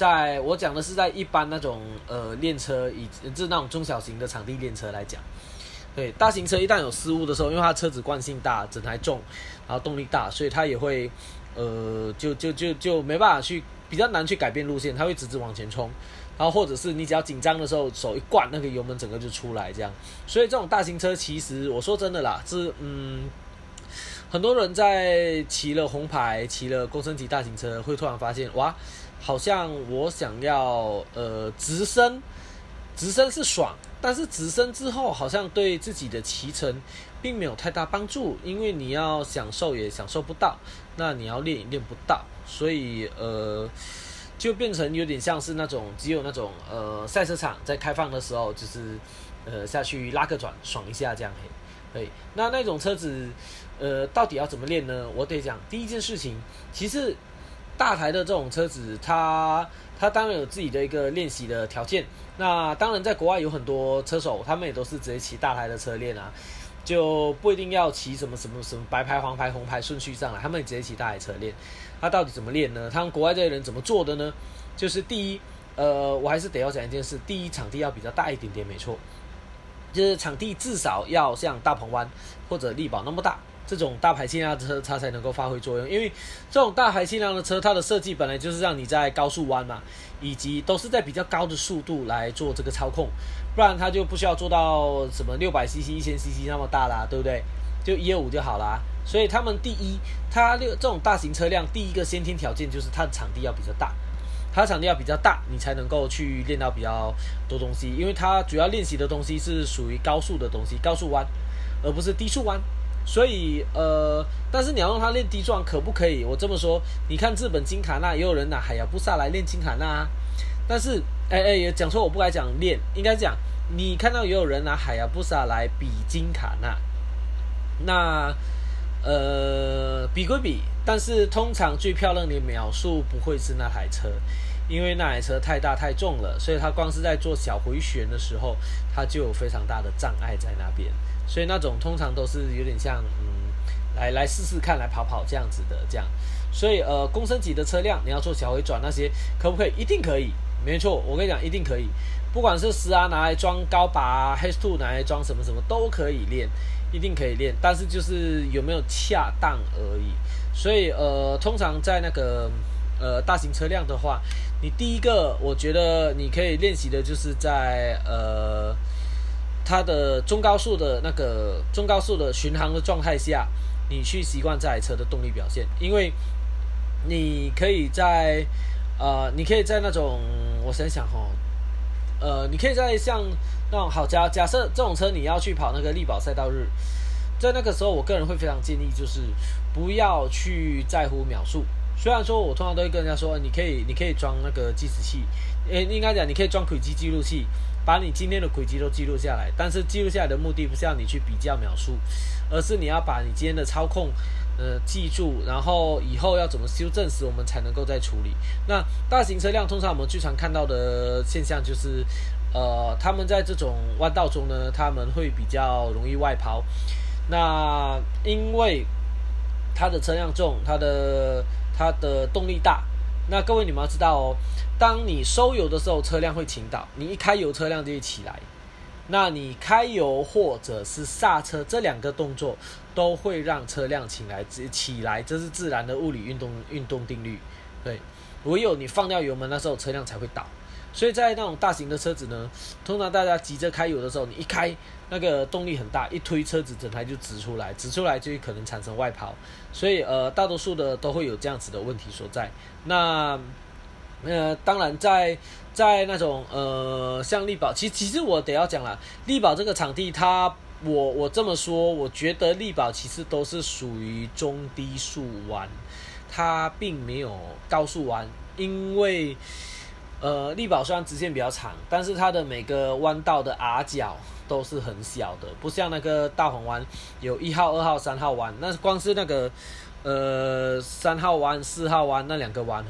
在我讲的是在一般那种呃练车，以就是那种中小型的场地练车来讲，对，大型车一旦有失误的时候，因为它车子惯性大，整台重，然后动力大，所以它也会呃就就就就没办法去比较难去改变路线，它会直直往前冲。然后或者是你只要紧张的时候，手一灌，那个油门整个就出来这样。所以这种大型车其实我说真的啦，是嗯，很多人在骑了红牌、骑了公升级大型车，会突然发现哇，好像我想要呃直升，直升是爽，但是直升之后好像对自己的骑乘并没有太大帮助，因为你要享受也享受不到，那你要练也练不到，所以呃。就变成有点像是那种只有那种呃赛车场在开放的时候，就是呃下去拉个转爽一下这样嘿，对，那那种车子呃到底要怎么练呢？我得讲第一件事情，其实大台的这种车子，它它当然有自己的一个练习的条件。那当然在国外有很多车手，他们也都是直接骑大台的车练啊。就不一定要骑什么什么什么白牌、黄牌、红牌顺序上来，他们也直接骑大台车练。他到底怎么练呢？他们国外这些人怎么做的呢？就是第一，呃，我还是得要讲一件事，第一，场地要比较大一点点，没错，就是场地至少要像大鹏湾或者力宝那么大，这种大排气量的车它才能够发挥作用。因为这种大排气量的车，它的设计本来就是让你在高速弯嘛，以及都是在比较高的速度来做这个操控，不然它就不需要做到什么六百 C C、一千 C C 那么大啦，对不对？就一二五就好啦。所以他们第一，它这种大型车辆第一个先天条件就是它的场地要比较大，它的场地要比较大，你才能够去练到比较多东西，因为它主要练习的东西是属于高速的东西，高速弯，而不是低速弯。所以呃，但是你要让它练低速弯可不可以？我这么说，你看日本金卡纳也有人拿海雅布萨来练金卡纳啊，但是哎哎，也讲错，我不该讲练，应该讲你看到也有人拿海雅布萨来比金卡纳，那。呃，比归比，但是通常最漂亮的秒数不会是那台车，因为那台车太大太重了，所以它光是在做小回旋的时候，它就有非常大的障碍在那边，所以那种通常都是有点像嗯，来来试试看，来跑跑这样子的这样，所以呃，公升级的车辆你要做小回转那些可不可以？一定可以，没错，我跟你讲一定可以，不管是十 R 拿来装高把啊 ，H 二 拿来装什么什么都可以练。一定可以练，但是就是有没有恰当而已。所以呃，通常在那个呃大型车辆的话，你第一个我觉得你可以练习的就是在呃它的中高速的那个中高速的巡航的状态下，你去习惯这台车的动力表现，因为你可以在呃你可以在那种我想想哈，呃你可以在像。那种好假假设这种车你要去跑那个力宝赛道日，在那个时候我个人会非常建议就是不要去在乎秒数。虽然说我通常都会跟人家说，你可以你可以装那个计时器，诶，应该讲你可以装轨迹记录器，把你今天的轨迹都记录下来。但是记录下来的目的不是要你去比较秒数，而是你要把你今天的操控呃记住，然后以后要怎么修正时我们才能够再处理。那大型车辆通常我们最常看到的现象就是。呃，他们在这种弯道中呢，他们会比较容易外抛。那因为它的车辆重，它的它的动力大。那各位你们要知道哦，当你收油的时候，车辆会倾倒，你一开油，车辆就会起来。那你开油或者是刹车这两个动作，都会让车辆起来起来，这是自然的物理运动运动定律。对，唯有你放掉油门，那时候车辆才会倒。所以在那种大型的车子呢，通常大家急着开油的时候，你一开那个动力很大，一推车子整台就直出来，直出来就可能产生外抛，所以呃大多数的都会有这样子的问题所在。那呃当然在在那种呃像力宝，其实其实我得要讲啦，力宝这个场地它我我这么说，我觉得力宝其实都是属于中低速弯，它并没有高速弯，因为。呃，力宝虽然直线比较长，但是它的每个弯道的 R 角都是很小的，不像那个大鹏湾有一号、二号、三号弯，那光是那个呃三号弯、四号弯那两个弯吼，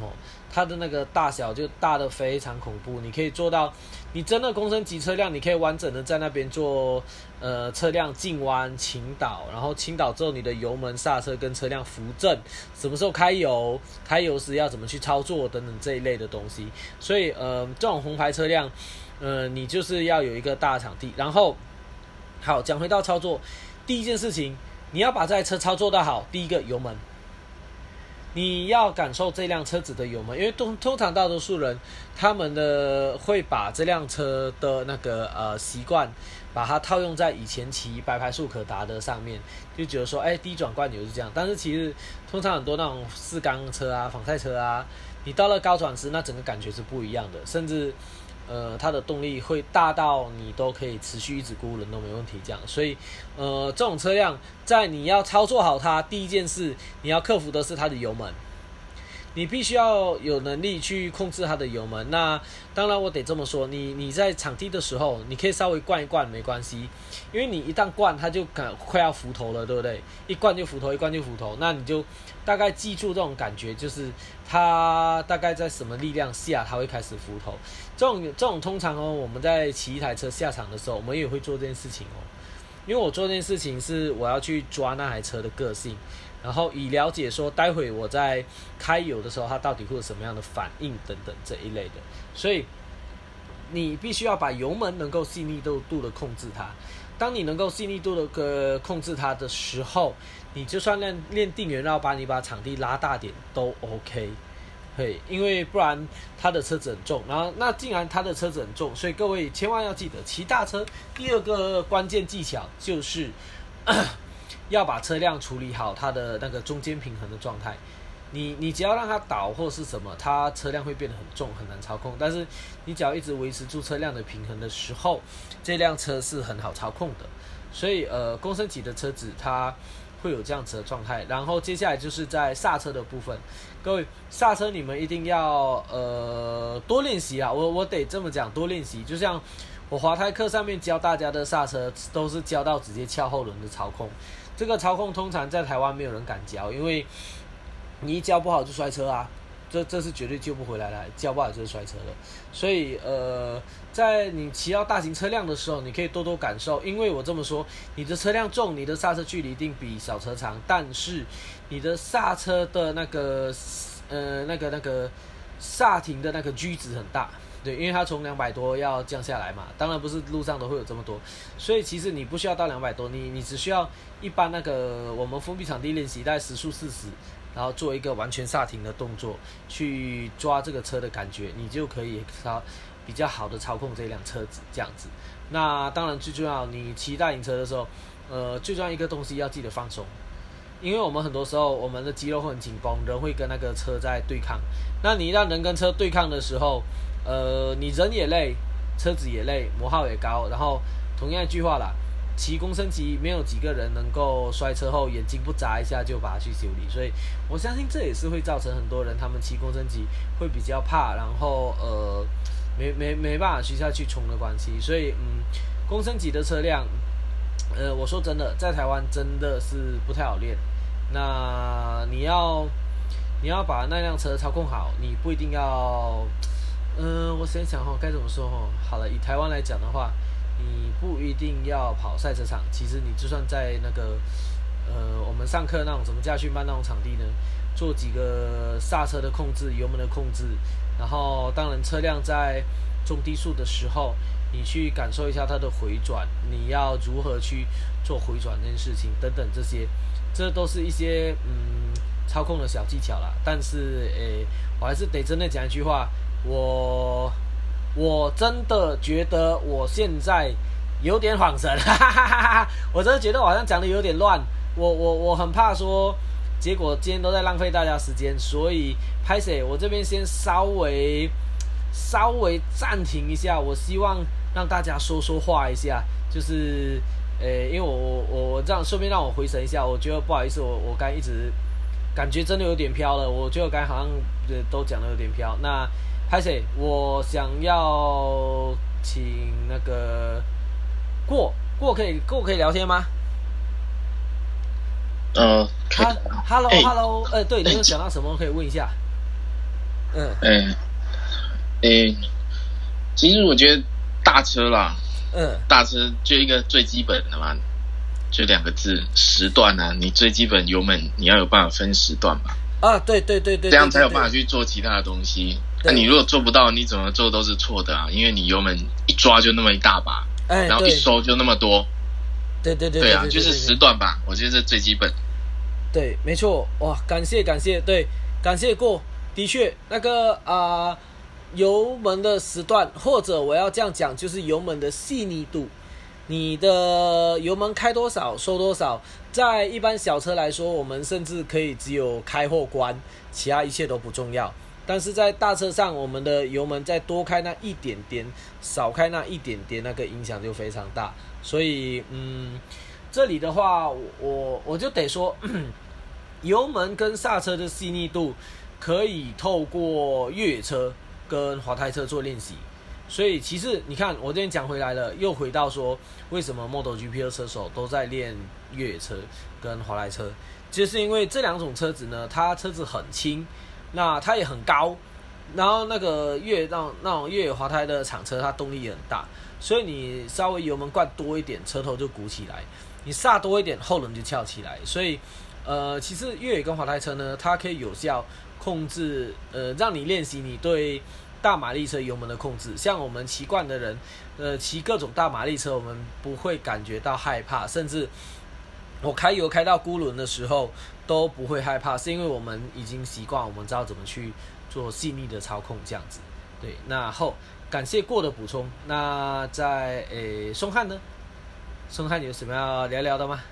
它的那个大小就大的非常恐怖，你可以做到，你真的公升级车辆，你可以完整的在那边做呃车辆进弯、倾倒，然后倾倒之后你的油门、刹车跟车辆扶正，什么时候开油，开油时要怎么去操作等等这一类的东西。所以呃这种红牌车辆，呃你就是要有一个大场地。然后好，讲回到操作，第一件事情你要把这台车操作得好，第一个油门。你要感受这辆车子的油门，因为通通常大多数人他们的会把这辆车的那个呃习惯，把它套用在以前骑白牌速可达的上面，就觉得说，哎，低转惯油是这样。但是其实通常很多那种四缸车啊、仿赛车啊，你到了高转时，那整个感觉是不一样的，甚至呃它的动力会大到你都可以持续一直估轮都没问题这样。所以呃这种车辆在你要操作好它，第一件事你要克服的是它的油门，你必须要有能力去控制它的油门。那当然我得这么说，你你在场地的时候你可以稍微灌一灌没关系，因为你一旦灌它就快要浮头了，对不对？一灌就浮头，一灌就浮头，那你就大概记住这种感觉，就是它大概在什么力量下它会开始浮头。这种这种通常哦，我们在骑一台车下场的时候，我们也会做这件事情哦。因为我做这件事情是我要去抓那台车的个性，然后以了解说待会我在开油的时候它到底会有什么样的反应等等这一类的。所以你必须要把油门能够细腻度度的控制它。当你能够细腻度的呃控制它的时候，你就算练练定圆绕把你把场地拉大点都 OK。对，因为不然他的车子很重，然后那既然他的车子很重，所以各位千万要记得，骑大车第二个关键技巧就是要把车辆处理好它的那个中间平衡的状态。你你只要让它倒或是什么，它车辆会变得很重，很难操控。但是你只要一直维持住车辆的平衡的时候，这辆车是很好操控的。所以呃，公升级的车子它会有这样子的状态。然后接下来就是在刹车的部分，各位刹车你们一定要呃多练习啊，我我得这么讲，多练习。就像我滑胎课上面教大家的刹车，都是教到直接翘后轮的操控。这个操控通常在台湾没有人敢教，因为你一教不好就摔车啊，这这是绝对救不回来的，教不好就是摔车了。所以呃，在你骑到大型车辆的时候，你可以多多感受，因为我这么说，你的车辆重，你的刹车距离一定比小车长，但是你的刹车的那个呃那个那个刹停的那个 G 值很大。对，因为它从两百多要降下来嘛，当然不是路上都会有这么多，所以其实你不需要到两百多，你你只需要一般那个我们封闭场地练习，大概时速四十，然后做一个完全刹停的动作，去抓这个车的感觉，你就可以操比较好的操控这辆车子这样子。那当然最重要，你骑大型车的时候，呃，最重要一个东西要记得放松。因为我们很多时候我们的肌肉会很紧绷，人会跟那个车在对抗，那你让人跟车对抗的时候，呃，你人也累，车子也累，磨耗也高，然后同样一句话啦，骑公升级没有几个人能够摔车后眼睛不眨一下就把它去修理，所以我相信这也是会造成很多人他们骑公升级会比较怕，然后呃没没没办法去下去冲的关系。所以嗯，公升级的车辆，呃，我说真的，在台湾真的是不太好练。那你要你要把那辆车操控好，你不一定要。嗯、呃，我想想哈，该怎么说哈？好了，以台湾来讲的话，你不一定要跑赛车场。其实你就算在那个呃，我们上课那种什么驾训班那种场地呢，做几个刹车的控制、油门的控制，然后当然车辆在中低速的时候，你去感受一下它的回转，你要如何去做回转这件事情等等这些，这都是一些嗯操控的小技巧啦。但是诶，我还是得真的讲一句话。我我真的觉得我现在有点恍神，哈哈哈哈！我真的觉得我好像讲的有点乱，我我我很怕说，结果今天都在浪费大家时间，所以拍摄我这边先稍微稍微暂停一下，我希望让大家说说话一下，就是呃，因为我我我这样顺便让我回神一下，我觉得不好意思，我我刚一直感觉真的有点飘了，我觉得刚才好像都讲的有点飘，那。拍谁？我想要请那个过过可以过可以聊天吗？ 呃， 哈 ，Hello Hello， 呃，对，你有想到什么可以问一下？ 嗯，哎，哎，其实我觉得大车啦，嗯，大车就一个最基本的嘛，就两个字，时段啊，你最基本油门你要有办法分时段吧。 啊，对对对 对, 对， 这样才有办法去做其他的东西。那你如果做不到，你怎么做都是错的啊，因为你油门一抓就那么一大把，哎、然后一收就那么多。 对对对对啊，就是时段吧，我觉得这最基本。 对，没错，哇，感谢感谢，对，感谢过，的确，那个啊、呃，油门的时段，或者我要这样讲，就是油门的细腻度。你的油门开多少收多少，在一般小车来说，我们甚至可以只有开或关，其他一切都不重要。但是在大车上，我们的油门再多开那一点点，少开那一点点，那个影响就非常大。所以，嗯，这里的话，我我就得说，油门跟刹车的细腻度，可以透过越野车跟滑胎车做练习。所以其实你看，我这边讲回来了，又回到说为什么 MotoGP 的车手都在练越野车跟滑胎车，就是因为这两种车子呢，它车子很轻，那它也很高，然后那个越那种那种越野滑胎的厂车，它动力也很大，所以你稍微油门灌多一点，车头就鼓起来；你刹多一点，后轮就翘起来。所以呃，其实越野跟滑胎车呢，它可以有效控制，呃，让你练习你对大马力车油门的控制。像我们骑惯的人，呃，骑各种大马力车，我们不会感觉到害怕，甚至我开油开到孤轮的时候都不会害怕，是因为我们已经习惯，我们知道怎么去做细腻的操控，这样子。对，那后感谢过的补充。那在诶松汉呢？松汉有什么要聊聊的吗？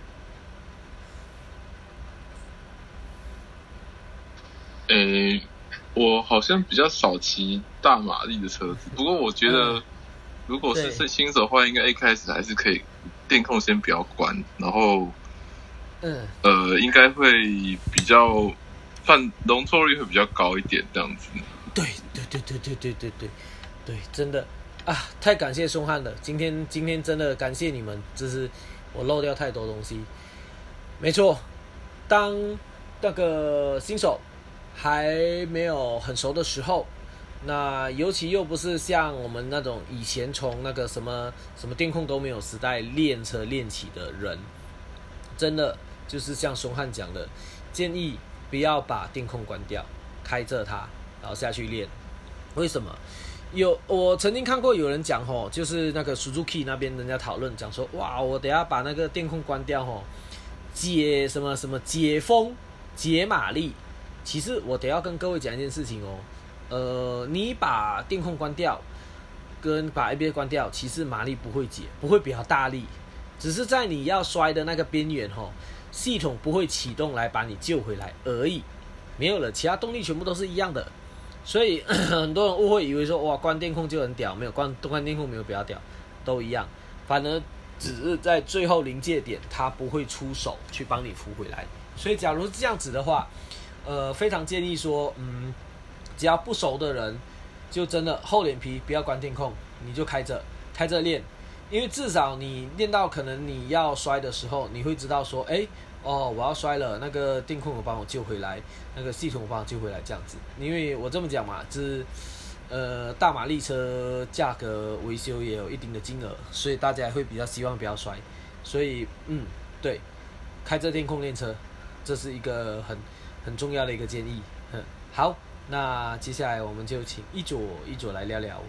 诶。我好像比较少骑大马力的车子，不过我觉得如果是是新手的话，应该一开始还是可以电控先不要关，然后嗯呃应该会比较犯容错率会比较高一点这样子。 对对对对对对对对对，真的啊，太感谢松汉了，今天今天真的感谢你们，就是我漏掉太多东西。没错，当那个新手还没有很熟的时候，那尤其又不是像我们那种以前从那个什么什么电控都没有时代练车练起的人，真的就是像松汉讲的，建议不要把电控关掉，开着它，然后下去练。为什么？有我曾经看过有人讲吼，就是那个 Suzuki 那边人家讨论讲说，哇，我等一下把那个电控关掉吼，解什么什么解封解马力。其实我得要跟各位讲一件事情哦，呃，你把电控关掉，跟把 A B S 关掉，其实马力不会解，不会比较大力，只是在你要摔的那个边缘吼，系统不会启动来把你救回来而已，没有了，其他动力全部都是一样的。所以很多人误会以为说哇关电控就很屌，没有关关电控没有比较屌，都一样，反而只是在最后临界点它不会出手去帮你扶回来。所以假如是这样子的话，呃，非常建议说，嗯，只要不熟的人，就真的厚脸皮，不要关电控，你就开着开着练，因为至少你练到可能你要摔的时候，你会知道说，哎，哦，我要摔了，那个电控我帮我救回来，那个系统我帮我救回来，这样子。因为我这么讲嘛，就是呃，大马力车价格维修也有一定的金额，所以大家会比较希望不要摔，所以嗯，对，开着电控练车，这是一个很。很重要的一个建议。嗯，好，那接下来我们就请一左一左来聊聊。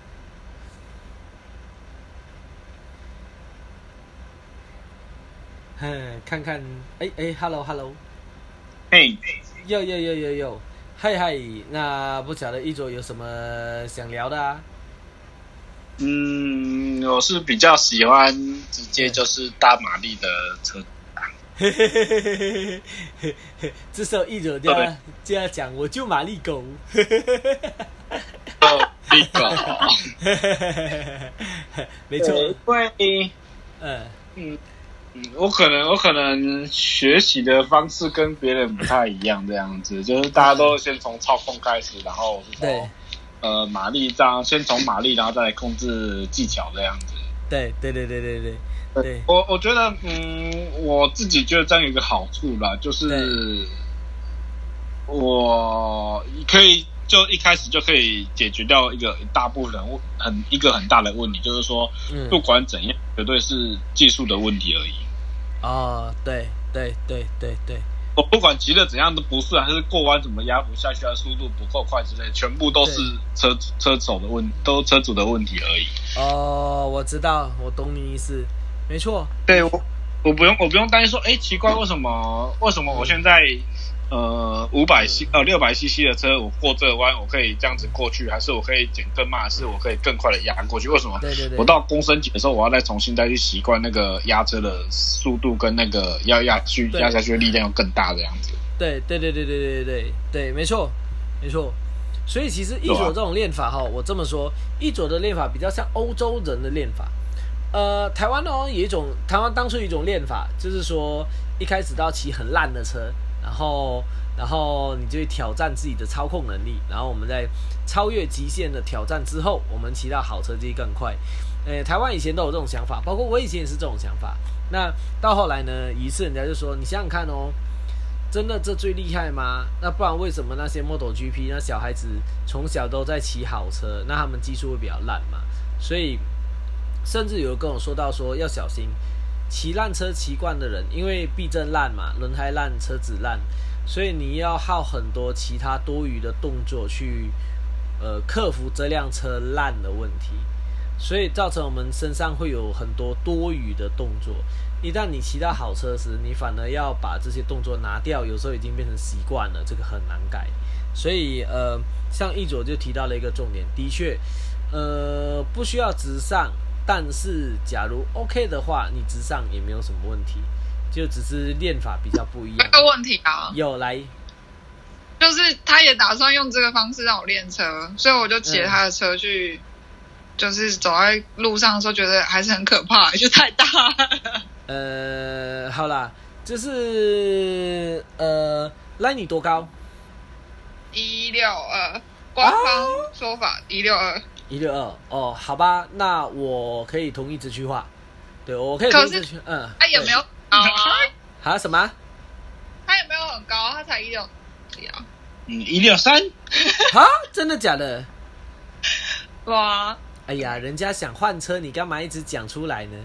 嗯，看看，哎哎 ，hello hello， 嘿， 有有有有有，嗨嗨，那不晓得一左有什么想聊的啊？ 嗯，我是比较喜欢直接就是大马力的车。 嘿嘿嘿嘿嘿嘿嘿，这时候一左就要就要讲，我就马力狗。 马力狗， 没错。 因为，嗯嗯嗯，我可能我可能学习的方式跟别人不太一样，这样子，就是大家都先从操控开始，然后是从呃马力这样，先从马力，然后再来控制技巧这样子。 对对对对对对。对， 我我觉得，嗯，我自己觉得这样有一个好处啦，就是我可以就一开始就可以解决掉一个一大部分很一个很大的问题，就是说，嗯、不管怎样，绝对是技术的问题而已。 哦，对对对对对， 我不管骑的怎样都不是，还是过弯怎么压不下去，啊，速度不够快之类，全部都是车车手的问，都车主的问题而已。 哦，我知道，我懂你意思，没错。 对我，我不用，我不用担心说，哎，奇怪，为什么为什么我现在呃五百 c 呃六百 c c 的车，我过这个弯我可以这样子过去，还是我可以减更慢，还是我可以更快的压过去？为什么？ 对对对， 我到公升级的时候，我要再重新再去习惯那个压车的速度跟那个要压去压下去的力量要更大的样子。 对对对对对对对对，没错没错。所以其实一左这种练法哈，我这么说，一左的练法比较像欧洲人的练法。呃，台湾哦有一种，台湾当初有一种练法，就是说一开始都要骑很烂的车，然后然后你就会挑战自己的操控能力，然后我们在超越极限的挑战之后，我们骑到好车技更快。呃，台湾以前都有这种想法，包括我以前也是这种想法。那到后来呢，一次人家就说，你想想看哦，真的这最厉害吗？那不然为什么那些 MotoGP 那小孩子从小都在骑好车，那他们技术会比较烂嘛？所以甚至有跟我说到说要小心骑烂车骑惯的人，因为避震烂嘛，轮胎烂，车子烂，所以你要耗很多其他多余的动作去呃克服这辆车烂的问题，所以造成我们身上会有很多多余的动作。一旦你骑到好车时，你反而要把这些动作拿掉，有时候已经变成习惯了，这个很难改。所以呃，像一左就提到了一个重点，的确，呃，不需要直上，但是假如 OK 的话，你直上也没有什么问题，就只是练法比较不一样。 有个问题啊， 有来， 就是他也打算用这个方式让我练车，所以我就骑他的车去。嗯，就是走在路上的时候，觉得还是很可怕，就太大了。 呃，好啦，就是呃，来你多高？ 一六二，官方说法一六二。 一六二哦，好吧，那我可以同意这句话。对，我可以同意这句。嗯， 他也没有高啊。 啊？什么？ 他也没有很高，他才一六几啊？ 嗯，一六三。 啊？真的假的？ 哇！ 哎呀，人家想换车，你干嘛一直讲出来呢？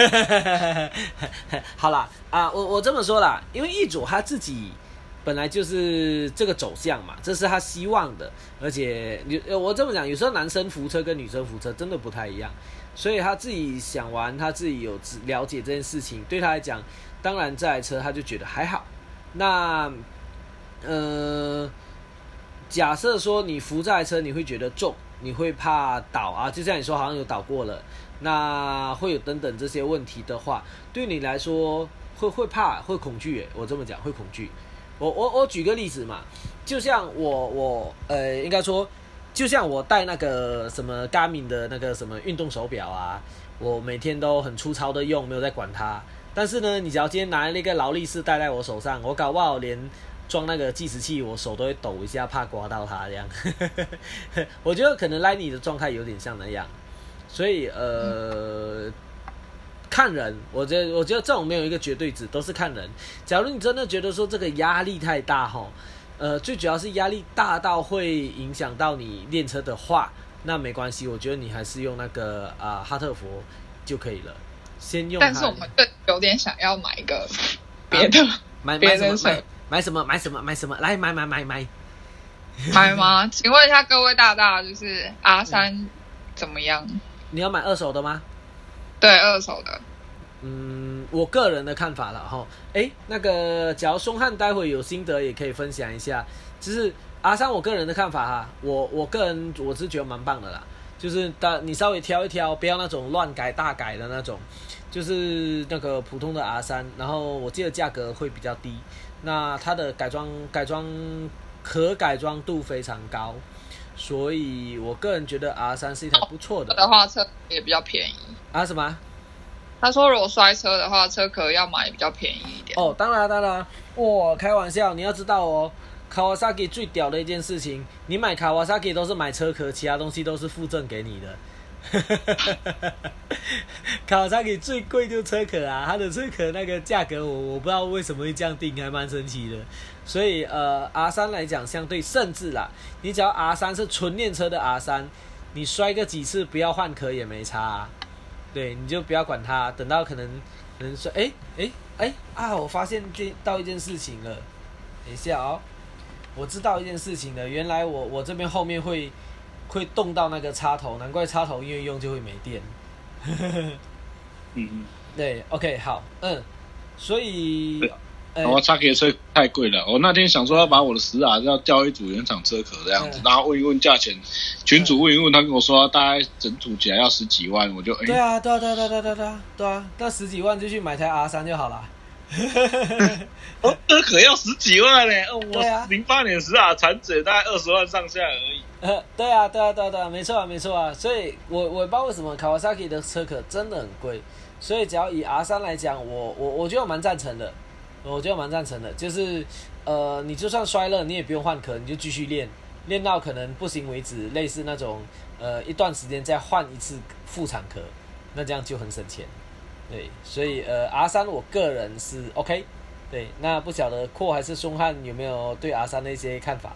好啦，啊，我我这么说啦，因为一左他自己本来就是这个走向嘛，这是他希望的，而且我这么讲，有时候男生扶车跟女生扶车真的不太一样，所以他自己想完，他自己有了解这件事情，对他来讲，当然这台车他就觉得还好。那呃，假设说你扶这台车，你会觉得重。你会怕倒啊？就像你说，好像有倒过了，那会有等等这些问题的话，对你来说会会怕，会恐惧。我这么讲会恐惧。我我我举个例子嘛，就像我我呃，应该说，就像我戴那个什么 Garmin 的那个什么运动手表啊，我每天都很粗糙的用，没有在管它。但是呢，你只要今天拿那个劳力士戴在我手上，我搞不好连装那个计时器，我手都会抖一下，怕刮到它这样。我觉得可能莱尼的状态有点像那样，所以呃，看人，我觉得我觉得这种没有一个绝对值，都是看人。假如你真的觉得说这个压力太大齁，呃，最主要是压力大到会影响到你练车的话，那没关系，我觉得你还是用那个啊、呃、哈特佛就可以了。先用它。 但是我们有点想要买一个别的， 啊、买买什么买？买什么买什么买什么来买买买买买吗？请问一下各位大大，就是 R 三怎么样？ 你要买二手的吗？ 对，二手的。 嗯，我个人的看法了哈。哎，那个，假如松汉待会有心得，也可以分享一下。就是 R 三，我个人的看法哈，我我个人我是觉得蛮棒的啦。就是你稍微挑一挑，不要那种乱改大改的那种，就是那个普通的 R 三，然后我记得价格会比较低。那它的改装改装可改装度非常高，所以我个人觉得 R 三是一台不错的。 的话车也比较便宜啊？什么？ 他说如果摔车的话，车壳要买比较便宜一点。 哦，当然当然，哇，开玩笑，你要知道哦，Kawasaki 最屌的一件事情，你买 Kawasaki 都是买车壳，其他东西都是附赠给你的。 卡瓦萨基最贵就是车壳啊，它的车壳那个价格我我不知道为什么会这样定，还蛮神奇的。所以呃 R 三 来讲相对，甚至啦，你只要 R 三 是纯练车的 R 三，你摔个几次不要换壳也没差、啊，对，你就不要管它，等到可能可能说，哎哎哎啊，我发现到一件事情了，等一下哦，我知道一件事情了，原来我我这边后面会会动到那个插头，难怪插头越用就会没电。 嗯， 对 ，OK， 好，嗯，所以。 欸、我叉 K 的车太贵了，我那天想说要把我的十 R 要叫一组原厂车壳这样子，嗯、然后问一问价钱，群主问一问，他跟我说大概整组起来要十几万，我就哎、欸， 对啊，对啊，对啊，对啊，对啊，对啊，对啊，那十几万就去买台 R 三 就好了。 我车壳要十几万嘞、欸，哦，我零八年十 R 产值大概二十万上下而已。 呃，对啊，对啊，对啊，对啊，没错啊，没错啊，所以我我不知道为什么 Kawasaki 的车壳真的很贵，所以只要以 R 三 来讲，我我我觉得我蛮赞成的。我觉得蛮赞成的，就是呃，你就算摔了，你也不用换壳，你就继续练，练到可能不行为止，类似那种呃一段时间再换一次副厂壳，那这样就很省钱。对，所以呃 R 三 我个人是 OK， 对，那不晓得阔还是松汉有没有对 R 三 的一些看法？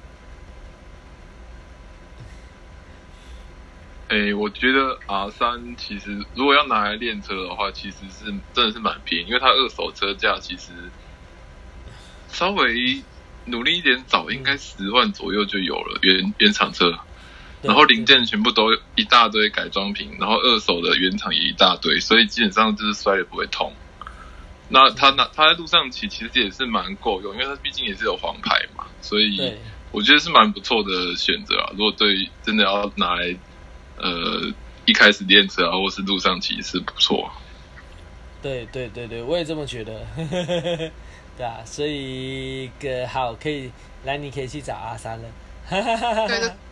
诶，我觉得 R 三 其实如果要拿来练车的话，其实是真的是蛮便宜，因为它二手车价其实稍微努力一点找，应该十万左右就有了原原厂车，然后零件全部都一大堆改装品，然后二手的原厂也一大堆，所以基本上就是摔也不会痛。那它拿它在路上骑其实也是蛮够用，因为它毕竟也是有黄牌嘛，所以我觉得是蛮不错的选择啊。如果对真的要拿来呃，一开始练车啊，或是路上骑是不错。 对对对对，我也这么觉得。对啊，所以个好，可以来，你可以去找阿三了。 对的。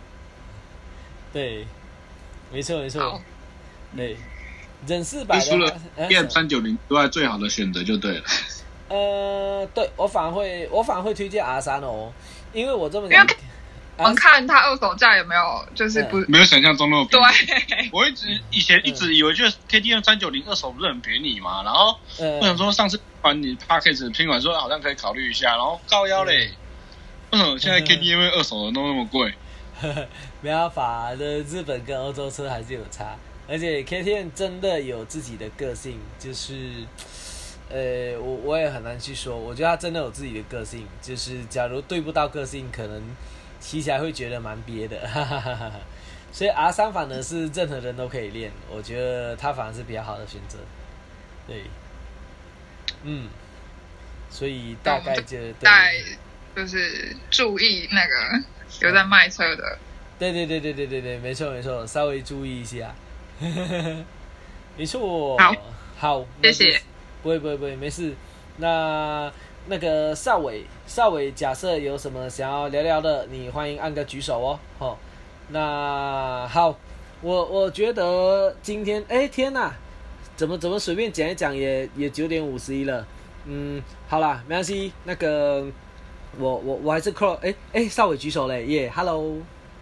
对，没错没错。对，忍四百的除了 D M 三九零之外，最好的选择就对了。 呃，对我反而会，我反而会推荐 R 三 哦，因为我这么讲。 我们看它二手价有没有，就是不、嗯、 没有想象中那么便宜。 对， 我一直以前一直以为就是 K T M 三九零二手不是很便宜嘛，然后我想说上次玩你 Podcast 听完说好像可以考虑一下，然后高腰嘞，为什么现在 K T M 二手的都那么贵？ 没办法，日本跟欧洲车还是有差，而且 K T M 真的有自己的个性，就是呃，我我也很难去说，我觉得他真的有自己的个性，就是假如对不到个性，可能骑起来会觉得蛮憋的，哈哈哈哈。所以 R 三 反而是任何人都可以练，我觉得它反而是比较好的选择。对，嗯，所以大概就带就是注意那个有在卖车的。 对对对对对对对，没错没错，稍微注意一下。没错， 好， 好， 谢谢。 不会不会不会，没事。那。那个少伟，少伟，假设有什么想要聊聊的，你欢迎按个举手哦。好，那好，我我觉得今天，哎天哪，怎么怎么随便讲一讲也也九点五十一了。嗯，好啦，没关系。那个，我我我还是 call， 哎哎，少伟举手嘞，耶、yeah, ，hello，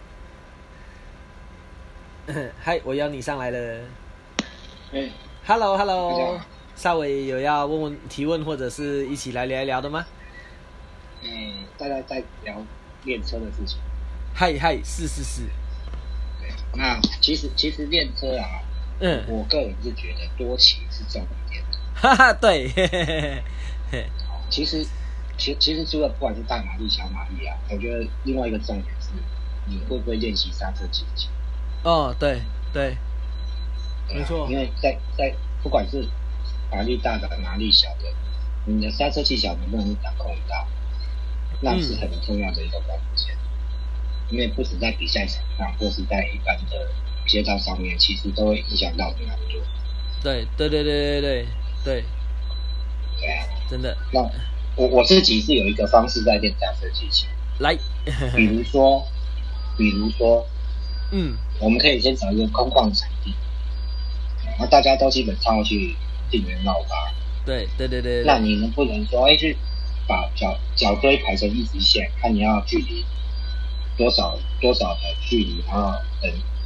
嗨，我邀你上来了。 哎 ，hello hello。少伟有要问问提问或者是一起来聊一聊的吗？ 嗯，大家在聊练车的事情。 嗨嗨，是是是。 对，那其实其实练车啊，嗯，我个人是觉得多骑是重点的。 哈哈，对。嘿嘿嘿其实其其实除了不管是大马力小马力啊，我觉得另外一个重点是你会不会练习刹车技巧。 哦，对对，没错。 因为在在不管是马力大的马力小的，你的刹车技巧能不能掌控到，那是很重要的一个关键。因为不止在比赛场上，或是在一般的街道上面，其实都会影响到你难度。 对对对对对对对。 对啊， 真的。 那我我自己是有一个方式在练刹车技巧。 来， 比如说，比如说， 嗯， 我们可以先找一个空旷场地，那大家都基本上要去进园绕吧。 对对对 对, 对。 那你能不能说，哎，去把脚脚堆排成一直线，看你要距离多少多少的距离，然后很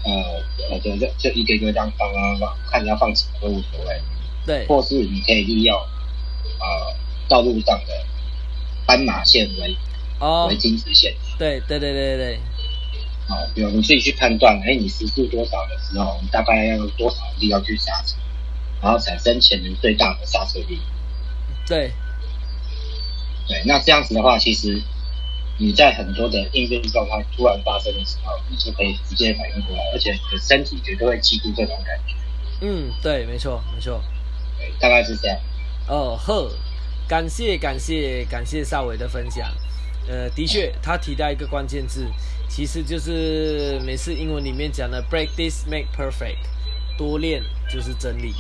呃呃，就就就一个一个这样放放放，看你要放几个都无所谓。 对， 或是你可以利用呃道路上的斑马线为、哦、为金直线。 对对对对对。 哦，比如你自己去判断，哎，你时速多少的时候，你大概要用多少力要去刹车，然后产生潜能最大的刹车力。 对。 对，那这样子的话，其实你在很多的应变状态突然发生的时候，你就可以直接反应过来，而且你的身体绝对会记住这种感觉。 嗯，对，没错，没错。 对，大概是这样。 哦呵，感谢感谢感谢少伟的分享。呃，的确，他提到一个关键字，其实就是美式英文里面讲的 "practice make perfect"， 多练就是真理。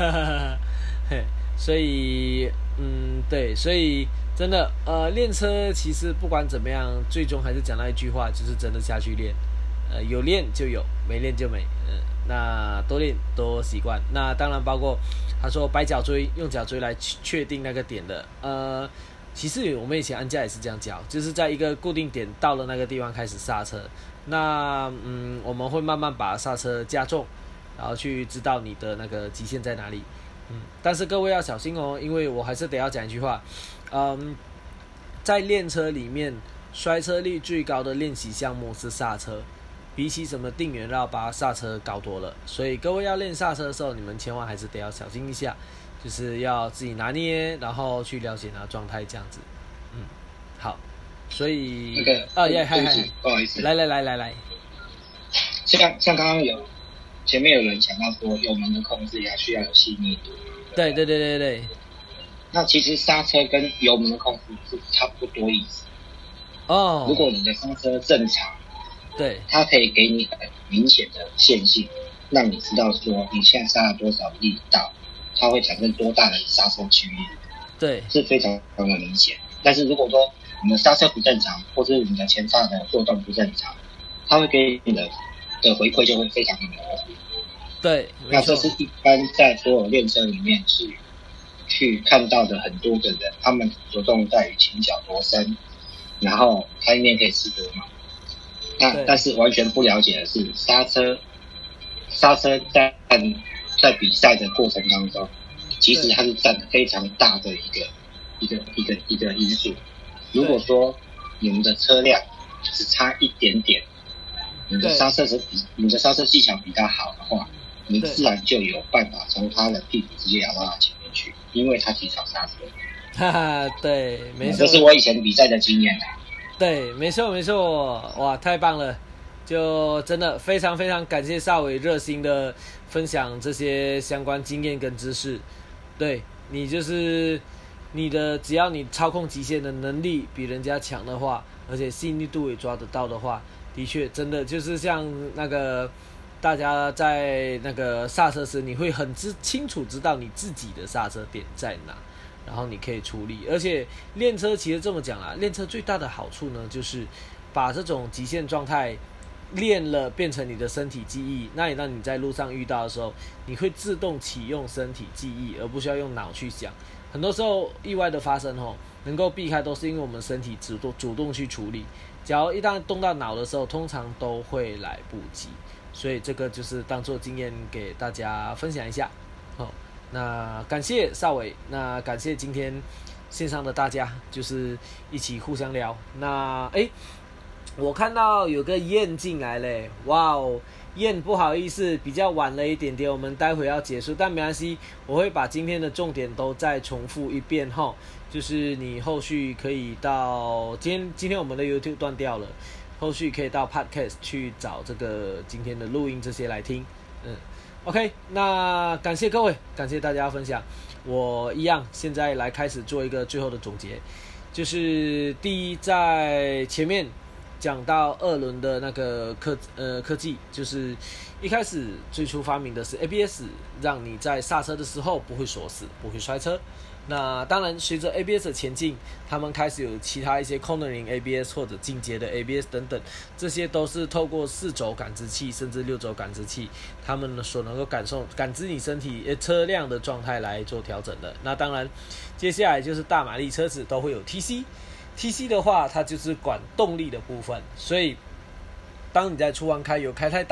所以，嗯，对，所以真的，呃，练车其实不管怎么样，最终还是讲到一句话，就是真的下去练。呃，有练就有，没练就没。嗯、呃，那多练多习惯。那当然包括他说摆脚锥，用脚锥来确定那个点的。呃，其实我们以前安驾也是这样教，就是在一个固定点到了那个地方开始刹车。那嗯，我们会慢慢把刹车加重，然后去知道你的那个极限在哪里。嗯，但是各位要小心哦，因为我还是得要讲一句话，嗯，在练车里面，摔车率最高的练习项目是刹车，比起什么定圆绕把刹车高多了。所以各位要练刹车的时候，你们千万还是得要小心一下，就是要自己拿捏，然后去了解那状态这样子。嗯，好，所以那个啊耶，嗨嗨， 不好意思， 来来来来来， 像像刚刚有。前面有人讲到说，油门的控制也需要有细腻度。 对对对对对。 那其实刹车跟油门的控制是差不多意思。 哦。 如果你的刹车正常， 对， 它可以给你很明显的线性，让你知道说你现在刹了多少力道，它会产生多大的刹车区域。 对， 是非常的明显。但是如果说你的刹车不正常，或是你的前刹的作动不正常，它会给你的的回馈就会非常的模糊。 对， 那这是一般在所有练车里面去去看到的很多的人，他们着重在于倾角多深，然后开面可以吃多嘛。那但是完全不了解的是刹车，刹车在在比赛的过程当中，其实它是占非常大的一个一个一个一个因素。如果说你们的车辆只差一点点，你的刹车是比你的刹车技巧比他好的话，你自然就有办法从他的屁股直接咬到他前面去，因为他提早刹车。 哈哈，对，没错， 这是我以前比赛的经验啊。 对，没错没错，哇，太棒了！就真的非常非常感谢少伟热心的分享这些相关经验跟知识。对，你就是你的，只要你操控极限的能力比人家强的话，而且细腻度也抓得到的话，的确真的就是像那个大家在那个刹车时，你会很知清楚知道你自己的刹车点在哪，然后你可以处理。而且练车其实这么讲啦，练车最大的好处呢，就是把这种极限状态练了变成你的身体记忆，那也让你在路上遇到的时候，你会自动启用身体记忆，而不需要用脑去想。很多时候意外的发生吼，能够避开都是因为我们身体主动主动去处理。只要一旦动到脑的时候，通常都会来不及。所以这个就是当做经验给大家分享一下。好，那感谢少伟，那感谢今天线上的大家，就是一起互相聊。那哎。我看到有个燕进来嘞，哇哦，燕不好意思，比较晚了一点点，我们待会要结束，但没关系，我会把今天的重点都再重复一遍哈，就是你后续可以到今天今天我们的 YouTube 断掉了，后续可以到 Podcast 去找这个今天的录音这些来听，嗯 ，OK， 那感谢各位，感谢大家分享，我一样现在来开始做一个最后的总结，就是第一在前面。讲到二轮的那个科呃科技，就是一开始最初发明的是 A B S， 让你在刹车的时候不会锁死，不会摔车。那当然，随着 A B S 的前进，他们开始有其他一些 cornering A B S 或者进阶的 A B S 等等，这些都是透过四轴感知器甚至六轴感知器，他们所能够感受感知你身体呃车辆的状态来做调整的。那当然，接下来就是大马力车子都会有 T C。T C 的话，它就是管动力的部分，所以当你在出弯开油开太大，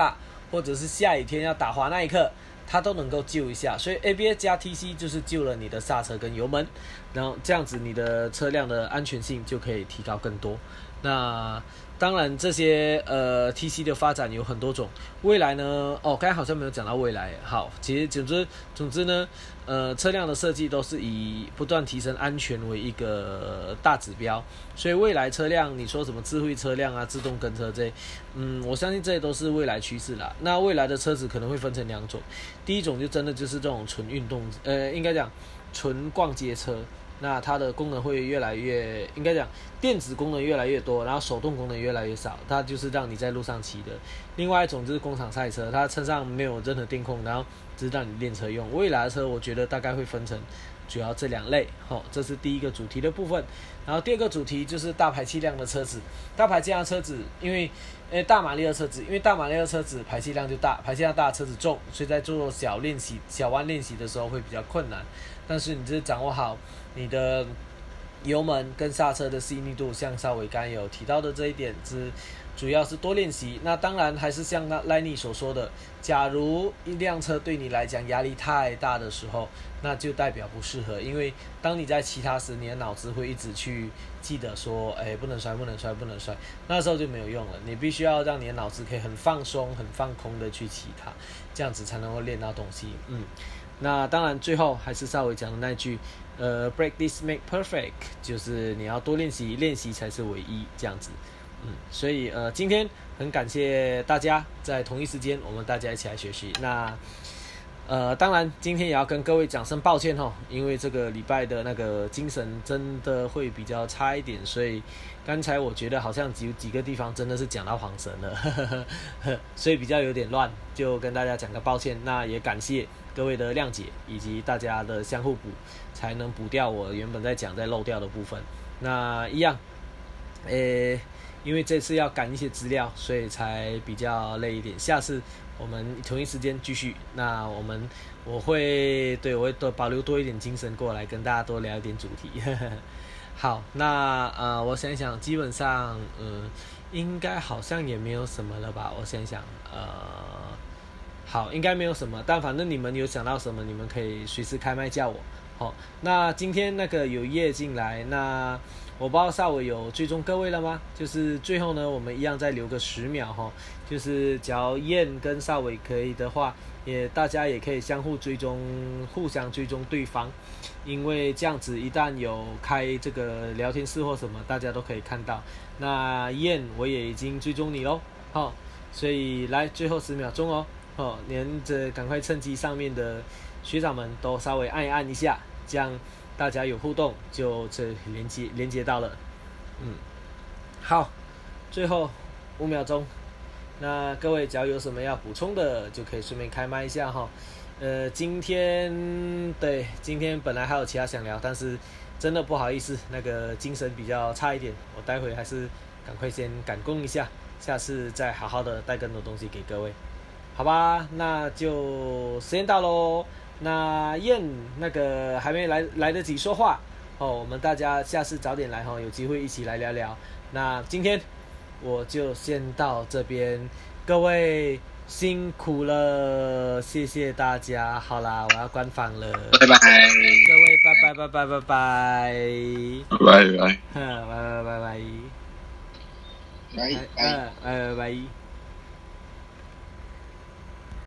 或者是下雨天要打滑那一刻，它都能够救一下。所以 A B S 加 T C 就是救了你的刹车跟油门，然后这样子你的车辆的安全性就可以提高更多。那当然这些呃 T C 的发展有很多种，未来呢，哦，刚才好像没有讲到未来。好，其实总之总之呢，呃，车辆的设计都是以不断提升安全为一个大指标，所以未来车辆你说什么智慧车辆啊、自动跟车这些，嗯，我相信这些都是未来趋势啦。那未来的车子可能会分成两种，第一种就真的就是这种纯运动，呃，应该讲纯逛街车。那它的功能会越来越，应该讲电子功能越来越多，然后手动功能越来越少，它就是让你在路上骑的。另外一种就是工厂赛车，它车上没有任何电控，然后只是让你练车用。未来的车我觉得大概会分成主要这两类，好，这是第一个主题的部分。然后第二个主题就是大排气量的车子，大排气量的车子，因为诶大马力的车子，因为大马力的车子排气量就大，排气量大，车子重，所以在做小练习、小弯练习的时候会比较困难。但是你就是掌握好你的油门跟刹车的细腻度，像稍微刚才有提到的这一点，之主要是多练习。那当然还是像赖尼所说的，假如一辆车对你来讲压力太大的时候，那就代表不适合，因为当你在骑它时，你的脑子会一直去记得说，哎，不能摔，不能摔，不能摔，那时候就没有用了。你必须要让你的脑子可以很放松、很放空的去骑它，这样子才能够练到东西。嗯。那当然最后还是稍微讲的那句，呃 practice make perfect， 就是你要多练习，练习才是唯一，这样子。嗯，所以呃今天很感谢大家在同一时间我们大家一起来学习。那呃当然今天也要跟各位讲声抱歉齁，因为这个礼拜的那个精神真的会比较差一点，所以刚才我觉得好像有几个地方真的是讲到晃神了，呵呵呵，所以比较有点乱，就跟大家讲个抱歉。那也感谢各位的谅解以及大家的相互补，才能补掉我原本在讲在漏掉的部分。那一样，诶，因为这次要赶一些资料，所以才比较累一点。下次我们同一时间继续。那我们我会对我会多保留多一点精神过来跟大家多聊一点主题。呵呵，好，那呃，我想想，基本上嗯、呃，应该好像也没有什么了吧？我想想，呃。好，应该没有什么，但反正你们有想到什么，你们可以随时开麦叫我。好，那今天那个有叶进来，那我不知道邵伟有追踪各位了吗？就是最后呢，我们一样再留个十秒哈，就是只要燕跟邵伟可以的话，也大家也可以相互追踪，互相追踪对方，因为这样子一旦有开这个聊天室或什么，大家都可以看到。那燕我也已经追踪你咯，好，所以来最后十秒钟哦。哦，连着赶快趁机上面的学长们都稍微按一按一下，这样大家有互动就这连接连接到了。嗯，好，最后五秒钟，那各位只要有什么要补充的，就可以顺便开麦一下哈。呃，今天对，今天本来还有其他想聊，但是真的不好意思，那个精神比较差一点，我待会还是赶快先赶工一下，下次再好好的带更多东西给各位。好吧，那就时间到咯。那燕那个还没来来得及说话哦，我们大家下次早点来哈，有机会一起来聊聊。那今天我就先到这边，各位辛苦了，谢谢大家。好啦，我要关房了， 拜拜， 各位拜拜拜拜拜拜， 拜拜拜， 拜拜拜拜拜， 拜拜拜拜拜。